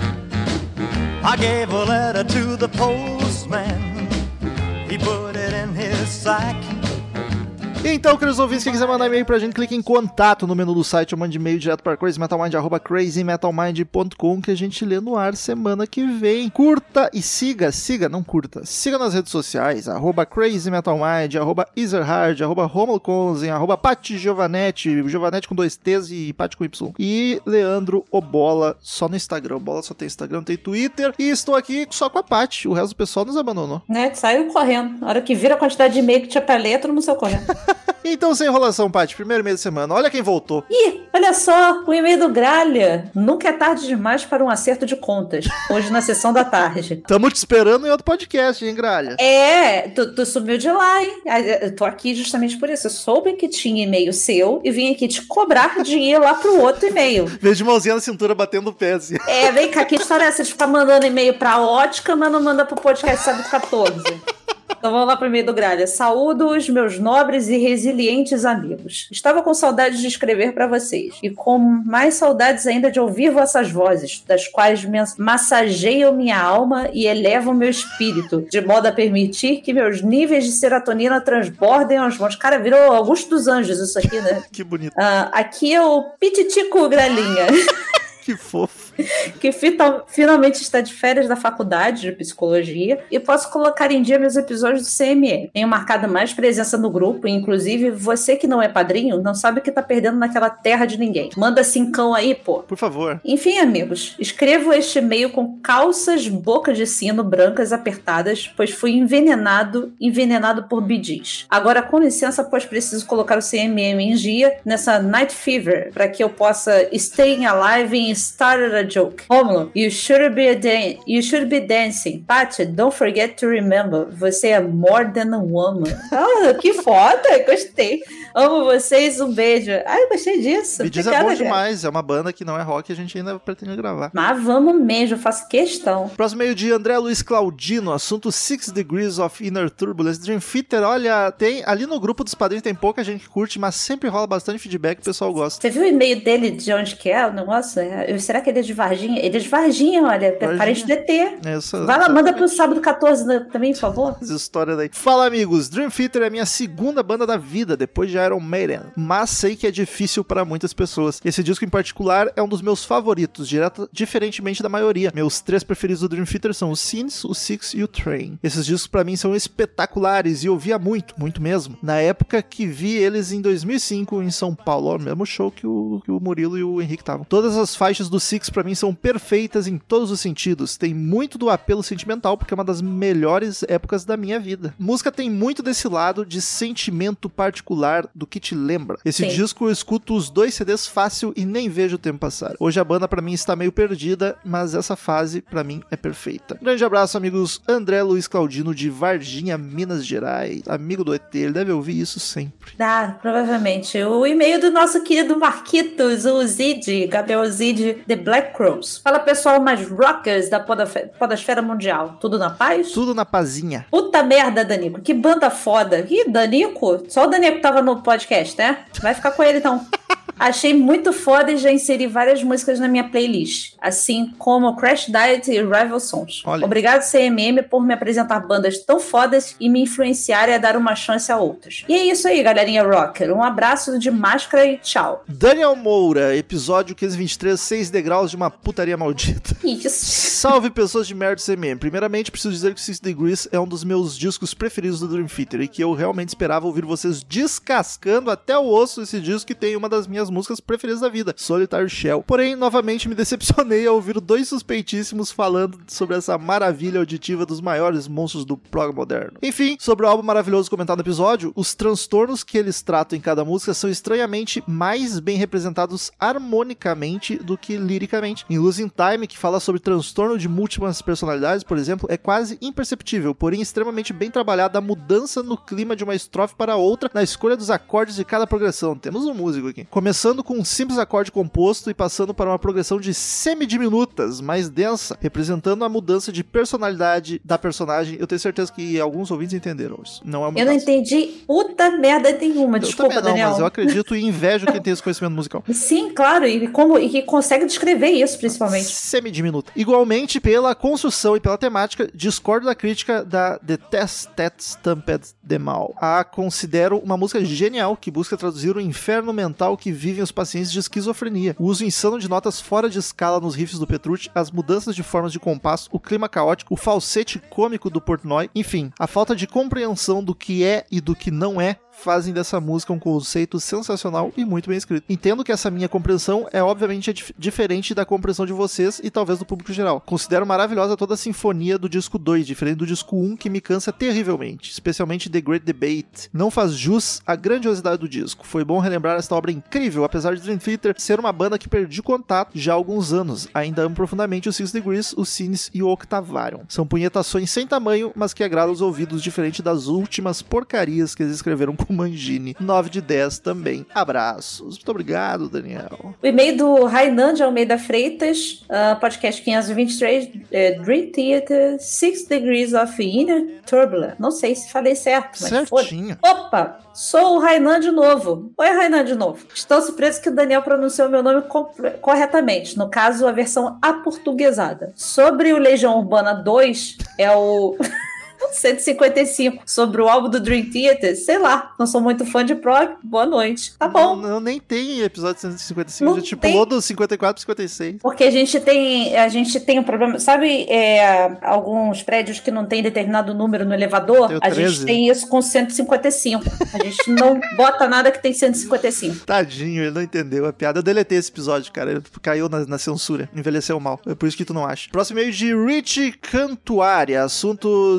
S7: I gave a letter to the postman. He put it in his sack.
S1: Então, queridos ouvintes, quem quiser mandar e-mail pra gente, clique em contato no menu do site ou mande e-mail direto para crazymetalmind, arroba crazymetalmind ponto com, que a gente lê no ar semana que vem. Curta e siga, siga, não curta, siga nas redes sociais, arroba crazymetalmind, arroba ezerhard, arroba romuloconzen, arroba Pati Giovanetti, Giovanetti com dois T's e Pati com Y. E Leandro Obola, só no Instagram. O Bola só tem Instagram, não tem Twitter. E estou aqui só com a Pati, o resto do pessoal nos abandonou.
S3: Né, saiu correndo. Na hora que vira a quantidade de e-mail que tinha pra ler, todo mundo saiu correndo.
S1: Então, sem enrolação, Paty, primeiro e-mail da semana. Olha quem voltou.
S3: Ih, olha só, o e-mail do Gralha. Nunca é tarde demais para um acerto de contas. Hoje na sessão da tarde.
S1: Tamo te esperando em outro podcast, hein, Gralha?
S3: É, tu, tu sumiu de lá, hein? Eu tô aqui justamente por isso. Eu soube que tinha e-mail seu e vim aqui te cobrar dinheiro lá pro outro e-mail.
S1: Veio de mãozinha na cintura batendo o pé, assim.
S3: É, vem cá, que história é essa de ficar mandando e-mail pra ótica, mas não manda pro podcast Sábado quatorze? Então vamos lá pro e-mail do Gralha. Saúdo os meus nobres e resilientes amigos. Estava com saudades de escrever para vocês e com mais saudades ainda de ouvir vossas vozes, das quais massageiam minha alma e elevam meu espírito, de modo a permitir que meus níveis de serotonina transbordem aos montes. Cara, virou Augusto dos Anjos isso aqui, né?
S1: Que bonito.
S3: Uh, aqui é o Pititico Gralinha.
S1: Que fofo.
S3: Que fita, finalmente está de férias da faculdade de psicologia e posso colocar em dia meus episódios do C M E. Tenho marcado mais presença no grupo, e inclusive você que não é padrinho não sabe o que tá perdendo naquela terra de ninguém. Manda cincão aí, pô.
S1: Por favor.
S3: Enfim, amigos, escrevo este e-mail com calças boca de sino brancas apertadas, pois fui envenenado, envenenado por bidis. Agora, com licença, pois preciso colocar o C M M em dia nessa Night Fever, para que eu possa stay alive and start a a joke. Romulo, you should be dan- you should be dancing. Paty, don't forget to remember. Você é more than a woman. Ah, que foda, gostei. Amo vocês, um beijo. Ai, eu gostei disso.
S1: Me diz, é
S3: Obrigada,
S1: bom
S3: cara.
S1: demais. É uma banda que não é rock e a gente ainda pretende gravar.
S3: Mas vamos mesmo, eu faço questão.
S1: Próximo meio dia, André Luiz Claudino, assunto Six Degrees of Inner Turbulence. Dream Theater, olha, tem ali no grupo dos padrinhos tem pouca gente que curte, mas sempre rola bastante feedback, o pessoal gosta.
S3: Você viu o e-mail dele de onde que é o negócio? É, eu- será que ele é de Varginha? Ele é de Varginha, olha,
S1: Varginha.
S3: parente do E T.
S1: Essa,
S3: Vai lá, manda pro sábado quatorze né, também, por favor.
S1: Essa história daí. Fala, amigos, Dream Theater é a minha segunda banda da vida, depois de Iron Maiden, mas sei que é difícil para muitas pessoas. Esse disco em particular é um dos meus favoritos, direto, diferentemente da maioria. Meus três preferidos do Dream Theater são o Scenes, o Six e o Train. Esses discos pra mim são espetaculares e eu via muito, muito mesmo. Na época que vi eles em dois mil e cinco em São Paulo, ó, no mesmo show que o, que o Murilo e o Henrique estavam. Todas as faixas do Six pra mim são perfeitas em todos os sentidos. Tem muito do apelo sentimental porque é uma das melhores épocas da minha vida. Música tem muito desse lado de sentimento particular do que te lembra. Esse
S3: Sim.
S1: disco eu escuto os dois C Ds fácil e nem vejo o tempo passar. Hoje a banda pra mim está meio perdida, mas essa fase pra mim é perfeita. Grande abraço, amigos. André Luiz Claudino de Varginha, Minas Gerais. Amigo do E T, ele deve ouvir isso sempre.
S3: Dá, provavelmente. O e-mail do nosso querido Marquitos, o Zid, Gabriel Zid, The Black Crows. Fala, pessoal mais rockers da podofe- podosfera mundial. Tudo na paz?
S1: Tudo na pazinha.
S3: Puta merda, Danico. Que banda foda. Ih, Danico? Só o Danico tava no podcast, né? Vai ficar com ele, então. Achei muito foda e já inseri várias músicas na minha playlist, assim como Crash Diet e Rival Sons.
S1: Olha.
S3: Obrigado, C M M, por me apresentar bandas tão fodas e me influenciarem a dar uma chance a outras. E é isso aí, galerinha rocker. Um abraço de máscara e tchau.
S1: Daniel Moura, episódio quinhentos e vinte e três, seis degraus de uma putaria maldita.
S3: Isso.
S1: Salve, pessoas de merda C M M. Primeiramente, preciso dizer que Six Degrees é um dos meus discos preferidos do Dream Theater e que eu realmente esperava ouvir vocês descascando até o osso esse disco que tem uma das minhas músicas preferidas da vida, Solitary Shell. Porém, novamente me decepcionei ao ouvir dois suspeitíssimos falando sobre essa maravilha auditiva dos maiores monstros do prog moderno. Enfim, sobre o álbum maravilhoso comentado no episódio, os transtornos que eles tratam em cada música são estranhamente mais bem representados harmonicamente do que liricamente. Em Losing Time, que fala sobre transtorno de múltiplas personalidades, por exemplo, é quase imperceptível, porém extremamente bem trabalhada a mudança no clima de uma estrofe para outra na escolha dos acordes de cada progressão. Temos um músico aqui. Começando com um simples acorde composto e passando para uma progressão de semidiminutas, mais densa, representando a mudança de personalidade da personagem. Eu tenho certeza que alguns ouvintes entenderam isso. Não é uma
S3: Eu não entendi puta merda nenhuma.
S1: Eu
S3: Desculpa,
S1: também não,
S3: Daniel.
S1: mas eu acredito e invejo quem tem esse conhecimento musical.
S3: Sim, claro, e, como, e que consegue descrever isso, principalmente.
S1: Semidiminuta. Igualmente, pela construção e pela temática, discordo da crítica da The Test That Stamped the Mal. A considero uma música genial que busca traduzir o inferno mental que vivem os pacientes de esquizofrenia. O uso insano de notas fora de escala nos riffs do Petrucci, as mudanças de formas de compasso, o clima caótico, o falsete cômico do Portnoy, enfim, a falta de compreensão do que é e do que não é fazem dessa música um conceito sensacional e muito bem escrito. Entendo que essa minha compreensão é obviamente dif- diferente da compreensão de vocês e talvez do público geral. Considero maravilhosa toda a sinfonia do disco dois, diferente do disco um, que me cansa terrivelmente, especialmente The Great Debate. Não faz jus à grandiosidade do disco. Foi bom relembrar esta obra incrível, apesar de Dream Theater ser uma banda que perdi contato já há alguns anos. Ainda amo profundamente os Six Degrees, os Cines e o Octavarium. São punhetações sem tamanho, mas que agradam os ouvidos, diferente das últimas porcarias que eles escreveram com Mangini. nove de dez também. Abraços. Muito obrigado, Daniel.
S3: O e-mail do Rainan de Almeida Freitas, uh, podcast quinhentos e vinte e três, é, Dream Theater, Six Degrees of Inner Turbulence. Não sei se falei certo, mas
S1: Certinho.
S3: foda. Opa! Sou o Rainan de novo. Oi, Rainan de novo. Estou surpreso que o Daniel pronunciou meu nome co- corretamente. No caso, a versão aportuguesada. Sobre o Legião Urbana dois, é o... cento e cinquenta e cinco. Sobre o álbum do Dream Theater, sei lá, não sou muito fã de prog, boa noite. Tá bom.
S1: Não, não, nem tem episódio cento e cinquenta e cinco,
S3: Não
S1: já te
S3: tem.
S1: pulou do cinquenta e quatro pro cinquenta e seis.
S3: Porque a gente tem, a gente tem um problema, sabe, é, alguns prédios que não tem determinado número no elevador,
S1: Tem o
S3: a
S1: treze.
S3: gente tem isso com cento e cinquenta e cinco. A gente não bota nada que tem cento e cinquenta e cinco.
S1: Tadinho, ele não entendeu a piada. Eu deletei esse episódio, cara. Ele caiu na, na censura. Envelheceu mal. É por isso que tu não acha. Próximo e-mail de Rich Cantuária. Assunto Dream Theater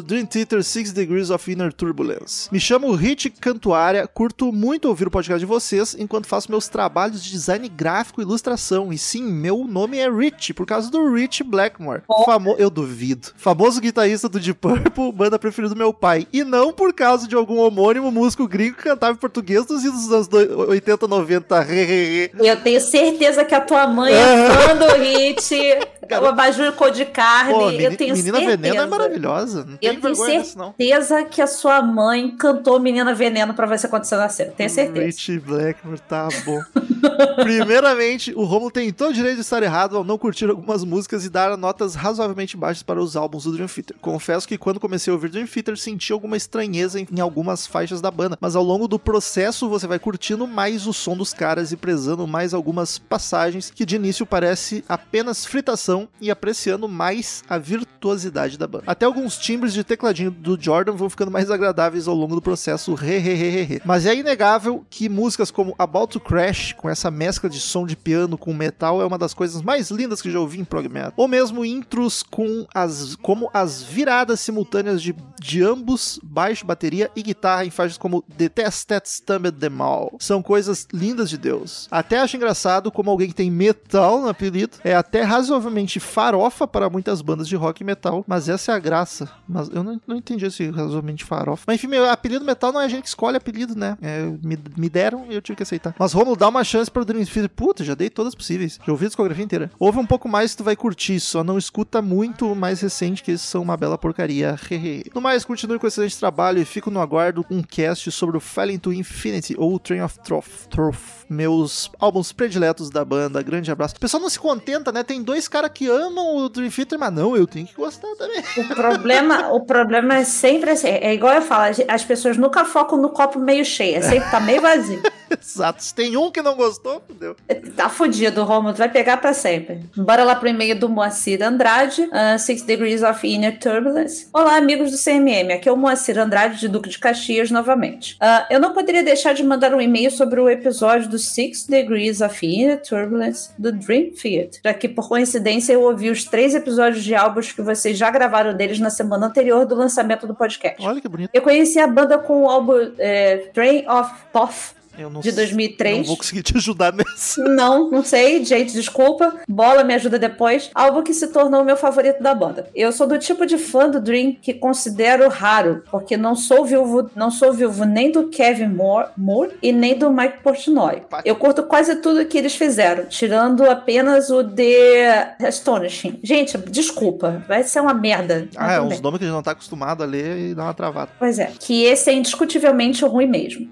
S1: Theater Six Degrees of Inner Turbulence. Me chamo Rich Cantuária, curto muito ouvir o podcast de vocês enquanto faço meus trabalhos de design gráfico e ilustração. E sim, meu nome é Rich, por causa do Rich Blackmore. Famo... Eu duvido. Famoso guitarrista do Deep Purple, banda preferida do meu pai. E não por causa de algum homônimo músico gringo que cantava em português dos anos oitenta, noventa.
S3: Eu tenho certeza que a tua mãe é fã do Hit, o abajur cor de carne.
S1: Pô,
S3: eu
S1: meni-
S3: tenho
S1: Menina
S3: certeza.
S1: Veneno é maravilhosa. Não tem
S3: Eu tenho
S1: vergonha disso, não.
S3: certeza que a sua mãe cantou Menina Veneno pra você quando você nasceu. Tenho certeza.
S1: Rich Blackmore, tá bom. Primeiramente, o Romulo tem todo o direito de estar errado ao não curtir algumas músicas e dar notas razoavelmente baixas para os álbuns do Dream Theater. Confesso que quando comecei a ouvir Dream Theater, senti alguma estranheza em, em algumas faixas da banda, mas ao longo do processo você vai curtindo mais o som dos caras e prezando mais algumas passagens que de início parece apenas fritação e apreciando mais a virtuosidade da banda. Até alguns timbres de tecladinho do Jordan vão ficando mais agradáveis ao longo do processo, re, re, re, re, re. Mas é inegável que músicas como About to Crash, com essa mescla de som de piano com metal, é uma das coisas mais lindas que já ouvi em prog metal. Ou mesmo intros com as, como as viradas simultâneas de, de ambos, baixo, bateria e guitarra em faixas como The Test That Stumped Them All. São coisas lindas de Deus. Até acho engraçado como alguém que tem metal no apelido é até razoavelmente farofa para muitas bandas de rock e metal, mas essa é a graça. Mas eu não, não entendi esse razoavelmente farofa. Mas enfim, meu apelido metal não é a gente que escolhe apelido, né? É, me, me deram e eu tive que aceitar. Mas Romulo, dá uma chance pro Dream Theater. Puta, já dei todas possíveis. Já ouvi a discografia inteira. Ouve um pouco mais que tu vai curtir, só não escuta muito o mais recente, que eles são uma bela porcaria. No mais, continue com esse excelente trabalho e fico no aguardo um cast sobre o Falling to Infinity ou Train of Troth, Troth, meus álbuns prediletos da banda. Grande abraço. O pessoal não se contenta, né? Tem dois caras que amam o Dream Theater, mas não, eu tenho que gostar também.
S3: O problema, o problema é sempre assim. É igual eu falo, as pessoas nunca focam no copo meio cheio, é sempre tá meio vazio.
S1: Exato. Se tem um que não gostou, fudeu.
S3: Tá fudido, Romulo, vai pegar pra sempre. Bora lá pro e-mail do Moacir Andrade, uh, Six Degrees of Inner Turbulence. Olá, amigos do C M M, aqui é o Moacir Andrade de Duque de Caxias novamente. Uh, eu não poderia deixar de mandar um e-mail sobre o episódio do Six Degrees of Inner Turbulence do Dream Theater, já que por coincidência eu ouvi os três episódios de álbuns que vocês já gravaram deles na semana anterior do lançamento do podcast.
S1: Olha que bonito.
S3: Eu conheci a banda com o álbum é, Train of Thoth,
S1: Eu não
S3: de dois mil e três.
S1: Não vou conseguir te ajudar nessa.
S3: Não, não sei, gente, desculpa. Bola, me ajuda depois. Álbum que se tornou o meu favorito da banda. Eu sou do tipo de fã do Dream que considero raro, porque não sou viúvo, não sou viúvo nem do Kevin Moore, Moore e nem do Mike Portnoy. Eu curto quase tudo que eles fizeram, tirando apenas o The Astonishing. Gente, desculpa, vai ser uma merda.
S1: Ah, é uns nomes que a gente não tá acostumado a ler e dá uma travada.
S3: Pois é, que esse é indiscutivelmente ruim mesmo.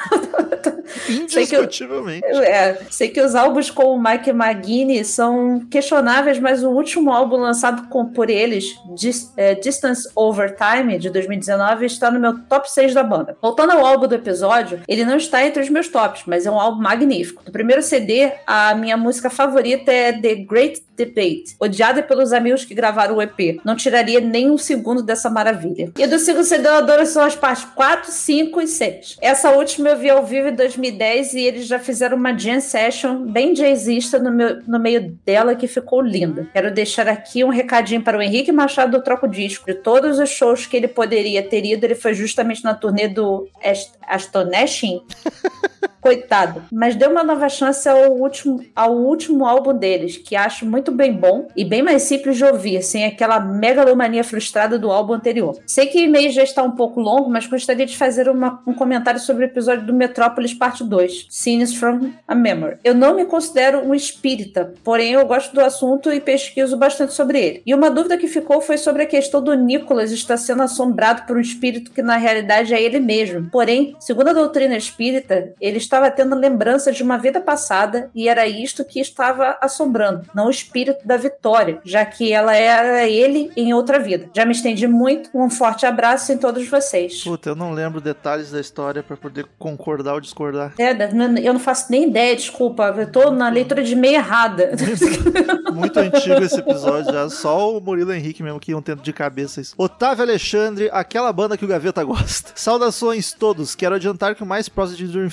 S1: Indiscutivelmente.
S3: Sei que, eu, é, sei que os álbuns com o Mike McGuinness são questionáveis, mas o último álbum lançado com, por eles, Dis, é, Distance Over Time, de dois mil e dezenove, está no meu top seis da banda. Voltando ao álbum do episódio, ele não está entre os meus tops, mas é um álbum magnífico. Do primeiro C D, a minha música favorita é The Great Debate, odiada pelos amigos que gravaram o E P. Não tiraria nem um segundo dessa maravilha. E do segundo C D eu adoro são as partes quatro, cinco e seis. Essa última eu vi ao vivo em dois mil e dez e eles já fizeram uma jam session bem jazzista no, meu, no meio dela que ficou linda. Quero deixar aqui um recadinho para o Henrique Machado do Troco Disco. De todos os shows que ele poderia ter ido, ele foi justamente na turnê do Ast- Astonishing. Coitado. Mas deu uma nova chance ao último, ao último álbum deles, que acho muito bem bom e bem mais simples de ouvir, sem aquela megalomania frustrada do álbum anterior. Sei que o e-mail já está um pouco longo, mas gostaria de fazer uma, um comentário sobre o episódio do Metrópolis Parte dois, Scenes from a Memory. Eu não me considero um espírita, porém eu gosto do assunto e pesquiso bastante sobre ele. E uma dúvida que ficou foi sobre a questão do Nicholas estar sendo assombrado por um espírito que na realidade é ele mesmo. Porém, segundo a doutrina espírita, ele estava tendo lembrança de uma vida passada e era isto que estava assombrando, não o espírito da Vitória, já que ela era ele em outra vida. Já me estendi muito, um forte abraço em todos vocês.
S1: Puta, eu não lembro detalhes da história pra poder concordar ou discordar.
S3: É, eu não faço nem ideia, desculpa, eu tô na leitura de meia errada.
S1: Muito antigo esse episódio já, só o Murilo Henrique mesmo que iam tendo de cabeça isso. Otávio Alexandre, aquela banda que o Gaveta gosta. Saudações todos, quero adiantar que o mais próximo de Dream Theater que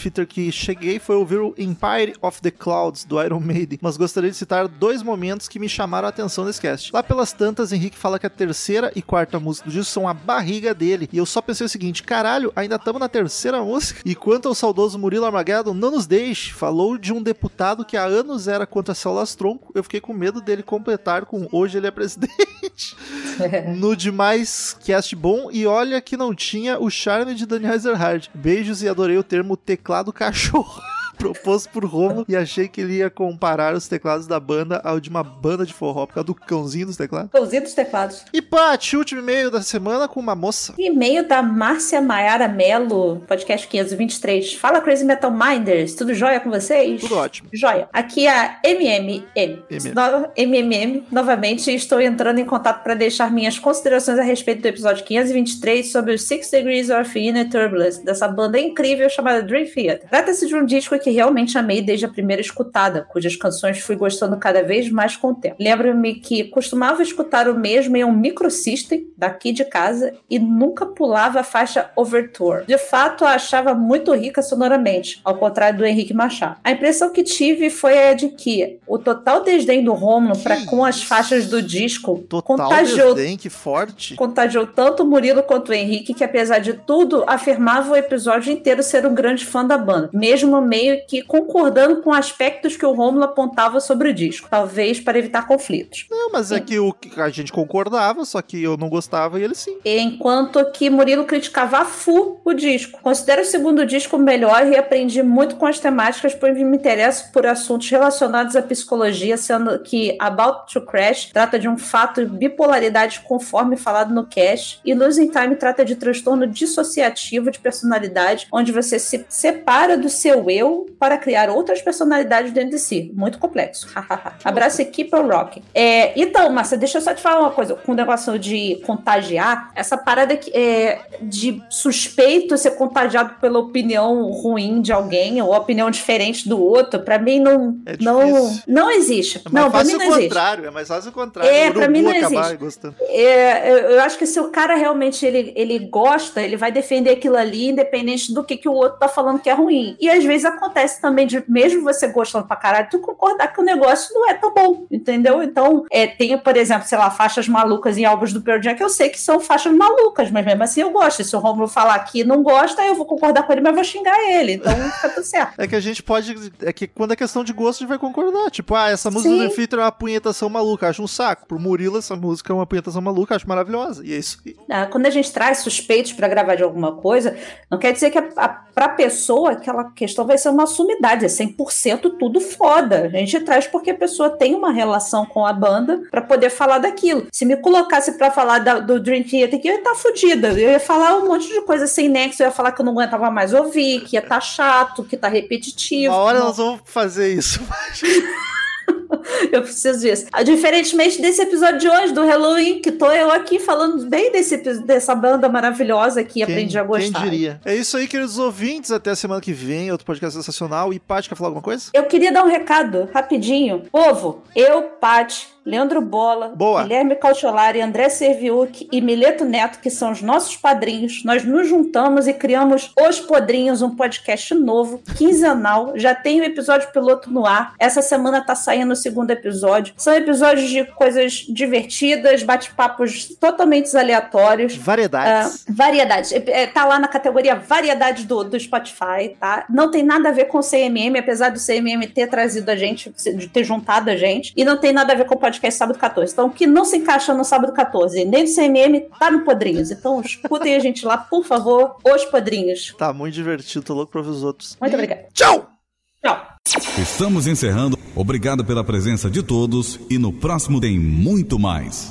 S1: que cheguei foi ouvir o Empire of the Clouds, do Iron Maiden, mas gostaria de citar dois momentos que me chamaram a atenção nesse cast. Lá pelas tantas, Henrique fala que a terceira e quarta música do disco são a barriga dele, e eu só pensei o seguinte, caralho, ainda estamos na terceira música? E quanto ao saudoso Murilo Armageddon, não nos deixe, falou de um deputado que há anos era contra as células tronco, eu fiquei com medo dele completar com hoje ele é presidente. No demais cast bom, e olha que não tinha o charme de Daniel Ezerhard. Beijos e adorei o termo teclado cachorro. Proposto por Romulo, e achei que ele ia comparar os teclados da banda ao de uma banda de forró, por causa do cãozinho dos teclados.
S3: Cãozinho dos teclados.
S1: E Paty, último e-mail da semana com uma moça.
S3: E-mail da Márcia Maiara Mello, podcast quinhentos e vinte e três. Fala, Crazy Metal Minders, tudo jóia com vocês?
S1: Tudo ótimo.
S3: Jóia. Aqui é a M M M. No, M M M, novamente, estou entrando em contato para deixar minhas considerações a respeito do episódio quinhentos e vinte e três sobre os Six Degrees of Inner Turbulence, dessa banda incrível chamada Dream Theater. Trata-se de um disco que realmente amei desde a primeira escutada, cujas canções fui gostando cada vez mais com o tempo. Lembro-me que costumava escutar o mesmo em um microsystem daqui de casa e nunca pulava a faixa Overture. De fato, a achava muito rica sonoramente, ao contrário do Henrique Machado. A impressão que tive foi a de que o total desdém do Romulo para com as faixas do disco
S1: total
S3: contagiou,
S1: desdém, que forte.
S3: contagiou tanto o Murilo quanto o Henrique, que apesar de tudo, afirmava o episódio inteiro ser um grande fã da banda, mesmo meio que concordando com aspectos que o Romulo apontava sobre o disco, talvez para evitar conflitos.
S1: Não, mas sim. É que o, a gente concordava, só que eu não gostava e ele sim.
S3: Enquanto que Murilo criticava a full o disco. Considero o segundo disco melhor e aprendi muito com as temáticas, pois me interesso por assuntos relacionados à psicologia, sendo que About to Crash trata de um fato de bipolaridade conforme falado no cast, e Losing Time trata de transtorno dissociativo de personalidade, onde você se separa do seu eu para criar outras personalidades dentro de si. Muito complexo. Abraço e keep on rocking. É, então, Márcia, deixa eu só te falar uma coisa. Com o negócio de contagiar, essa parada que, é, de suspeito ser contagiado pela opinião ruim de alguém ou opinião diferente do outro, pra mim não,
S1: é
S3: não, não existe.
S1: É mais
S3: não,
S1: fácil
S3: pra mim não
S1: o
S3: existe.
S1: contrário, é mais fácil o contrário.
S3: É,
S1: o
S3: pra mim não
S1: acabar
S3: existe.
S1: Gostando.
S3: É, eu acho que se o cara realmente ele, ele gosta, ele vai defender aquilo ali, independente do que, que o outro tá falando que é ruim. E às vezes acontece também de, mesmo você gostando pra caralho, tu concordar que o negócio não é tão bom, entendeu? Então, é, tem, por exemplo, sei lá, faixas malucas em álbuns do Pearl Jam que eu sei que são faixas malucas, mas mesmo assim eu gosto. E se o Romulo falar que não gosta, eu vou concordar com ele, mas vou xingar ele. Então, fica tudo certo.
S1: É que a gente pode... É que quando é questão de gosto, a gente vai concordar. Tipo, ah, essa música
S3: Sim.
S1: do The Filter é uma punhetação maluca. Acho um saco. Pro Murilo, essa música é uma punhetação maluca. Acho maravilhosa. E é isso aí.
S3: Ah, quando a gente traz suspeitos pra gravar de alguma coisa, não quer dizer que a, a, pra pessoa aquela questão vai ser uma sumidade. É cem por cento tudo foda. A gente traz porque a pessoa tem uma relação com a banda pra poder falar daquilo. Se me colocasse pra falar da, do Dream Theater aqui, eu ia estar fodida. Eu ia falar um monte de coisa sem nexo. Eu ia falar que eu não aguentava mais ouvir, que ia estar chato, que tá repetitivo.
S1: Uma hora
S3: não.
S1: nós vamos fazer isso.
S3: Eu preciso disso. Diferentemente desse episódio de hoje, do Halloween, que tô eu aqui falando bem desse, dessa banda maravilhosa que quem, aprendi a gostar.
S1: Quem diria? É isso aí, queridos ouvintes. Até a semana que vem. Outro podcast sensacional. E Paty, quer falar alguma coisa?
S3: Eu queria dar um recado, rapidinho. Povo, eu, Paty, Leandro Bola,
S1: Boa.
S3: Guilherme Cautiolari, André Serviuc e Mileto Neto, que são os nossos padrinhos, nós nos juntamos e criamos Os Podrinhos, um podcast novo, quinzenal. Já tem o episódio piloto no ar. Essa semana tá saindo o segundo episódio. São episódios de coisas divertidas, bate-papos totalmente aleatórios.
S1: Variedades.
S3: Uh, variedades. É, tá lá na categoria variedades do, do Spotify, tá? Não tem nada a ver com o C M M, apesar do C M M ter trazido a gente, de ter juntado a gente. E não tem nada a ver com o podcast Sábado quatorze. Então, o que não se encaixa no Sábado quatorze, nem do C M M, tá no Podrinhos. Então, escutem a gente lá, por favor, Os Podrinhos.
S1: Tá muito divertido, tô louco pra ver os outros.
S3: Muito obrigada.
S1: Tchau!
S3: Tchau.
S8: Estamos encerrando. Obrigado pela presença de todos e no próximo tem muito mais.